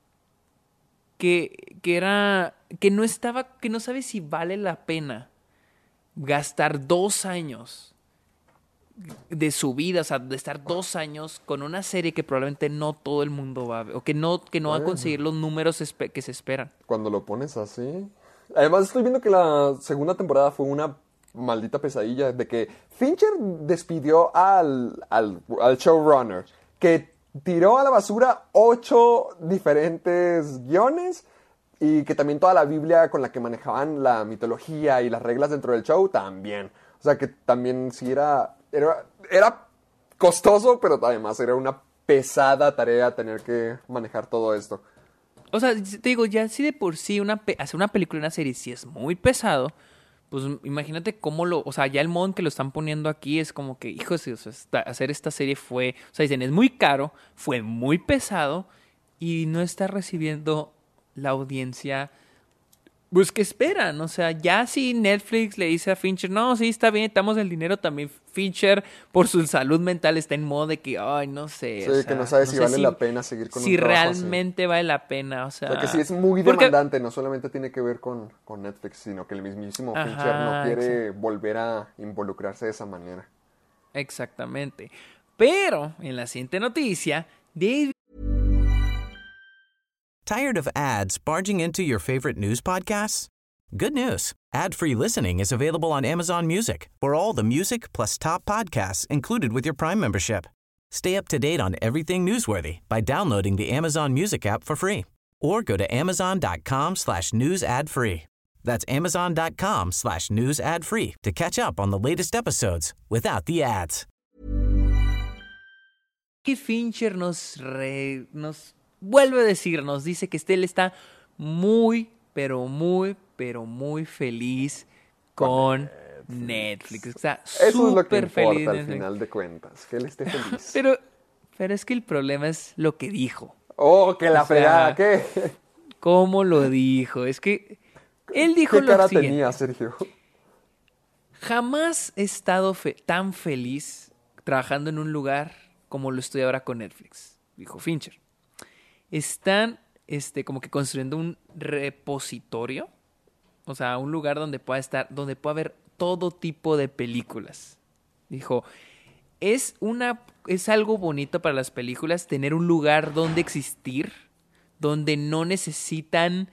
que que era que no estaba, que no sabe si vale la pena gastar dos años de su vida, o sea, de estar dos años con una serie que probablemente no todo el mundo va a ver, o que no, que no va a conseguir los números espe- que se esperan. Cuando lo pones así. Además, estoy viendo que la segunda temporada fue una maldita pesadilla de que Fincher despidió al, al, al showrunner, que tiró a la basura ocho diferentes guiones y que también toda la Biblia con la que manejaban la mitología y las reglas dentro del show también. O sea que también sí era, era, era costoso, pero además era una pesada tarea tener que manejar todo esto. O sea, te digo, ya si de por sí una pe- hacer una película, una serie, sí es muy pesado, pues imagínate cómo lo... O sea, ya el modo en que lo están poniendo aquí es como que, hijos, o sea, esta- hacer esta serie fue... O sea, dicen, es muy caro, fue muy pesado y no está recibiendo la audiencia pues que esperan. O sea, ya si Netflix le dice a Fincher, no, sí, está bien, estamos el dinero, también Fincher por su salud mental está en modo de que, ay, no sé. Sí, o sea, que no sabe no si sé vale la pena seguir con si un trabajo realmente así. vale la pena, o sea... O sea, que sí es muy porque- demandante, no solamente tiene que ver con, con Netflix, sino que el mismísimo Ajá, Fincher no quiere volver a involucrarse de esa manera. Exactamente. Pero, en la siguiente noticia, David Tired of ads barging into your favorite news podcasts? Good news. Ad-free listening is available on Amazon Music for all the music plus top podcasts included with your Prime membership. Stay up to date on everything newsworthy by downloading the Amazon Music app for free or go to amazon.com slash news ad free. That's amazon.com slash news ad free to catch up on the latest episodes without the ads. Fincher nos, re- nos vuelve a decir, nos dice que él está muy, pero muy, pero muy feliz con Netflix. Está Eso es lo que súper feliz. importa al Netflix. final de cuentas, que él esté feliz. Pero, pero es que el problema es lo que dijo. ¡Oh, que la O sea, fregada! ¿Qué? ¿Cómo lo dijo? Es que él dijo ¿Qué lo cara siguiente. tenía, Sergio? Jamás he estado fe- tan feliz trabajando en un lugar como lo estoy ahora con Netflix, dijo Fincher. Están este, como que construyendo un repositorio, o sea, un lugar donde pueda estar, donde pueda haber todo tipo de películas. Dijo, es una, es algo bonito para las películas tener un lugar donde existir, donde no necesitan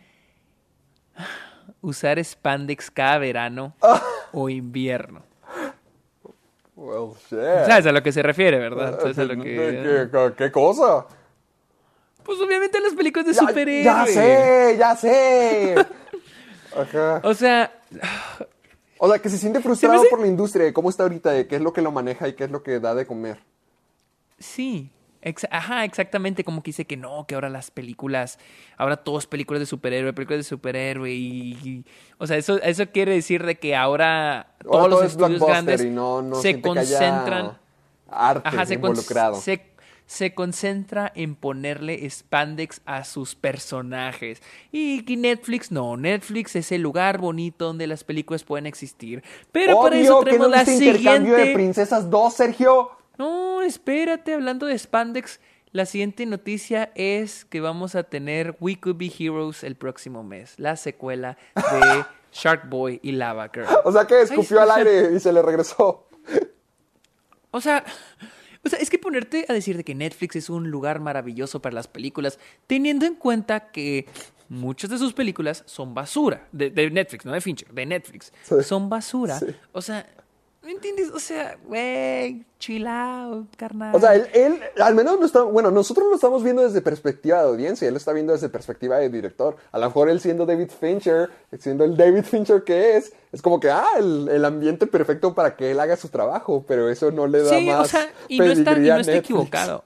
usar spandex cada verano o invierno. Well, shit. ¿Sabes a lo que se refiere, verdad? ¿Sabes a lo que... ¿Qué, qué, qué cosa? Pues obviamente las películas de Ya, superhéroes. ya sé, ya sé. Ajá. O sea, O sea, que se siente frustrado Se me hace- por la industria, de cómo está ahorita, de qué es lo que lo maneja y qué es lo que da de comer. sí. Ex- Ajá, exactamente. Como que dice que no, que ahora las películas, ahora todo es películas de superhéroe, películas de superhéroe y... y- o sea, eso, eso quiere decir de que ahora todos Ahora los todo es estudios blockbuster grandes y no, no se siente que haya concentran... arte Ajá, se, con- involucrado. se, se concentra en ponerle spandex a sus personajes. Y, y Netflix no, Netflix es el lugar bonito donde las películas pueden existir. Pero para Obvio eso que tenemos no la viste Intercambio de siguiente... Princesas dos, Sergio. No, espérate, hablando de spandex, la siguiente noticia es que vamos a tener We Could Be Heroes el próximo mes, la secuela de Shark Boy y Lava Girl. O sea que escupió Ay, al o sea- aire y se le regresó. O sea, o sea, es que ponerte a decir de que Netflix es un lugar maravilloso para las películas, teniendo en cuenta que muchas de sus películas son basura, de, de Netflix, no de Fincher, de Netflix, Sí. son basura. Sí. O sea, ¿me entiendes? O sea, güey, chill out, carnal. O sea, él, él al menos lo está, bueno, nosotros lo estamos viendo desde perspectiva de audiencia, él lo está viendo desde perspectiva de director. A lo mejor él siendo David Fincher, siendo el David Fincher que es, es como que, ah, el, el ambiente perfecto para que él haga su trabajo, pero eso no le da Sí, más o sea, y no está, y pedigrí a no está Netflix. equivocado.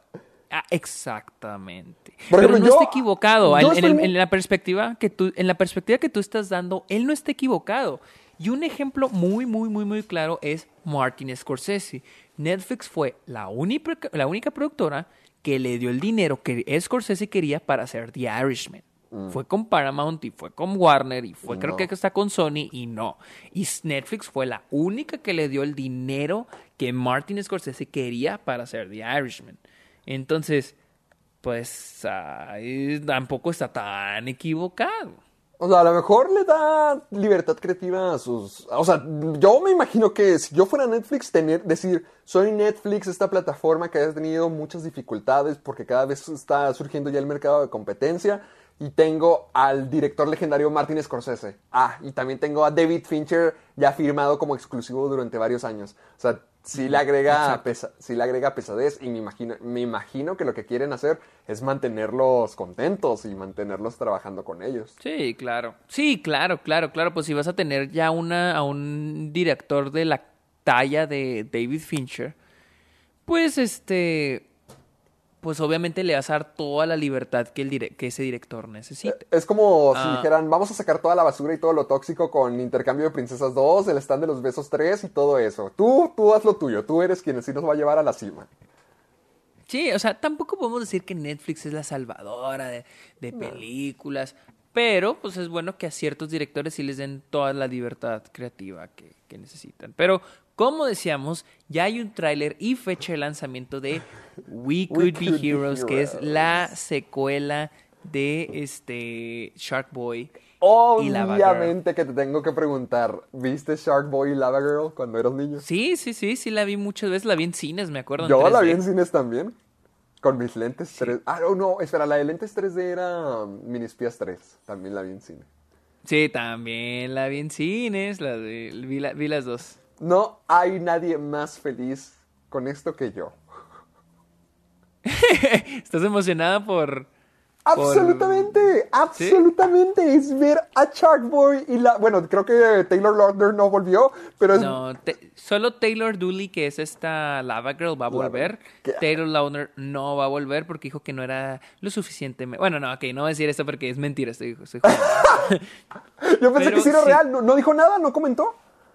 Ah, exactamente. Por Pero ejemplo, no yo- está equivocado. yo En, en estoy el- muy- en la perspectiva que tú, en la perspectiva que tú estás dando, él no está equivocado. Y un ejemplo muy, muy, muy, muy claro es Martin Scorsese. Netflix fue la única, la única productora que le dio el dinero que Scorsese quería para hacer The Irishman. Fue con Paramount y fue con Warner y fue Y creo no. que está con Sony y no. Y Netflix fue la única que le dio el dinero que Martin Scorsese quería para hacer The Irishman. Entonces, pues ahí tampoco está tan equivocado. O sea, a lo mejor le da libertad creativa a sus... O sea, yo me imagino que si yo fuera Netflix, tener, decir, soy Netflix, esta plataforma que ha tenido muchas dificultades porque cada vez está surgiendo ya el mercado de competencia y tengo al director legendario Martin Scorsese. Ah, y también tengo a David Fincher ya firmado como exclusivo durante varios años. O sea, sí le agrega, pesa, sí le agrega pesadez y me imagino, me imagino que lo que quieren hacer es mantenerlos contentos y mantenerlos trabajando con ellos. Sí, claro. Sí, claro, claro, claro. Pues si vas a tener ya una, a un director de la talla de David Fincher, pues este, pues obviamente le vas a dar toda la libertad que, el dire- que ese director necesita. Es como si Ah. dijeran, vamos a sacar toda la basura y todo lo tóxico con Intercambio de Princesas dos, el stand de los besos tres y todo eso. Tú, tú haz lo tuyo, tú eres quien sí nos va a llevar a la cima. Sí, o sea, tampoco podemos decir que Netflix es la salvadora de, de películas, pero pues es bueno que a ciertos directores sí les den toda la libertad creativa que, que necesitan. Pero, como decíamos, ya hay un tráiler y fecha de lanzamiento de We Could, We Be, Could Be Heroes, que es Heroes. la secuela de este Shark Boy y Lava Girl. Obviamente que te tengo que preguntar, ¿viste Shark Boy y Lava Girl cuando eras niño? Sí, sí, sí, sí la vi muchas veces, la vi en cines, me acuerdo. en Yo la vi tres D. en cines también, con mis lentes tres D. Ah, no, no, espera, la de lentes tres D era um, Minispías tres, también la vi en cine. Sí, también la vi en cines, la de, vi, la- vi las dos. No hay nadie más feliz con esto que yo. ¿Estás emocionada por...? Absolutamente, absolutamente. Es ver a Shark Boy y la... Bueno, creo que Taylor Lautner no volvió, pero es... No, te- solo Taylor Dooley, que es esta Lava Girl, va a Lava volver. ¿Qué? Taylor Lautner no va a volver porque dijo que no era lo suficiente... Bueno, no, ok, no voy a decir esto porque es mentira, estoy, estoy jugando. Yo pensé pero que sí era sí. real. No, no dijo nada, no comentó.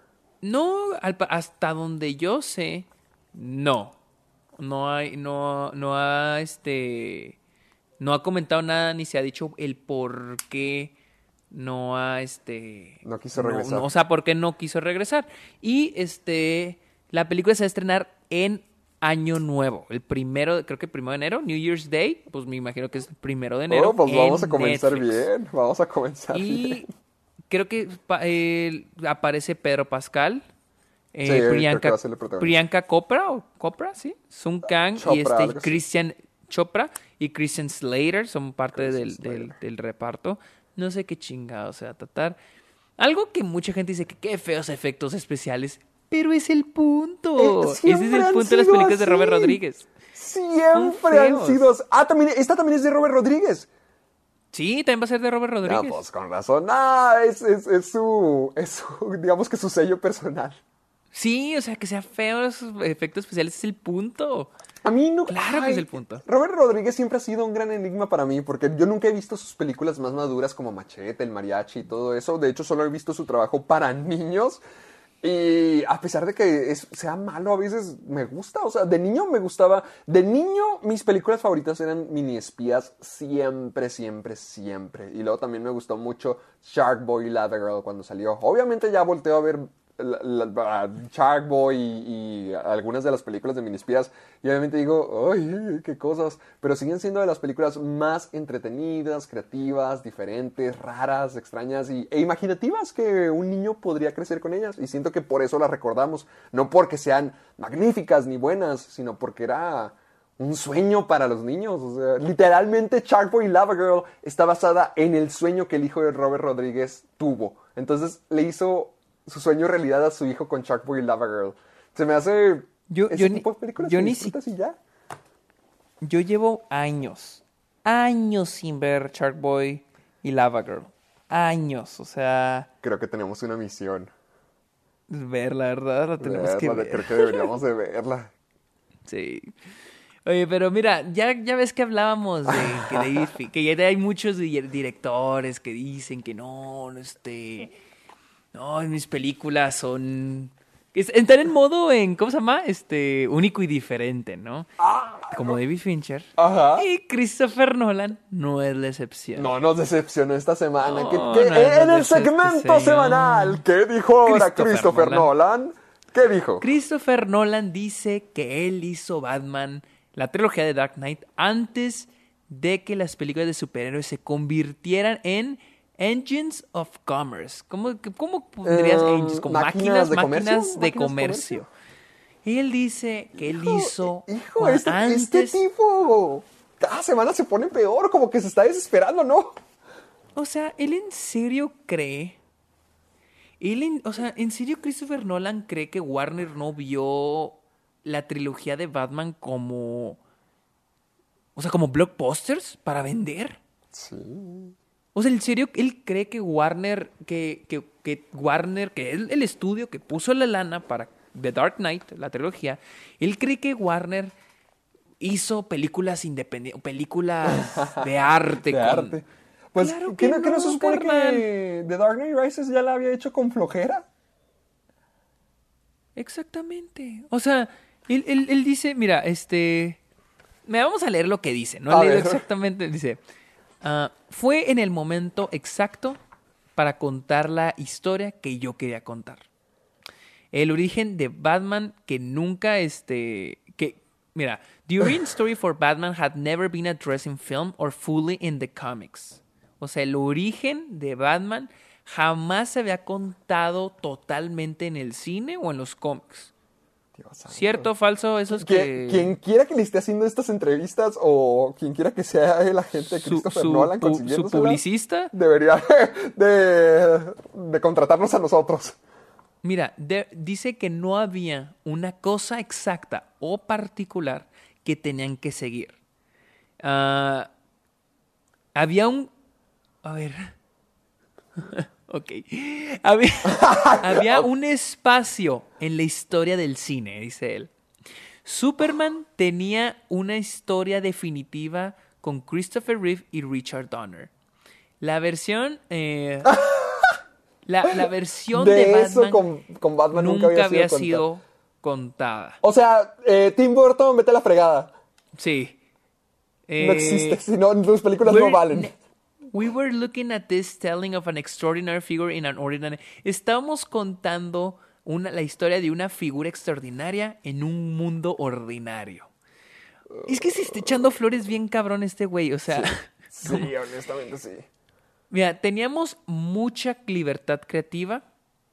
No, al pa- hasta donde yo sé, no. No hay, no, no ha, este... No ha comentado nada ni se ha dicho el por qué no ha, este... No quiso regresar. o sea, por qué no quiso regresar. Y, este... La película se va a estrenar en Año Nuevo. El primero, creo que primero de enero, New Year's Day. Pues me imagino que es el primero de enero. Oh, pues vamos en a comenzar Netflix. bien. Vamos a comenzar Y bien. creo que pa- eh, aparece Pedro Pascal. eh, Sí, creo que Priyanka, va a ser el protagonista. Priyanka Chopra, o Chopra, sí. Sun Kang Chopra, y este algo así. Christian Chopra y Christian Slater son parte Christian del, del, Slater. del reparto. No sé qué chingado se va a tratar. Algo que mucha gente dice que qué feos efectos especiales, pero es el punto. Eh, Ese es siempre el han punto de las sido películas de Robert así. Rodríguez. Siempre han feos. sido... Ah, también, esta también es de Robert Rodríguez. Sí, también va a ser de Robert Rodríguez. Ah, pues con razón. Ah, es, es, es su... Es su, digamos que su sello personal. Sí, o sea, que sea feo esos efectos especiales es el punto. A mí no... Claro que es el punto. Robert Rodríguez siempre ha sido un gran enigma para mí, porque yo nunca he visto sus películas más maduras como Machete, El Mariachi y todo eso. De hecho, solo he visto su trabajo para niños. Y a pesar de que es- sea malo, a veces me gusta. O sea, de niño me gustaba. De niño, mis películas favoritas eran Mini Espías. Siempre, siempre, siempre. Y luego también me gustó mucho Shark Boy y Lava Girl cuando salió. Obviamente ya volteo a ver la- la- a Shark Boy y, y algunas de las películas de Mini Espías. Y obviamente digo, ¡ay, qué cosas! Pero siguen siendo de las películas más entretenidas, creativas, diferentes, raras, extrañas y, e imaginativas que un niño podría crecer con ellas. Y siento que por eso las recordamos. No porque sean magníficas ni buenas, sino porque era un sueño para los niños. O sea, literalmente Shark Boy y Lava Girl está basada en el sueño que el hijo de Robert Rodríguez tuvo. Entonces le hizo su sueño realidad a su hijo con Shark Boy y Lava Girl. Se me hace Yo- ese yo ni- tipo de películas yo que ni disfrutas y ya. Yo llevo años, años sin ver Shark Boy y Lava Girl. Años, o sea, Creo que tenemos una misión. ver la verdad, la tenemos que Verla, ver. creo que deberíamos de verla. Sí. Oye, pero mira, ya, ya ves que hablábamos de que, David Fin- que ya hay muchos di- directores que dicen que no, no, este, no, mis películas son, es- están en modo, en, ¿cómo se llama? Este, único y diferente, ¿no? Como David Fincher. Ajá. Y Christopher Nolan no es la excepción. No nos decepcionó esta semana. No, ¿Qué- no qué- nos en el decepcionó. segmento semanal, ¿qué dijo ahora Christopher Christopher Nolan? ¿Qué dijo? Christopher Nolan dice que él hizo Batman, la trilogía de Dark Knight, antes de que las películas de superhéroes se convirtieran en engines of commerce. ¿Cómo, cómo pondrías Eh, engines? Como ¿máquinas máquinas, de máquinas comercio? de ¿Máquinas de comercio. Él dice que él hizo Hijo, cua- este, antes... este tipo cada semana se pone peor, como que se está desesperando, ¿no? O sea, él en serio cree... Él en- o sea, ¿en serio Christopher Nolan cree que Warner no vio la trilogía de Batman como... O sea, como blockbusters para vender? Sí. O sea, ¿en serio él cree que Warner, que, que, que Warner, que es el estudio que puso la lana para The Dark Knight, la trilogía, él cree que Warner hizo películas independientes, películas de arte? De con- arte. Pues, Claro ¿qué, que no, qué no se no, supone carnal. que The Dark Knight Rises ya la había hecho con flojera? Exactamente. O sea, él, él- él dice, mira, este... Me vamos a leer lo que dice. No A he leído ver. exactamente. Dice, ah, fue en el momento exacto para contar la historia que yo quería contar. El origen de Batman que nunca, este... que Mira, the origin story for Batman had never been addressed in film or fully in the comics. O sea, el origen de Batman jamás se había contado totalmente en el cine o en los cómics. Dios santo. ¿Cierto o falso? Eso es Que- que... Quien quiera que le esté haciendo estas entrevistas o quien quiera que sea el agente de su, Christopher su Nolan pu- su consiguiéndosela, publicista... debería de, de contratarnos a nosotros. Mira, de- dice que no había una cosa exacta o particular que tenían que seguir. Ah, había un... A ver... ok. Había, había un espacio en la historia del cine, dice él. Superman tenía una historia definitiva con Christopher Reeve y Richard Donner. La versión... eh, la, la versión de, De eso Batman con, con Batman nunca, nunca había, había sido, sido contada. contada. O sea, eh, Tim Burton, vete a la fregada. Sí. No Eh, existe, si no, tus películas no we're- valen. We were looking at this telling of an extraordinary figure in an ordinary... Estábamos contando una, la historia de una figura extraordinaria en un mundo ordinario. Es que se está echando flores bien cabrón este güey, o sea... Sí, honestamente sí. Mira, teníamos mucha libertad creativa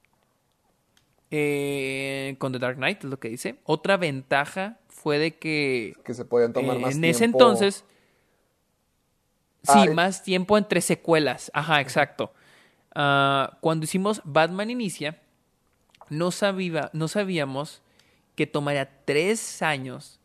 eh, con The Dark Knight, es lo que dice. Otra ventaja fue de que Que se podían tomar eh, más en tiempo. ese entonces... Sí, Ah, más tiempo entre secuelas. Ajá, exacto. Ah, cuando hicimos Batman Inicia, no, sabía, no sabíamos que tomaría tres años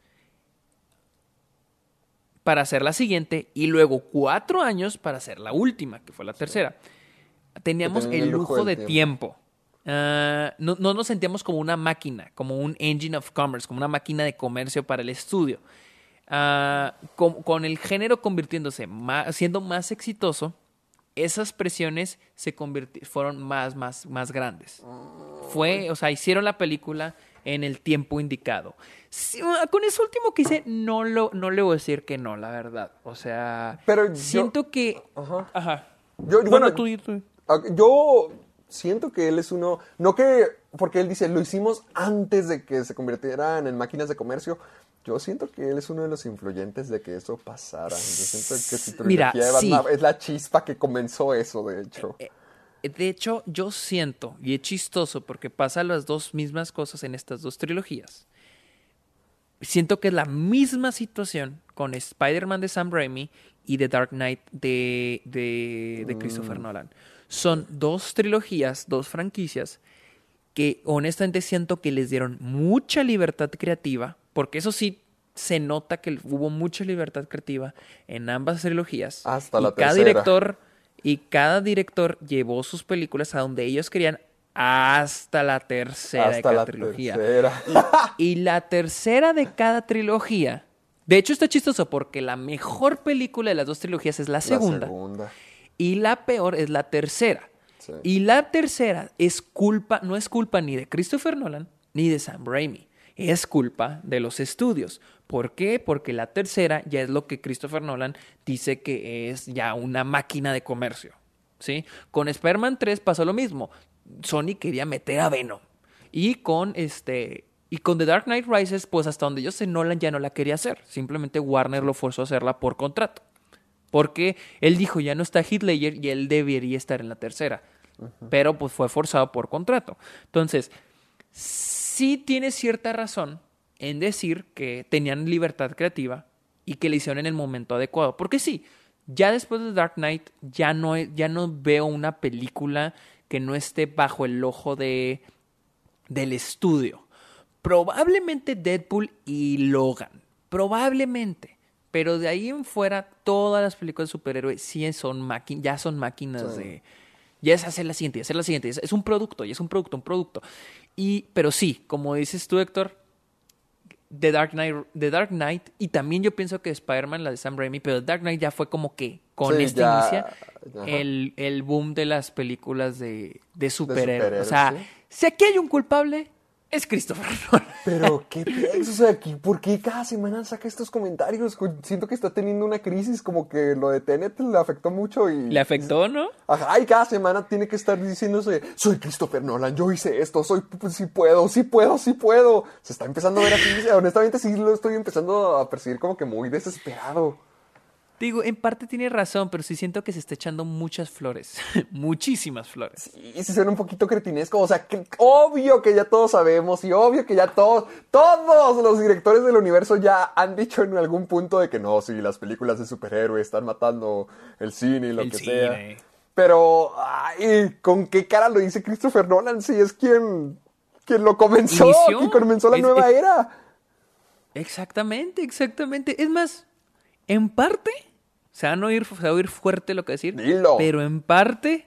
para hacer la siguiente y luego cuatro años para hacer la última, que fue la tercera. Teníamos tenían el el lujo lujo del de tiempo. tiempo. Ah, no, no nos sentíamos como una máquina, como un engine of commerce, como una máquina de comercio para el estudio. Ah, con, con el género convirtiéndose más, siendo más exitoso, esas presiones se convirti- fueron más, más, más grandes. Fue, o sea, hicieron la película en el tiempo indicado. Sí, ah, con eso último que hice, no, lo, no le voy a decir que no, la verdad. O sea, Pero yo- siento que... Ajá. Ajá. Yo, No, bueno, no, tú, tú. Ah, Yo siento que él es uno, no que, porque él dice, lo hicimos antes de que se convirtieran en máquinas de comercio. Yo siento que él es uno de los influyentes de que eso pasara. Yo siento que su trilogía Mira, de Batman sí. es la chispa que comenzó eso, de hecho. Eh, De hecho, yo siento, y es chistoso porque pasan las dos mismas cosas en estas dos trilogías. Siento que es la misma situación con Spider-Man de Sam Raimi y The Dark Knight de, de, de Christopher Nolan. Son dos trilogías, dos franquicias que honestamente siento que les dieron mucha libertad creativa, porque eso sí se nota que hubo mucha libertad creativa en ambas trilogías. Hasta y la cada tercera. director y cada director llevó sus películas a donde ellos querían hasta la tercera de Hasta cada la trilogía. tercera. Y la tercera de cada trilogía De hecho, está chistoso porque la mejor película de las dos trilogías es la segunda. La segunda. Y la peor es la tercera. Sí. Y la tercera es culpa, no es culpa ni de Christopher Nolan ni de Sam Raimi. Es culpa de los estudios. ¿Por qué? Porque la tercera ya es lo que Christopher Nolan dice que es ya una máquina de comercio, ¿sí? Con Spider-Man tres pasó lo mismo. Sony quería meter a Venom. Y con este... Y con The Dark Knight Rises, pues hasta donde yo sé, Nolan ya no la quería hacer. Simplemente Warner lo forzó a hacerla por contrato. Porque él dijo, ya no está Heath Ledger y él debería estar en la tercera. Uh-huh. Pero pues fue forzado por contrato. Entonces, sí tiene cierta razón en decir que tenían libertad creativa y que le hicieron en el momento adecuado. Porque sí, ya después de Dark Knight ya no, ya no veo una película que no esté bajo el ojo de, del estudio. Probablemente Deadpool y Logan. Probablemente. Pero de ahí en fuera, todas las películas de superhéroes sí son máquinas, ya son máquinas sí. de... Ya es hacer la siguiente, ya es hacer la siguiente. Es, es un producto, ya es un producto, un producto. Y, pero sí, como dices tú, Héctor, The Dark Knight, The Dark Knight, y también yo pienso que Spider-Man, la de Sam Raimi, pero The Dark Knight ya fue como que con sí, este ya, inicia ajá. el, el boom de las películas de, de superhéroes. superhéroes. O sea, ¿sí? Si aquí hay un culpable, es Christopher Nolan. Pero, ¿qué piensas? O sea, ¿por qué cada semana saca estos comentarios? Siento que está teniendo una crisis, como que lo de Tenet le afectó mucho y... ¿Le afectó, no? Ajá, y cada semana tiene que estar diciéndose, soy Christopher Nolan, yo hice esto, soy, pues, sí puedo, sí puedo, sí puedo. Se está empezando a ver así, honestamente sí lo estoy empezando a percibir como que muy desesperado. Digo, en parte tiene razón, pero sí siento que se está echando muchas flores. Muchísimas flores. Sí, sí suena un poquito cretinesco. O sea, que, obvio que ya todos sabemos y obvio que ya todos, todos los directores del universo ya han dicho en algún punto de que no, sí, las películas de superhéroes están matando el cine y lo el que cine. sea. Pero, ay, ¿con qué cara lo dice Christopher Nolan? Sí, es quien, quien lo comenzó, ¿Inició? quien comenzó la es, nueva es, era. Exactamente, exactamente. Es más, en parte, se van a oír, se va a oír fuerte lo que decir, Dilo. Pero en parte,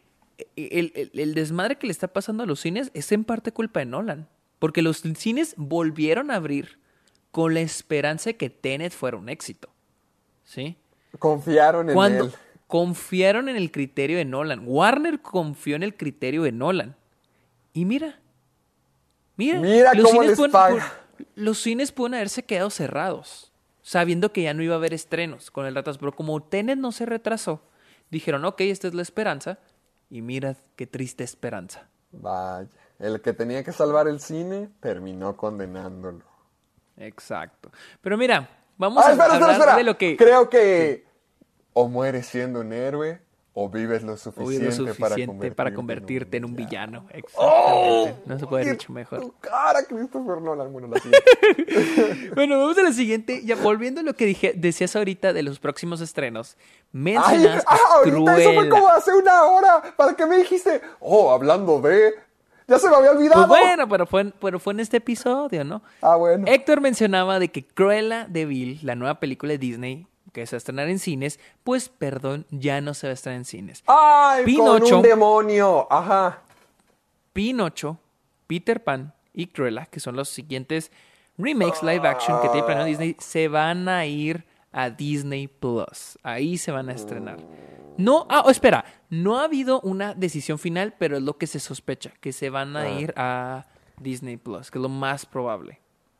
el, el, el desmadre que le está pasando a los cines es en parte culpa de Nolan. Porque los cines volvieron a abrir con la esperanza de que Tenet fuera un éxito. ¿Sí? Confiaron en Cuando él. Confiaron en el criterio de Nolan. Warner confió en el criterio de Nolan. Y mira, mira, Mira los cómo cines les pueden, paga. los cines pueden haberse quedado cerrados, sabiendo que ya no iba a haber estrenos con el retraso. Pero como Tenet no se retrasó, dijeron, ok, esta es la esperanza. Y mira qué triste esperanza. Vaya, el que tenía que salvar el cine terminó condenándolo. Exacto. Pero mira, vamos ah, a espera, hablar espera, espera. de lo que... Creo que sí. O mueres siendo un héroe o vives lo suficiente, lo suficiente para convertirte, para convertirte en un villano. En un villano. ¡Oh! Exactamente. No se puede haber dicho mejor. Tu cara, Christopher Nolan. Bueno, la siguiente. Bueno, vamos a la siguiente. Ya volviendo a lo que dije, decías ahorita de los próximos estrenos. Mencionaste Ay, ah, ahorita Cruella. eso fue como hace una hora. ¿Para qué me dijiste? Oh, hablando de... Ya se me había olvidado. Pues bueno, pero fue, en, pero fue en este episodio, ¿no? Ah, bueno. Héctor mencionaba de que Cruella de Vil, la nueva película de Disney, que se va a estrenar en cines, pues, perdón, ya no se va a estrenar en cines. ¡Ay, Pinocho, con un demonio! Ajá. Pinocho, Peter Pan y Cruella, que son los siguientes remakes live action que tiene planeado Disney, se van a ir a Disney Plus. Ahí se van a estrenar. No, ah, oh, espera, no ha habido una decisión final, pero es lo que se sospecha, que se van a ah. ir a Disney Plus, que es lo más probable.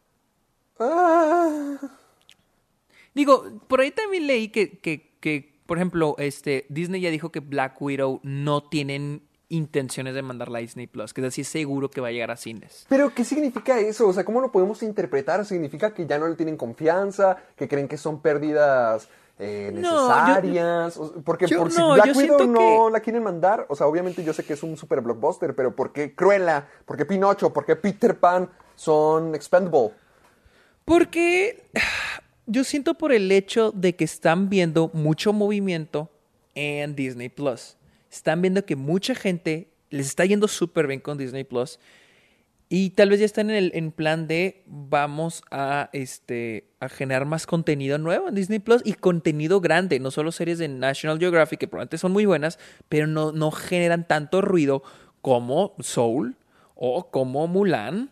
Ah. Digo, por ahí también leí que, que, que, por ejemplo, este, Disney ya dijo que Black Widow no tienen intenciones de mandarla a Disney Plus, que es así seguro que va a llegar a cines. Pero, ¿qué significa eso? O sea, ¿cómo lo podemos interpretar? ¿Significa que ya no le tienen confianza? ¿Que creen que son pérdidas eh, necesarias? No, yo, Porque yo, por si no, Black Widow que... no la quieren mandar, o sea, obviamente yo sé que es un super blockbuster, pero ¿por qué Cruella? ¿Por qué Pinocho? ¿Por qué Peter Pan son expendable? Porque yo siento por el hecho de que están viendo mucho movimiento en Disney Plus. Están viendo que mucha gente les está yendo súper bien con Disney Plus. Y tal vez ya están en el en plan de vamos a, este, a generar más contenido nuevo en Disney Plus. Y contenido grande, no solo series de National Geographic, que probablemente son muy buenas, pero no, no generan tanto ruido como Soul o como Mulan.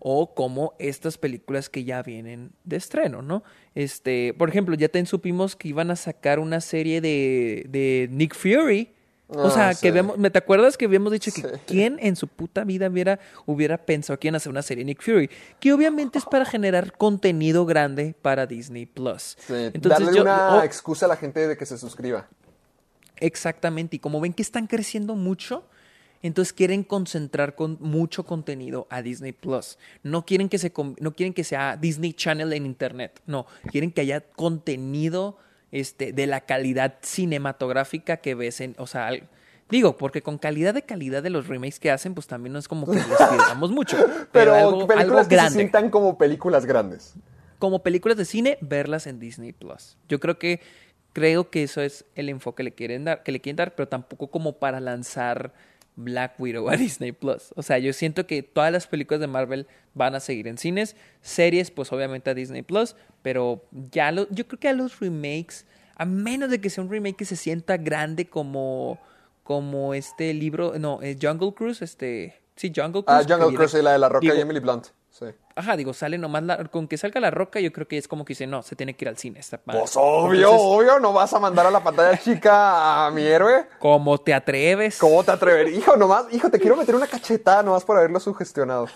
o como estas películas que ya vienen de estreno, ¿no? Este, por ejemplo, ya te supimos que iban a sacar una serie de, de Nick Fury. O Ah, sea, sí. que vemos, ¿me te acuerdas que habíamos dicho que Sí. quién en su puta vida hubiera, hubiera pensado que iban a hacer una serie de Nick Fury? Que obviamente es para generar contenido grande para Disney Plus. Sí, Entonces darle yo, una oh, excusa a la gente de que se suscriba. exactamente, y como ven que están creciendo mucho, entonces quieren concentrar con mucho contenido a Disney Plus. No quieren que se com- no quieren que sea Disney Channel en internet. No, quieren que haya contenido este de la calidad cinematográfica que ves en, o sea, al- digo, porque con calidad de calidad de los remakes que hacen, pues también no es como que les pidamos mucho, pero, Pero algo, películas algo que se grande. sientan como películas grandes. Como películas de cine, verlas en Disney Plus. Yo creo que creo que eso es el enfoque que le quieren dar, que le quieren dar, pero tampoco como para lanzar Black Widow a Disney Plus. O sea, yo siento que todas las películas de Marvel van a seguir en cines, series, pues obviamente a Disney Plus, pero ya lo, yo creo que a los remakes, a menos de que sea un remake que se sienta grande como, como este libro, no, eh, Jungle Cruise, este, sí, Jungle Cruise. Ah, que Jungle viene- Cruise y la de La Roca digo, y Emily Blunt. Sí. Ajá, digo, sale nomás la, con que salga La Roca, yo creo que es como que dice, no, se tiene que ir al cine. Esta madre. Pues obvio, Entonces, obvio, no vas a mandar a la pantalla chica a mi héroe. ¿cómo te atreves? ¿Cómo te atreverías? Hijo, nomás, hijo, te quiero meter una cachetada nomás por haberlo sugestionado.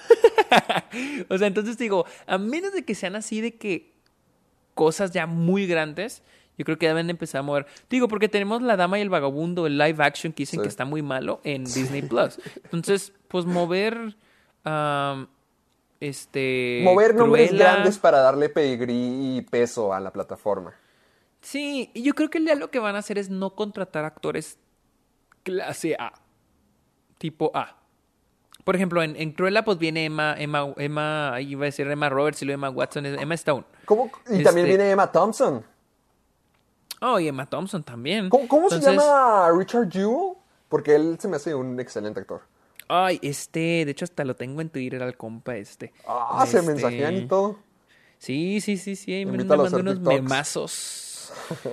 O sea, entonces digo, a menos de que sean así de que cosas ya muy grandes, yo creo que deben de empezar a mover. Digo, porque tenemos La Dama y el Vagabundo, el live action que dicen Sí. que está muy malo en Disney Plus. Entonces, pues mover... um, este... Mover nombres Cruella. grandes para darle pedigrí y peso a la plataforma. Sí, y yo creo que ya lo que van a hacer es no contratar actores clase A, tipo A. Por ejemplo, en, en Cruella pues viene Emma, Emma, Emma, ahí iba a decir Emma Roberts y luego Emma Watson, es Emma Stone. ¿Cómo? Y Este- también viene Emma Thompson. Oh, y Emma Thompson también. ¿Cómo, cómo se Entonces, llama Richard Jewell? Porque él se me hace un excelente actor. Ay, este, de hecho hasta lo tengo en Twitter al compa este. Ah, se Este, mensajean y todo. Sí, sí, sí, sí, ahí me, me Invítalo a mandó hacer unos TikToks. memazos.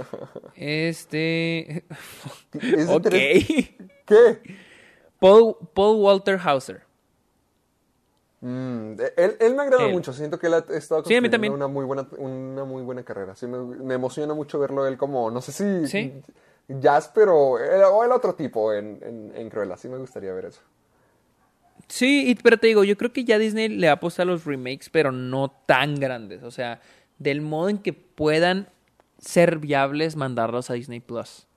Este... Es ok. interes- ¿Qué? Paul, Paul Walter Hauser. Mm, él, él me agrada Él. mucho. Siento que él ha estado Sí, a mí construyendo también. una muy buena, una muy buena carrera. Sí, me, me emociona mucho verlo él como, no sé si Sí. jazz, pero el, o el otro tipo en, en, en Cruella. Sí me gustaría ver eso. Sí, y- pero te digo, yo creo que ya Disney le va a apostar a los remakes, pero no tan grandes. O sea, del modo en que puedan ser viables mandarlos a Disney Plus.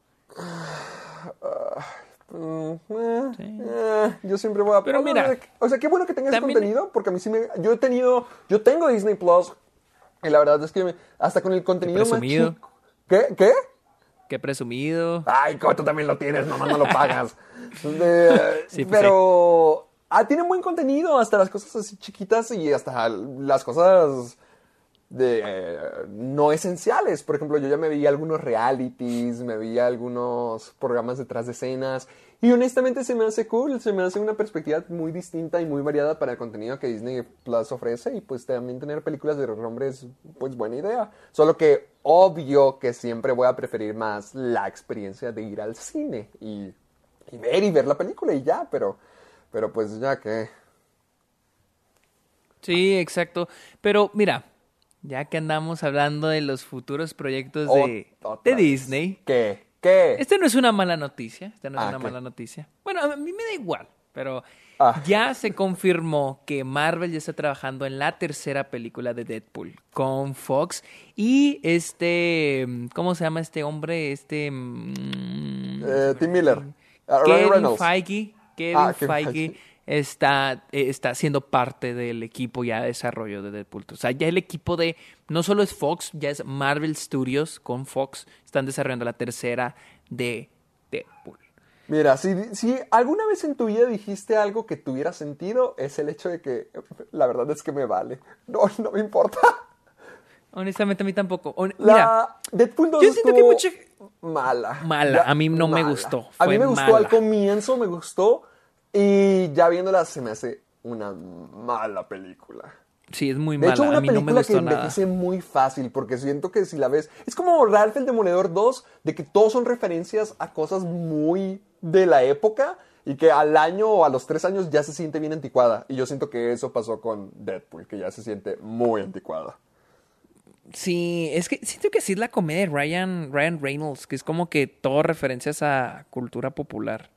Mm, eh, Sí. eh, yo siempre voy a... Pero o sea, mira, o sea, qué bueno que tengas también- contenido, porque a mí sí me... Yo he tenido... Yo tengo Disney Plus, y la verdad es que me- hasta con el contenido más presumido. chico... ¿Qué? ¿Qué? Qué presumido. Ay, co, tú también lo tienes, nomás no lo pagas. Eh, Sí, pues pero... Ah, tienen buen contenido, hasta las cosas así chiquitas y hasta las cosas de eh, no esenciales. Por ejemplo, yo ya me vi algunos realities, me vi algunos programas detrás de escenas y honestamente se me hace cool, se me hace una perspectiva muy distinta y muy variada para el contenido que Disney Plus ofrece y pues también tener películas de renombre es pues buena idea. Solo que obvio que siempre voy a preferir más la experiencia de ir al cine y, y ver y ver la película y ya, pero, pero pues ya que... Sí, exacto. Pero mira, ya que andamos hablando de los futuros proyectos de, Ot- otra de vez. Disney, ¿Qué? ¿Qué? esta no es una mala noticia. Esta no es Ah, una ¿qué? mala noticia. Bueno, a mí me da igual, pero Ah. ya se confirmó que Marvel ya está trabajando en la tercera película de Deadpool con Fox y este, ¿cómo se llama este hombre? Este mm, Eh, Tim Miller. Ah, Ryan Kevin Reynolds. Feige, Kevin Ah, Kevin Feige Feige. está, eh, está siendo parte del equipo ya de desarrollo de Deadpool. O sea, ya el equipo de, no solo es Fox, ya es Marvel Studios con Fox, están desarrollando la tercera de Deadpool. Mira, si, si alguna vez en tu vida dijiste algo que tuviera sentido, es el hecho de que la verdad es que me vale. No, no me importa. Honestamente, a mí tampoco. Hon- La Mira, Deadpool dos yo siento que estuvo mucha- mala. Mala, a mí no me mala. gustó, A mí fue me gustó mala. al comienzo, me gustó. Y ya viéndola se me hace una mala película. sí, es muy De mala. hecho, una a mí no me película que gustó nada. envejece muy fácil, porque siento que si la ves... Es como Ralph el Demoledor dos, de que todos son referencias a cosas muy de la época, y que al año o a los tres años ya se siente bien anticuada. Y yo siento que eso pasó con Deadpool, que ya se siente muy anticuada. Sí, es que siento que sí es la comedia de Ryan, Ryan Reynolds, que es como que todo referencias a cultura popular.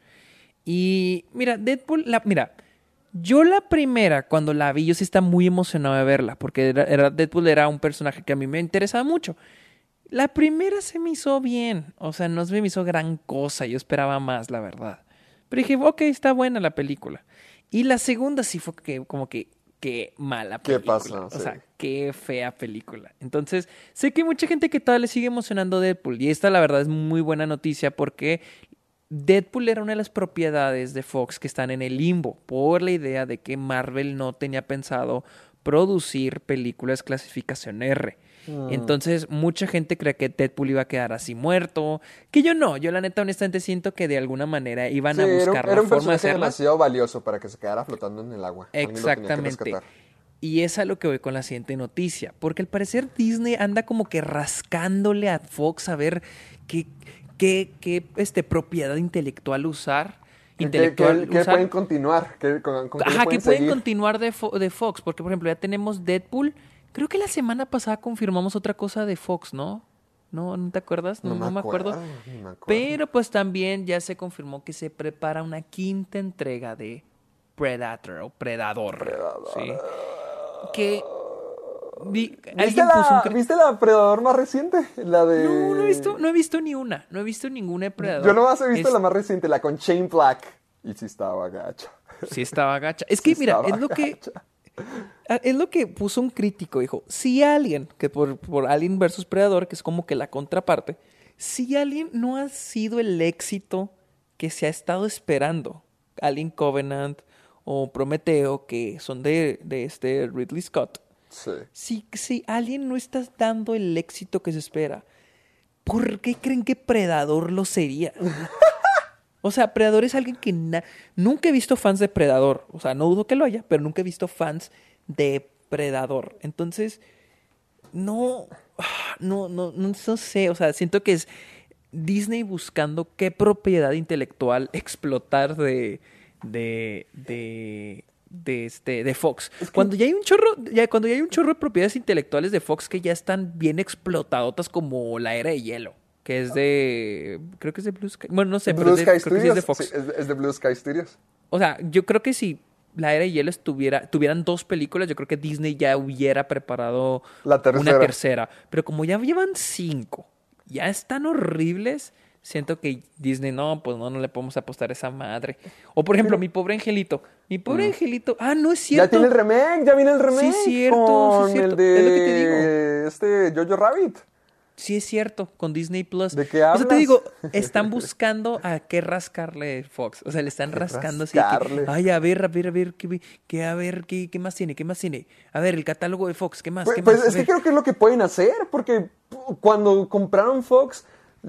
Y mira, Deadpool, la, mira, yo la primera, cuando la vi, yo sí estaba muy emocionado de verla, porque era, era, Deadpool era un personaje que a mí me interesaba mucho. La primera se me hizo bien, o sea, no se me hizo gran cosa, yo esperaba más, la verdad. Pero dije, ok, está buena la película. Y la segunda sí fue que, como que, qué mala película. ¿Qué pasa? O Sí. sea, qué fea película. Entonces, sé que hay mucha gente que todavía le sigue emocionando Deadpool, y esta la verdad es muy buena noticia porque Deadpool era una de las propiedades de Fox que están en el limbo por la idea de que Marvel no tenía pensado producir películas clasificación R. Mm. Entonces, mucha gente cree que Deadpool iba a quedar así muerto. Que yo no. Yo, la neta, honestamente, siento que de alguna manera iban sí, a buscar era, era la un forma de hacerla. demasiado valioso para que se quedara flotando en el agua. Exactamente. Y es a lo que voy con la siguiente noticia. Porque al parecer Disney anda como que rascándole a Fox a ver qué, qué, qué este, propiedad intelectual usar. Intelectual, ¿Qué, qué, qué pueden continuar? ¿Qué, con, con Ajá, pueden que pueden seguir? continuar de, Fo- de Fox. Porque, por ejemplo, ya tenemos Deadpool. Creo que la semana pasada confirmamos otra cosa de Fox, ¿no? ¿No, ¿no te acuerdas? No, No, me, no me acuerdo. acuerdo, no me acuerdo. Pero pues también ya se confirmó que se prepara una quinta entrega de Predator o Predador. Predador. ¿Sí? Que... Vi, ¿Viste, la, un... ¿Viste la Predador más reciente? La de... No, no he visto, no he visto ni una. No he visto ninguna de Predador. Yo nomás he visto es... la más reciente, la con Shane Black. Y sí estaba gacha. Sí estaba gacha. Es que, sí mira, es lo gacha. que... Es lo que puso un crítico, dijo, si Alien, que por, por Alien versus Predador, que es como que la contraparte, si Alien no ha sido el éxito que se ha estado esperando, Alien Covenant o Prometeo, que son de, de este Ridley Scott, sí. si, si Alien no está dando el éxito que se espera, ¿por qué creen que Predador lo sería? O sea, Predador es alguien que na- nunca he visto fans de Predador. O sea, no dudo que lo haya, pero nunca he visto fans de Predador. Entonces, no, no, no, no, no sé. O sea, siento que es Disney buscando qué propiedad intelectual explotar de, de, de, de este, de Fox. Es que... Cuando ya hay un chorro, ya, cuando ya hay un chorro de propiedades intelectuales de Fox que ya están bien explotadotas, como la Era de Hielo. Que es de... Creo que es de Blue Sky. Bueno, no sé, Blue pero es de, Sky creo que sí es de Fox. Sí, es, de, es de Blue Sky Studios. O sea, yo creo que si la Era de Hielo estuviera, tuvieran dos películas, yo creo que Disney ya hubiera preparado la tercera. una tercera. Pero como ya llevan cinco, ya están horribles, siento que Disney, no, pues no, no le podemos apostar a esa madre. O por ejemplo, Mi Pobre Angelito. Mi Pobre mm. Angelito. Ah, no es cierto. Ya tiene el remake, ya viene el remake. Sí, es cierto, con sí, es cierto. El de... Es lo que te digo. Este, Jojo Rabbit. Sí, es cierto, con Disney Plus. ¿De qué hablas? O sea, te digo, están buscando a qué rascarle Fox. O sea, le están rascando así. Que, ay, a ver, a ver, a ver, qué, qué a ver, qué, qué más tiene, qué más tiene. A ver, el catálogo de Fox, ¿qué más? Pues, ¿Qué pues más? es que creo que es lo que pueden hacer, porque cuando compraron Fox,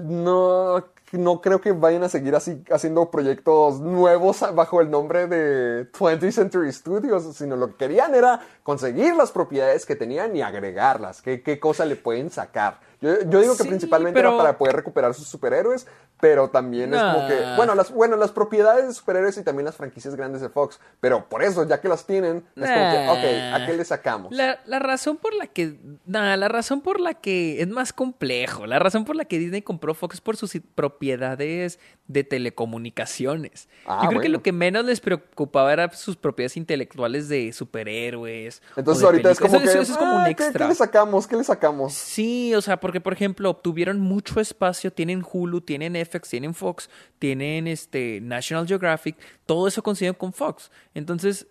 no, no creo que vayan a seguir así haciendo proyectos nuevos bajo el nombre de twentieth Century Studios, sino lo que querían era conseguir las propiedades que tenían y agregarlas. ¿Qué, qué cosa le pueden sacar? Yo, yo digo que sí, principalmente pero... era para poder recuperar sus superhéroes, pero también nah. es como que, bueno las, bueno, las propiedades de superhéroes y también las franquicias grandes de Fox, pero por eso, ya que las tienen, nah. es como que, ok, ¿a qué le sacamos? La, la razón por la que, nah, la razón por la que es más complejo, la razón por la que Disney compró Fox es por sus propiedades de telecomunicaciones. Ah, Yo creo bueno. que lo que menos les preocupaba era sus propiedades intelectuales de superhéroes. Entonces de ahorita es como eso, que, eso es como ah, un ¿qué, extra. ¿qué le sacamos? ¿Qué le sacamos? Sí, o sea, porque por ejemplo obtuvieron mucho espacio, tienen Hulu, tienen F X, tienen Fox, tienen este National Geographic, todo eso consiguieron con Fox. Entonces,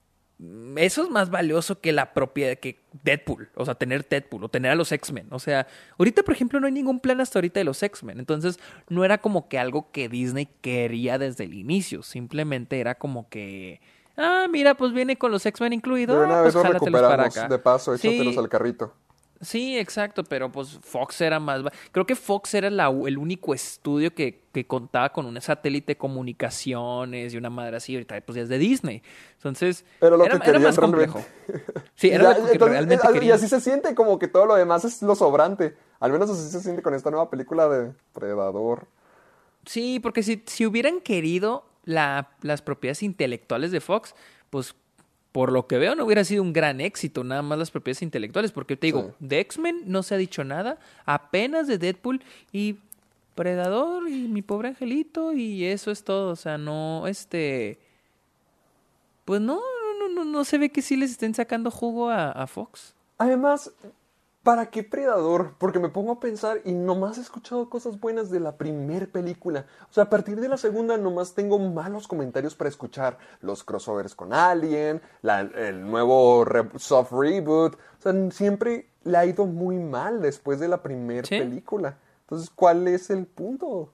eso es más valioso que la propiedad, que Deadpool, o sea, tener Deadpool o tener a los X-Men. O sea, ahorita, por ejemplo, no hay ningún plan hasta ahorita de los X-Men. Entonces, no era como que algo que Disney quería desde el inicio. Simplemente era como que, ah, mira, pues viene con los X-Men incluidos. De una ah, vez pues los jálatelos para recuperamos, acá. de paso, échatelos Sí. al carrito. Sí, exacto, pero pues Fox era más... Creo que Fox era la, el único estudio que, que contaba con un satélite de comunicaciones y una madre así. Ahorita pues ya es de Disney. Entonces, Pero lo era, que era más complejo. Sí, era ya, lo que entonces, realmente y quería. así se siente como que todo lo demás es lo sobrante. Al menos así se siente con esta nueva película de Predador. Sí, porque si, si hubieran querido, la, las propiedades intelectuales de Fox, pues por lo que veo no hubiera sido un gran éxito, nada más las propiedades intelectuales, porque te digo, Sí. de X-Men no se ha dicho nada, apenas de Deadpool y Predador y Mi Pobre Angelito y eso es todo, o sea, no, este, pues no, no, no, no se ve que sí les estén sacando jugo a, a Fox. Además, ¿para qué Predador? Porque me pongo a pensar y nomás he escuchado cosas buenas de la primer película. O sea, a partir de la segunda nomás tengo malos comentarios para escuchar. Los crossovers con Alien, la- el nuevo re- soft reboot. O sea, siempre le ha ido muy mal después de la primer Sí. película. Entonces, ¿cuál es el punto?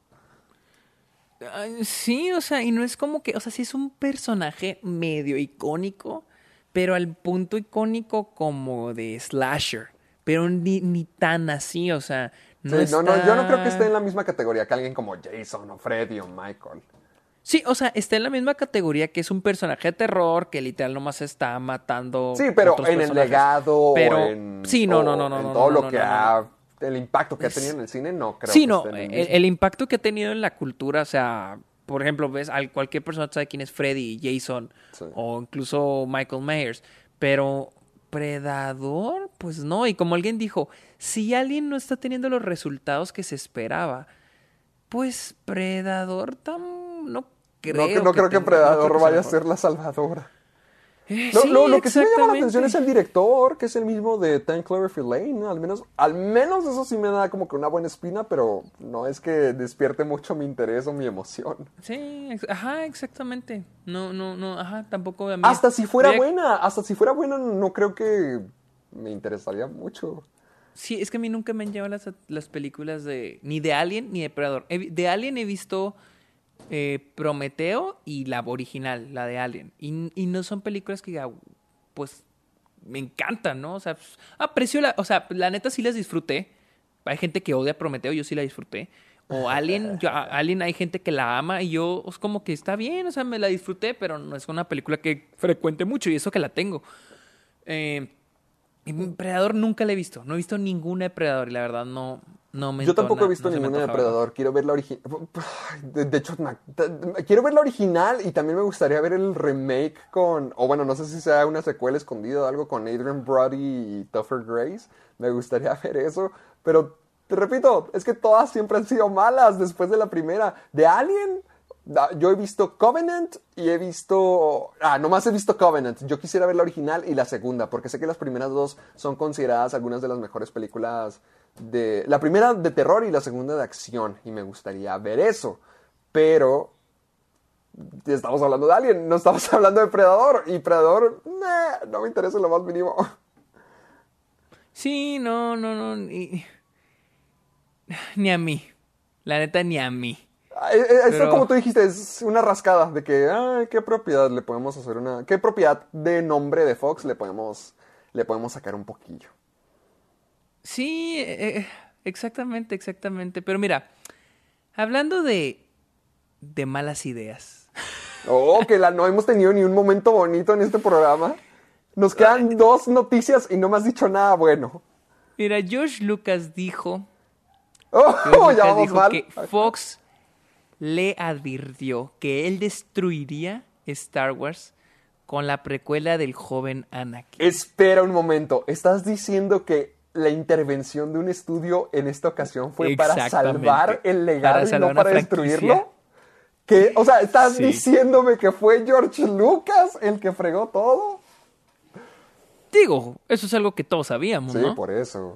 Ay, sí, o sea, y no es como que, o sea, sí es un personaje medio icónico, pero al punto icónico como de slasher, pero ni, ni tan así, o sea, no Sí, no, no, yo no creo que está- esté en la misma categoría que alguien como Jason o Freddy o Michael. Sí, o sea, está en la misma categoría que es un personaje de terror que literal nomás está matando Sí, pero otros en el personajes. legado Pero, o en, sí, no, o no, no, no, en no, todo no, lo no, que no, no, no. ha... El impacto que ha Es- tenido en el cine, no creo Sí, que no, esté en el el, mismo. el impacto que ha tenido en la cultura, o sea, por ejemplo, ves, al cualquier persona sabe quién es Freddy, Jason Sí. o incluso Michael Myers, pero Predador, pues no, y como alguien dijo, si alguien no está teniendo los resultados que se esperaba, pues Predador tam, no creo No, que- no creo que tenga- no Predador creo que sea vaya a mejor. ser la salvadora. Eh, Lo, sí, lo- lo que sí me llama la exactamente. atención es el director, que es el mismo de Ten Cloverfield Lane, ¿no? Al menos, al menos eso sí me da como que una buena espina, pero no es que despierte mucho mi interés o mi emoción. Sí, ex- ajá, exactamente. No, no, no, ajá, tampoco a mí. Hasta si fuera Mira, buena, hasta si fuera buena, no creo que me interesaría mucho. Sí, es que a mí nunca me han llevado las, las películas de ni de Alien ni de Predador. He vi- de Alien he visto eh, Prometeo y la original, la de Alien. Y, y no son películas que diga, pues me encantan, ¿no? O sea, pues, aprecio la, o sea, la neta sí las disfruté. Hay gente que odia Prometeo, yo sí la disfruté. O Alien, yo, a- Alien hay gente que la ama y yo es como que está bien, o sea, me la disfruté, pero no es una película que frecuente mucho y eso que la tengo. Eh, y Predador nunca la he visto, no he visto ninguna de Predador y la verdad no, no me Yo tampoco he entona, visto no se me ninguna de antoja verla. Predador. Quiero ver la original. De, de hecho, na- t- quiero ver la original y también me gustaría ver el remake con. O bueno, no sé si sea una secuela escondida o algo con Adrian Brody y Topher Grace. Me gustaría ver eso. Pero te repito, es que todas siempre han sido malas después de la primera. De Alien, da- yo he visto Covenant y he visto. Ah, nomás he visto Covenant. Yo quisiera ver la original y la segunda, porque sé que las primeras dos son consideradas algunas de las mejores películas de. La primera de terror y la segunda de acción. Y me gustaría ver eso. Pero. Estamos hablando de Alien, no estamos hablando de Predador. Y Predador, nah, no me interesa en lo más mínimo. Sí, no, no, no, ni, ni a mí, la neta ni a mí. Eh, eh, Esto, Pero- como tú dijiste, es una rascada de que, ah, ¿qué propiedad le podemos hacer una... ¿Qué propiedad de nombre de Fox le podemos, le podemos sacar un poquillo? Sí, eh, eh, exactamente, exactamente. Pero mira, hablando de, de malas ideas. Oh, que la, no hemos tenido ni un momento bonito en este programa. Nos quedan dos noticias y no me has dicho nada bueno. Mira, George Lucas dijo, Oh, George Lucas ya vamos dijo mal. que Fox le advirtió que él destruiría Star Wars con la precuela del joven Anakin. Espera un momento. ¿Estás diciendo que la intervención de un estudio en esta ocasión fue para Exactamente. salvar el legado Para y salvar no una para franquicia. destruirlo? ¿Qué? O sea, ¿estás Sí. diciéndome que fue George Lucas el que fregó todo? Digo, eso es algo que todos sabíamos, Sí, ¿no? por eso.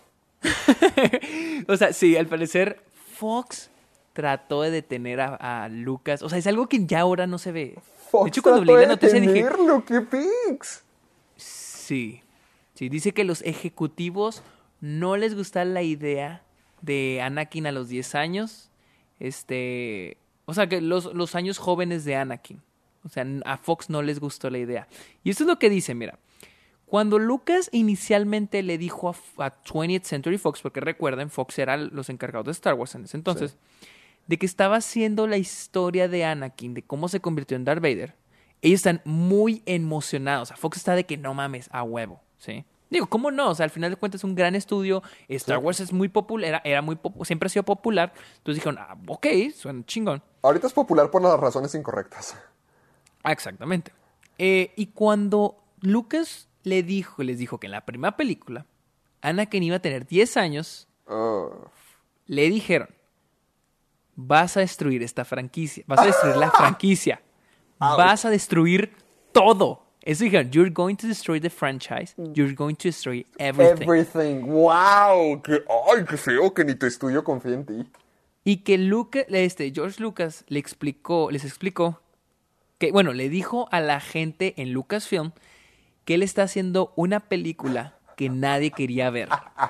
O sea, sí, al parecer Fox trató de detener a, a Lucas. O sea, es algo que ya ahora no se ve. Fox de hecho, cuando trató leí de la noticia dije, detenerlo, ¡qué pics! sí. Sí, dice que los ejecutivos no les gusta la idea de Anakin a los diez años. Este, o sea, que los, los años jóvenes de Anakin. O sea, a Fox no les gustó la idea. Y esto es lo que dice, mira. Cuando Lucas inicialmente le dijo a, a twentieth Century Fox, porque recuerden, Fox eran los encargados de Star Wars en ese entonces, Sí. de que estaba haciendo la historia de Anakin, de cómo se convirtió en Darth Vader, ellos están muy emocionados. O sea, Fox está de que no mames, a huevo, ¿sí? Digo, ¿cómo no? O sea, al final de cuentas es un gran estudio. Star Wars es muy popular, era, era muy popu- siempre ha sido popular. Entonces dijeron, ah, ok, suena chingón. Ahorita es popular por las razones incorrectas. Ah, exactamente. Eh, y cuando Lucas le dijo, les dijo que en la primera película Anakin iba a tener diez años, Uh, le dijeron, vas a destruir esta franquicia, vas a destruir la franquicia, vas a destruir todo. Eso dijeron, you're going to destroy the franchise, you're going to destroy everything. everything. ¡Wow! ¡Qué, ay, qué feo que ni tu estudio confía en ti! Y que Lucas, este, George Lucas le explicó, les explicó que, bueno, le dijo a la gente en Lucasfilm que él está haciendo una película que nadie quería ver.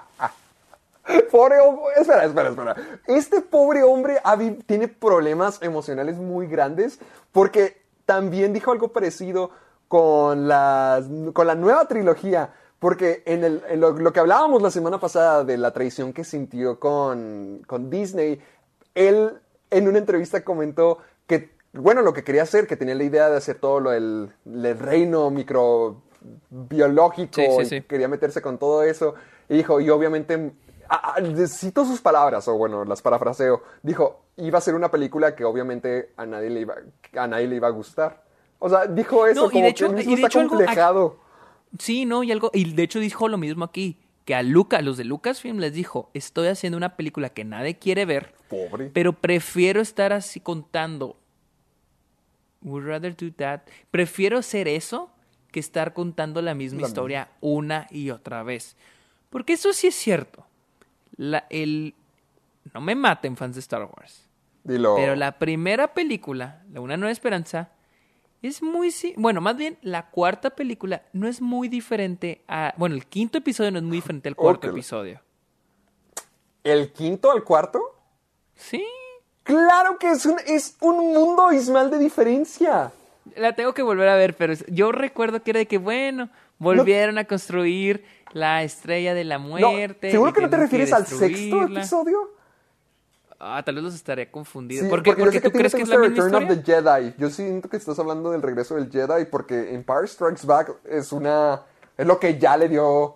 Pobre hombre, espera, espera, espera. Este pobre hombre ha vi- tiene problemas emocionales muy grandes porque también dijo algo parecido con, las, con la nueva trilogía. Porque en, el, en lo, lo que hablábamos la semana pasada de la traición que sintió con, con Disney, él en una entrevista comentó que, bueno, lo que quería hacer, que tenía la idea de hacer todo lo del, del reino microbiológico, Sí, sí, y sí. quería meterse con todo eso. Y dijo, y obviamente, ah, ah, cito sus palabras, o bueno, las parafraseo. Dijo, iba a ser una película que obviamente a nadie le iba, a nadie le iba a gustar. O sea, dijo eso, No, y como de hecho- que él mismo y de está hecho algo- complejado. Sí, no, y algo, y de hecho dijo lo mismo aquí, que a Lucas, los de Lucasfilm les dijo, estoy haciendo una película que nadie quiere ver, Pobre. pero prefiero estar así contando. Would rather do that. Prefiero hacer eso que estar contando la misma La historia una y otra vez. Porque eso sí es cierto. La, el, no me maten fans de Star Wars. Dilo. Pero la primera película, La Una Nueva Esperanza, es muy... si- Bueno, más bien, la cuarta película no es muy diferente a... Bueno, el quinto episodio no es muy diferente al cuarto Ok. episodio. ¿El quinto al cuarto? Sí. ¡Claro que es un, es un mundo abismal de diferencia! La tengo que volver a ver, pero es- yo recuerdo que era de que, bueno, volvieron a construir la estrella de la No, muerte. ¿seguro y que no te tienen refieres al sexto destruirla. episodio? Ah, tal vez los estaría confundido. Sí, ¿Por qué, porque ¿por yo qué sé que tú crees que es tienes la el misma Return historia? of the Jedi. Yo siento que estás hablando del regreso del Jedi porque Empire Strikes Back es una... Es lo que ya le dio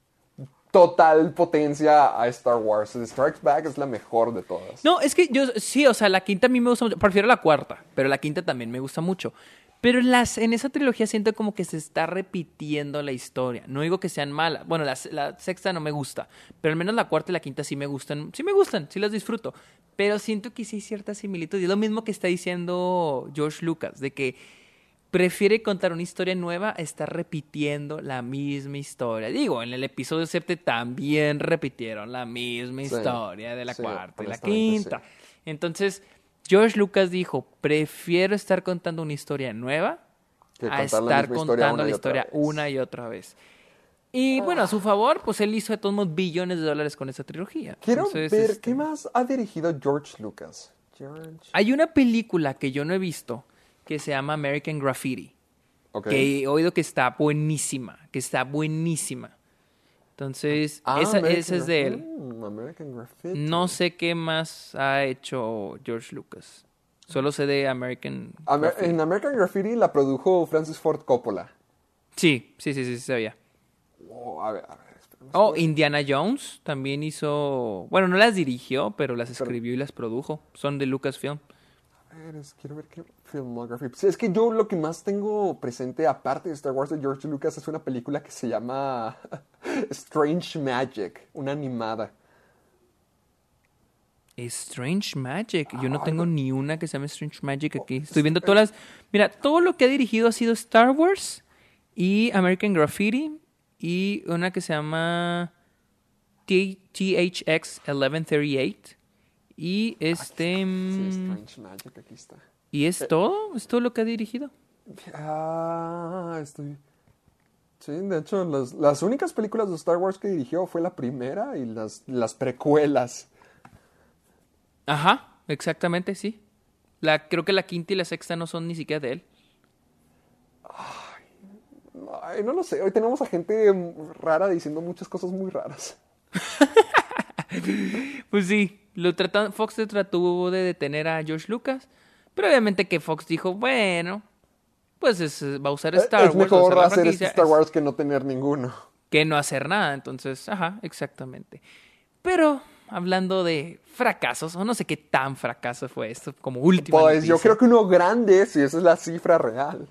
total potencia a Star Wars. Strikes Back es la mejor de todas. No, es que yo, sí, o sea, la quinta a mí me gusta mucho. Prefiero la cuarta, pero la quinta también me gusta mucho. Pero las, en esa trilogía siento como que se está repitiendo la historia. No digo que sean malas. Bueno, la, la sexta no me gusta. Pero al menos la cuarta y la quinta sí me gustan. Sí me gustan, sí las disfruto. Pero siento que sí hay cierta similitud. Y es lo mismo que está diciendo George Lucas, de que prefiere contar una historia nueva a estar repitiendo la misma historia. Digo, en el episodio siete también repitieron la misma Sí, historia de la sí, cuarta y la honestamente, quinta. Entonces, George Lucas dijo, prefiero estar contando una historia nueva Que a contar la estar misma historia contando una la y otra historia vez. una y otra vez. Y bueno, a su favor, pues él hizo de todos modos billones de dólares con esa trilogía. Quiero Entonces, ver este, qué más ha dirigido George Lucas. George... hay una película que yo no he visto que se llama American Graffiti. Ok. Que he oído que está buenísima, que está buenísima. Entonces, Ah, esa, American esa es de él. Graffiti. Mm, American Graffiti. No sé qué más ha hecho George Lucas. Solo sé de American Amer- Graffiti. en American Graffiti la produjo Francis Ford Coppola. Sí, sí, sí, sí, sí sabía. Oh, a ver, a ver. espérame. Oh, Indiana Jones también hizo... Bueno, no las dirigió, pero las escribió y las produjo. Son de Lucasfilm. A ver, es- quiero ver qué filmography. Sí, es que yo lo que más tengo presente, aparte de Star Wars de George Lucas, es una película que se llama Strange Magic, una animada. Strange Magic. Yo no tengo ni una que se llame Strange Magic aquí. Estoy viendo todas las... Mira, todo lo que ha dirigido ha sido Star Wars y American Graffiti y una que se llama T H X eleven thirty-eight. Y este... Sí, mm, Strange Magic, aquí está. ¿Y es todo? ¿Es todo lo que ha dirigido? Ah, estoy... Sí, de hecho, las, las únicas películas de Star Wars que dirigió fue la primera y las, las precuelas. Ajá, exactamente, sí. La, creo que la quinta y la sexta no son ni siquiera de él. Ay, no lo sé, hoy tenemos a gente rara diciendo muchas cosas muy raras. Pues sí, lo trata- Fox se trató de detener a George Lucas, pero obviamente que Fox dijo, bueno, pues es- va a usar Star es Wars. va a mejor usar la hacer este franquicia. Star Wars que no tener ninguno. que no hacer nada. Entonces, ajá, exactamente. Pero hablando de fracasos, o no sé qué tan fracaso fue esto como última Pues noticia. yo creo que uno grande, si esa es la cifra real.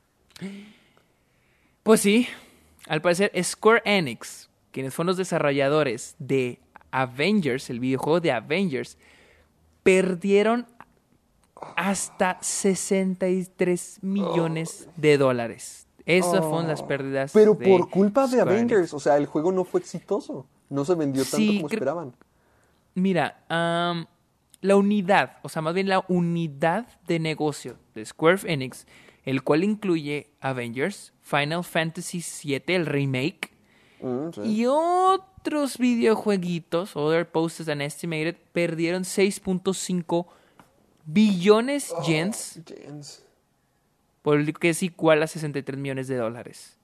Pues sí, al parecer Square Enix, quienes fueron los desarrolladores de Avengers, el videojuego de Avengers, perdieron hasta sesenta y tres millones de dólares. Esas fueron las pérdidas. Pero de por culpa de Square Avengers, Enix. o sea, el juego no fue exitoso. No se vendió tanto Sí, como cre- esperaban. Mira, um, la unidad, o sea, más bien la unidad de negocio de Square Enix, el cual incluye Avengers, Final Fantasy siete, el remake, Mm, sí. y otros videojueguitos, Other Posted and Estimated, perdieron seis punto cinco billones yens, Jens. por lo que es igual a sesenta y tres millones de dólares.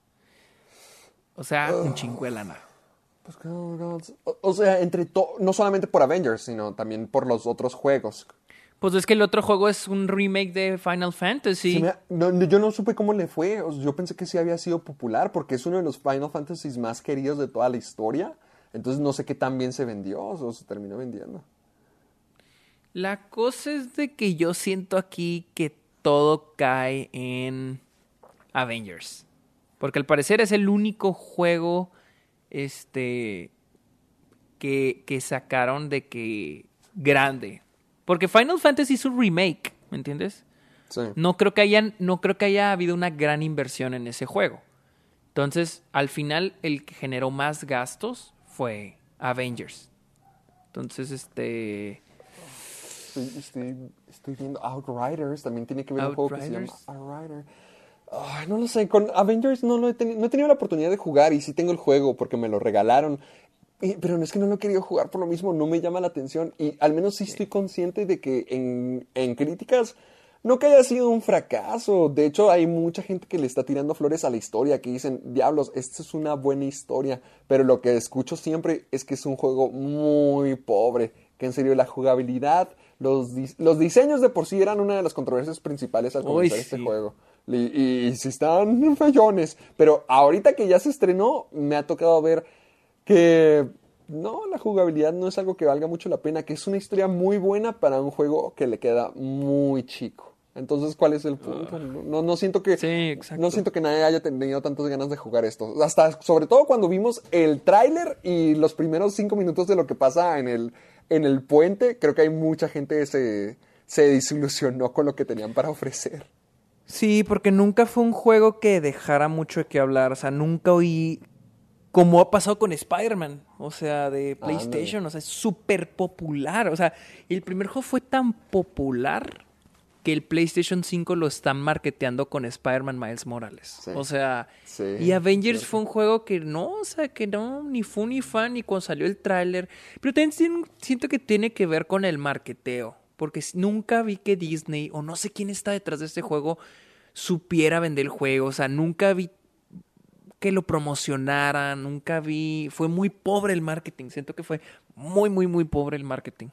O sea, un chingo de lana. Pues, oh, God. O, o sea, entre to- no solamente por Avengers, sino también por los otros juegos. Pues es que el otro juego es un remake de Final Fantasy. Se me ha- no, no, yo no supe cómo le fue. O sea, yo pensé que sí había sido popular porque es uno de los Final Fantasies más queridos de toda la historia. Entonces no sé qué tan bien se vendió o se terminó vendiendo. La cosa es de que yo siento aquí que todo cae en Avengers. Porque al parecer es el único juego este que, que sacaron de que grande. Porque Final Fantasy es un remake, ¿me entiendes? Sí. No creo que hayan, no creo que haya habido una gran inversión en ese juego. Entonces, al final, el que generó más gastos fue Avengers. Entonces, este... Estoy, estoy, estoy viendo Outriders. También tiene que ver un juego que se llama Outriders. Outrider. Ay, no lo sé. Con Avengers no, lo he teni- no he tenido la oportunidad de jugar y sí tengo el juego porque me lo regalaron. Y- pero no es que no lo he querido jugar por lo mismo. No me llama la atención. Y al menos sí estoy consciente de que en, en críticas no que haya sido un fracaso. De hecho, hay mucha gente que le está tirando flores a la historia. Que dicen, diablos, esta es una buena historia. Pero lo que escucho siempre es que es un juego muy pobre. Que en serio la jugabilidad... Los, dis- los diseños de por sí eran una de las controversias principales al Uy, comenzar sí. este juego. Y, y, y sí están fallones. Pero ahorita que ya se estrenó, me ha tocado ver que no, la jugabilidad no es algo que valga mucho la pena. Que es una historia muy buena para un juego que le queda muy chico. Entonces, ¿cuál es el punto? No, no siento que Sí, exacto. no siento que nadie haya tenido tantas ganas de jugar esto. Hasta, sobre todo cuando vimos el tráiler y los primeros cinco minutos de lo que pasa en el, en el puente, creo que hay mucha gente que se, se desilusionó con lo que tenían para ofrecer. Sí, porque nunca fue un juego que dejara mucho de qué hablar. O sea, nunca oí... Como ha pasado con Spider-Man, o sea, de PlayStation, Ándale. o sea, es súper popular. O sea, El primer juego fue tan popular que el PlayStation cinco lo están marketeando con Spider-Man Miles Morales. Sí. O sea, Sí, y Avengers cierto. fue un juego que no, o sea, que no, ni fu ni fan, ni cuando salió el tráiler. Pero también sien- siento que tiene que ver con el marketeo. Porque s- nunca vi que Disney, o no sé quién está detrás de este juego, supiera vender el juego. O sea, nunca vi que lo promocionaran, nunca vi... Fue muy pobre el marketing. Siento que fue muy, muy, muy pobre el marketing.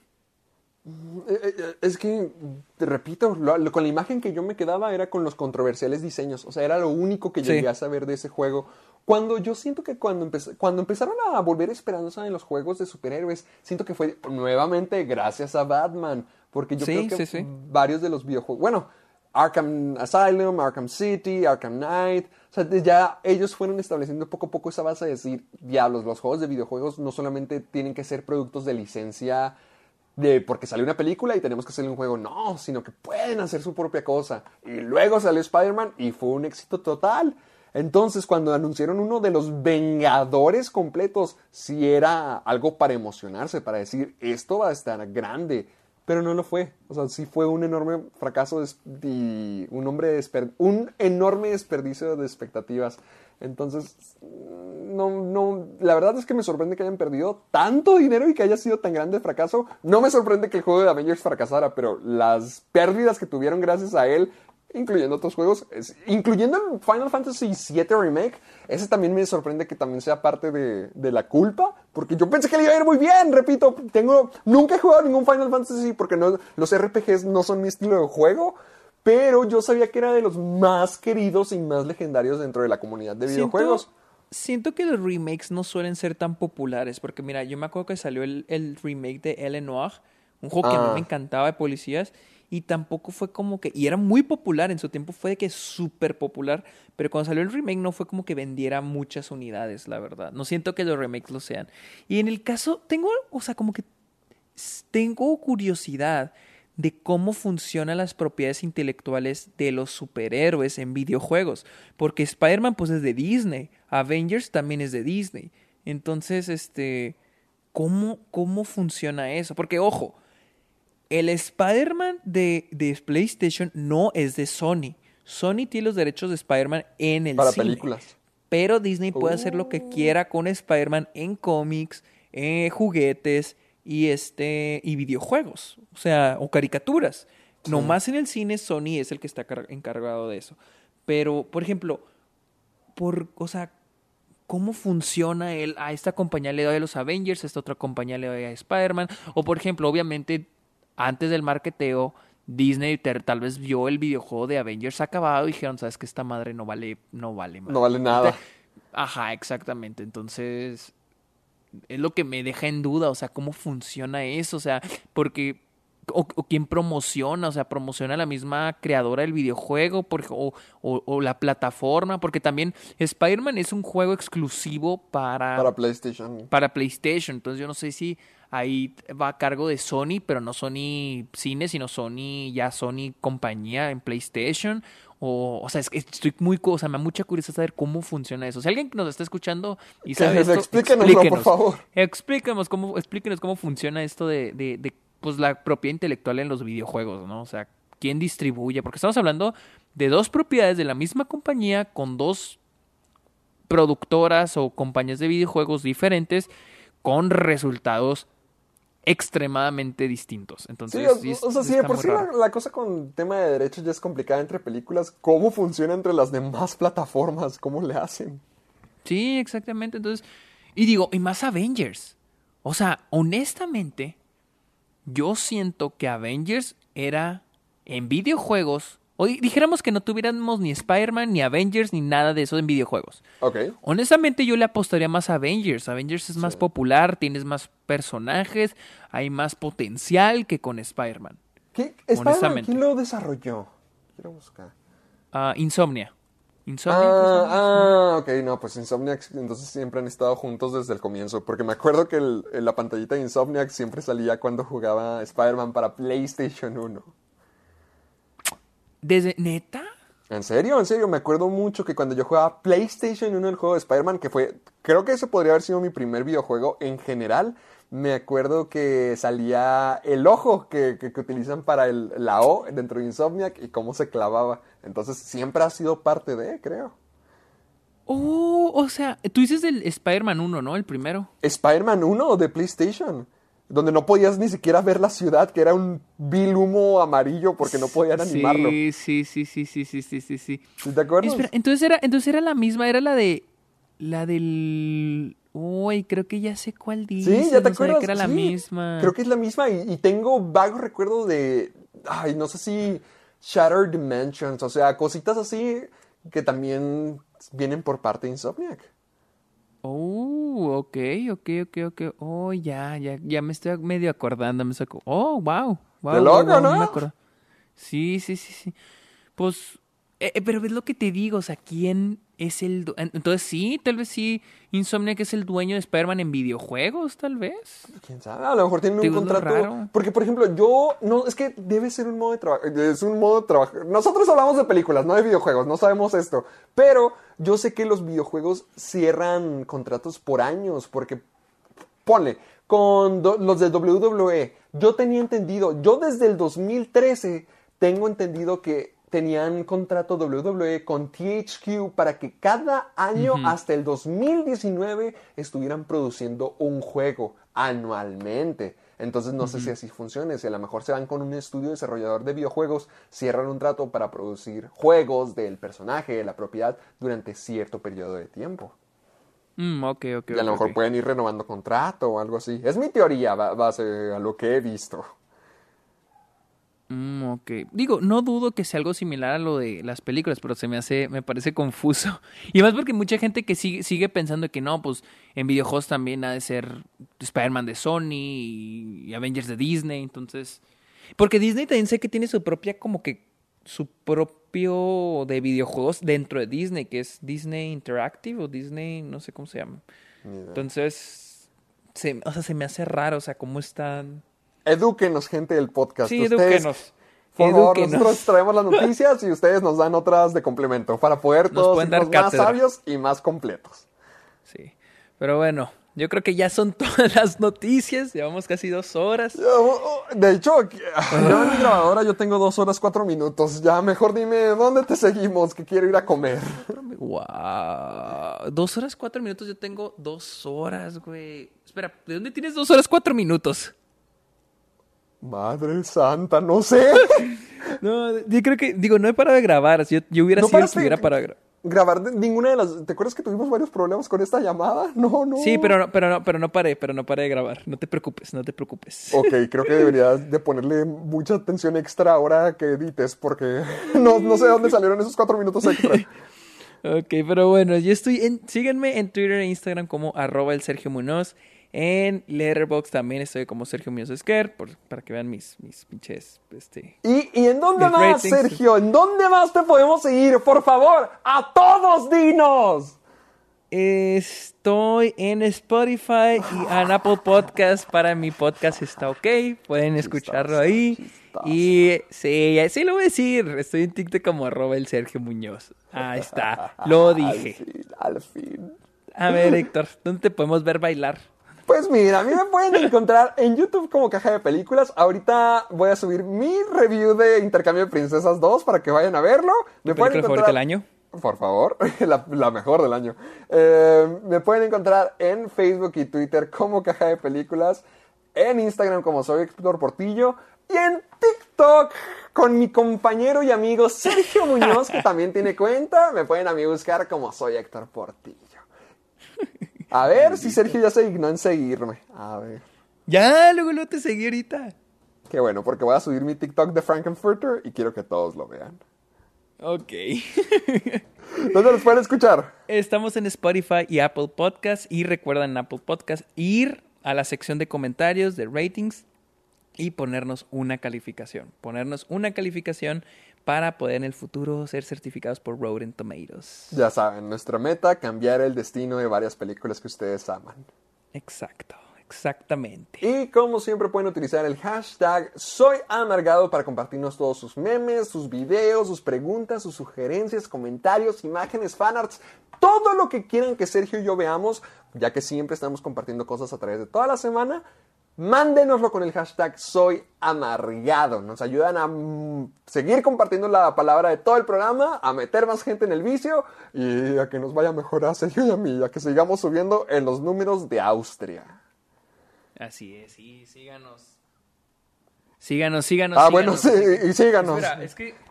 Eh, eh, Es que, te repito, lo- lo- con la imagen que yo me quedaba era con los controversiales diseños. O sea, era lo único que Sí. llegué a saber de ese juego. Cuando yo siento que cuando, empez- cuando empezaron a volver esperanza en los juegos de superhéroes, siento que fue nuevamente gracias a Batman. Porque yo Sí, creo que sí, sí. varios de los videojuegos... Bueno, Arkham Asylum, Arkham City, Arkham Knight... O sea, de- ya ellos fueron estableciendo poco a poco esa base de decir, diablos, los juegos de videojuegos no solamente tienen que ser productos de licencia de porque salió una película y tenemos que hacerle un juego, no, sino que pueden hacer su propia cosa. Y luego salió Spider-Man y fue un éxito total. Entonces, cuando anunciaron uno de los Vengadores completos, sí era algo para emocionarse, para decir, esto va a estar grande. Pero no lo fue. O sea, sí fue un enorme fracaso des- y un, hombre desper- un enorme desperdicio de expectativas. Entonces, no, no, la verdad es que me sorprende que hayan perdido tanto dinero y que haya sido tan grande el fracaso. No me sorprende que el juego de Avengers fracasara, pero las pérdidas que tuvieron gracias a él, incluyendo otros juegos, es- incluyendo el Final Fantasy siete Remake, ese también me sorprende que también sea parte de, de la culpa, porque yo pensé que le iba a ir muy bien, repito, tengo, nunca he jugado ningún Final Fantasy porque no, los R P Gs no son mi estilo de juego, pero yo sabía que era de los más queridos y más legendarios dentro de la comunidad de Siento- videojuegos. siento que los remakes no suelen ser tan populares, porque mira, yo me acuerdo que salió el, el remake de L A. Noire, un juego que a mí Ah. me encantaba de policías, y tampoco fue como que, y era muy popular en su tiempo, fue de que súper popular, pero cuando salió el remake no fue como que vendiera muchas unidades, la verdad. No siento que los remakes lo sean. Y en el caso, tengo, o sea, como que s- tengo curiosidad de cómo funcionan las propiedades intelectuales de los superhéroes en videojuegos. Porque Spider-Man pues es de Disney, Avengers también es de Disney. Entonces, este, ¿cómo, cómo funciona eso? Porque, ojo, el Spider-Man de, de PlayStation no es de Sony. Sony tiene los derechos de Spider-Man en el Para cine. películas. Pero Disney puede hacer lo que quiera con Spider-Man en cómics, eh, juguetes y este y videojuegos, o sea, o caricaturas. Sí. Nomás en el cine Sony es el que está car- encargado de eso. Pero, por ejemplo, por, o sea, ¿cómo funciona el a esta compañía le doy a los Avengers, a esta otra compañía le doy a Spider-Man? O por ejemplo, obviamente, antes del marketeo, Disney ter- tal vez vio el videojuego de Avengers acabado y dijeron, sabes que esta madre no vale, no vale madre. No vale nada. Ajá, exactamente. Entonces, es lo que me deja en duda, o sea, cómo funciona eso, o sea, porque o, o quién promociona, o sea, promociona la misma creadora del videojuego por, o, o, o la plataforma, porque también Spider-Man es un juego exclusivo para, Para PlayStation. para PlayStation, entonces yo no sé si ahí va a cargo de Sony, pero no Sony Cine, sino Sony, ya Sony compañía en PlayStation. O, o sea, es que estoy muy, cu- o sea, me da mucha curiosidad saber cómo funciona eso. Si alguien que nos está escuchando y Que sabe se- esto, explíquenoslo, por explíquenos. favor. Explíquenos cómo, explíquenos cómo funciona esto de, de, de, pues, la propiedad intelectual en los videojuegos, ¿no? O sea, quién distribuye, porque estamos hablando de dos propiedades de la misma compañía con dos productoras o compañías de videojuegos diferentes con resultados extremadamente distintos. Entonces, Sí, o, sí es- o sea, sí, de está por muy sí la, raro. la cosa con tema de derechos ya es complicada entre películas. ¿Cómo funciona entre las demás plataformas? ¿Cómo le hacen? Sí, exactamente. Entonces, y digo, y más Avengers. O sea, honestamente, yo siento que Avengers era en videojuegos. Hoy dijéramos que no tuviéramos ni Spider-Man, ni Avengers, ni nada de eso en videojuegos. Ok. Honestamente, yo le apostaría más a Avengers. Avengers es más Sí. popular, tienes más personajes, hay más potencial que con Spider-Man. ¿Qué? Spider-Man, Honestamente. ¿quién lo desarrolló? Quiero buscar. Ah, Insomnia. Insomnia. ¿qué se Ah, llama? ah, ok, no, pues Insomniac entonces siempre han estado juntos desde el comienzo, porque me acuerdo que el- en la pantallita de Insomniac siempre salía cuando jugaba Spider-Man para PlayStation uno. Desde, ¿neta? ¿En serio? En serio, me acuerdo mucho que cuando yo jugaba PlayStation uno el juego de Spider-Man, que fue, creo que ese podría haber sido mi primer videojuego en general, me acuerdo que salía el ojo que, que, que utilizan para el, la O dentro de Insomniac y cómo se clavaba. Entonces siempre ha sido parte de, creo. Oh, o sea, tú dices del Spider-Man uno, ¿no? El primero. Spider-Man uno de PlayStation, donde no podías ni siquiera ver la ciudad, que era un vil humo amarillo porque no podían animarlo. Sí, sí, sí, sí, sí, sí, sí, sí, sí. ¿Sí ¿Te acuerdas? Espera, entonces era, entonces era la misma, era la de, la del, uy, creo que ya sé cuál dice. Sí, ya te no sabía acuerdas. que era la Sí, misma. Creo que es la misma y, y tengo vago recuerdo de, ay, no sé si Shattered Dimensions, o sea, cositas así que también vienen por parte de Insomniac. Oh, ok, ok, ok, ok. Oh, ya, ya, ya me estoy medio acordando. Me saco. Oh, wow. Wow, Qué wow, loco, wow, ¿no? me acuerdo. Sí, sí, sí, sí. Pues, eh, eh, pero ves lo que te digo, o sea, ¿quién es el... du- en- Entonces sí, tal vez sí, Insomniac es el dueño de Spider-Man en videojuegos, tal vez. ¿Quién sabe? A lo mejor tienen un Digo, es lo contrato. raro. Porque, por ejemplo, yo. No, es que debe ser un modo de trabajo. Es un modo de trabajo. Nosotros hablamos de películas, no de videojuegos. No sabemos esto. Pero yo sé que los videojuegos cierran contratos por años. Porque, ponle, con do- los de W W E. Yo tenía entendido. Yo desde el dos mil trece tengo entendido que tenían contrato W W E con T H Q para que cada año hasta el dos mil diecinueve estuvieran produciendo un juego anualmente. Entonces no sé si así funciona, si a lo mejor se van con un estudio desarrollador de videojuegos, cierran un trato para producir juegos del personaje, de la propiedad, durante cierto periodo de tiempo. Mm, ok, ok, Y a lo ok, mejor ok. pueden ir renovando contrato o algo así. Es mi teoría, ba- base a lo que he visto. Mm, ok. Digo, no dudo que sea algo similar a lo de las películas, pero se me hace, me parece confuso. Y más porque mucha gente que sigue, sigue pensando que no, pues en videojuegos también ha de ser Spider-Man de Sony y, y Avengers de Disney, entonces... Porque Disney también sé que tiene su propia, como que, su propio de videojuegos dentro de Disney, que es Disney Interactive o Disney, no sé cómo se llama. Entonces, se, o sea, se me hace raro, o sea, cómo están... Edúquenos, gente del podcast. Sí, ustedes, edúquenos. Por favor, Edúquenos. nosotros traemos las noticias y ustedes nos dan otras de complemento para poder Nos todos pueden dar sernos más cátedra. sabios y más completos. Sí, pero bueno, yo creo que ya son todas las noticias, llevamos casi dos horas. De hecho, aquí- yo en mi grabadora yo tengo dos horas cuatro minutos. Ya mejor dime dónde te seguimos, que quiero ir a comer. Wow, dos horas cuatro minutos, yo tengo dos horas, güey. Espera, ¿de dónde tienes dos horas cuatro minutos? Madre santa, no sé. No, yo creo que, digo, no he parado de grabar, si yo, yo hubiera No sido el paraste que hubiera de- parado de grabar. Grabar de- ninguna de las... ¿Te acuerdas que tuvimos varios problemas con esta llamada? No, no. Sí, pero no, pero no, pero no paré, pero no paré de grabar. No te preocupes, no te preocupes. Ok, creo que deberías de ponerle mucha atención extra ahora que edites, porque no, no sé de dónde salieron esos cuatro minutos extra. Ok, pero bueno, yo estoy en... Síganme en Twitter e Instagram como arroba el Sergio Muñoz. En Letterboxd también estoy como Sergio Muñoz Esquer, por, para que vean mis, mis pinches, este... ¿Y, ¿Y en dónde Mis más, ratings. Sergio? ¿En dónde más te podemos seguir? Por favor, a todos dinos. Estoy en Spotify y en Apple Podcast. Para mi podcast está ok. Pueden escucharlo ahí. chistazo. Y sí, sí lo voy a decir. Estoy en TikTok como arroba el Sergio Muñoz. Ahí está. Lo dije. Al fin, al fin. A ver, Héctor, ¿dónde te podemos ver bailar? Pues mira, a mí me pueden encontrar en YouTube como Caja de Películas. Ahorita voy a subir mi review de Intercambio de Princesas dos para que vayan a verlo. Me ¿Tu película favorita del año? Por favor, la, la mejor del año. Eh, me pueden encontrar en Facebook y Twitter como Caja de Películas, en Instagram como Soy Héctor Portillo y en TikTok con mi compañero y amigo Sergio Muñoz, que también tiene cuenta. Me pueden a mí buscar como Soy Héctor Portillo. A ver si Sergio ya se dignó en seguirme. A ver. Ya, luego lo te seguí ahorita. Qué bueno, porque voy a subir mi TikTok de Frankenfurter y quiero que todos lo vean. Ok. ¿Dónde los pueden escuchar? Estamos en Spotify y Apple Podcast. Y recuerden en Apple Podcast ir a la sección de comentarios, de ratings y ponernos una calificación. Ponernos una calificación para poder en el futuro ser certificados por Rotten Tomatoes. Ya saben, nuestra meta, cambiar el destino de varias películas que ustedes aman. Exacto, exactamente. Y como siempre pueden utilizar el hashtag SoyAmargado para compartirnos todos sus memes, sus videos, sus preguntas, sus sugerencias, comentarios, imágenes, fanarts, todo lo que quieran que Sergio y yo veamos, ya que siempre estamos compartiendo cosas a través de toda la semana. Mándenoslo con el hashtag SoyAmargado. Nos ayudan a mm, seguir compartiendo la palabra de todo el programa, a meter más gente en el vicio y a que nos vaya mejor a Sergio y a mí, a que sigamos subiendo en los números de Austria. Así es, sí, síganos. Síganos, síganos. Ah, síganos. bueno, sí, y síganos. Espera, es que...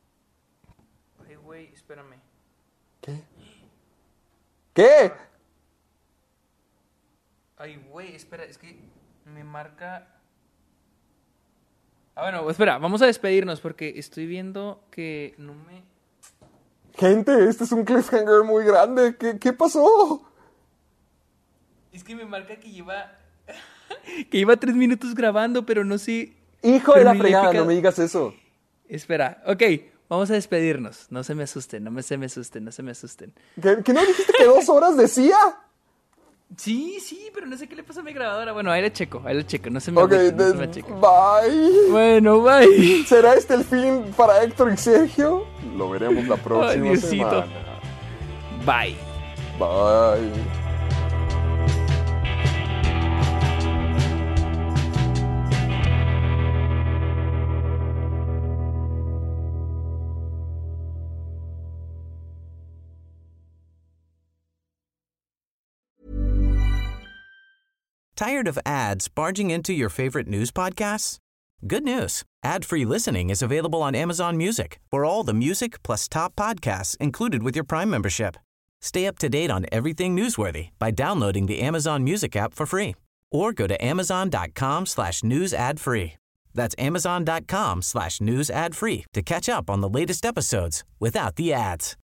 Ay, güey, espérame. ¿Qué? ¿Qué? Ay, güey, espera, es que me marca... Ah, bueno, espera, vamos a despedirnos porque estoy viendo que no me... Gente, este es un cliffhanger muy grande. ¿Qué, qué pasó? Es que me marca que lleva... que lleva tres minutos grabando, pero no sé... Hijo Pero de la ni le he fregada, picado. no me digas eso. Espera, ok, vamos a despedirnos. No se me asusten, no me, se me asusten, no se me asusten. ¿Qué, qué no dijiste que dos horas decía? Sí, sí, pero no sé qué le pasa a mi grabadora. Bueno, ahí la checo, ahí la checo, no se me Ok, agüiten, no se me des- checo. bye. Bueno, bye. ¿Será este el fin para Héctor y Sergio? Lo veremos la próxima Ay, Diosito. semana. Bye. Bye. Tired of ads barging into your favorite news podcasts? Good news. Ad-free listening is available on Amazon Music for all the music plus top podcasts included with your Prime membership. Stay up to date on everything newsworthy by downloading the Amazon Music app for free or go to amazon.com slash news ad free. That's amazon.com slash news ad free to catch up on the latest episodes without the ads.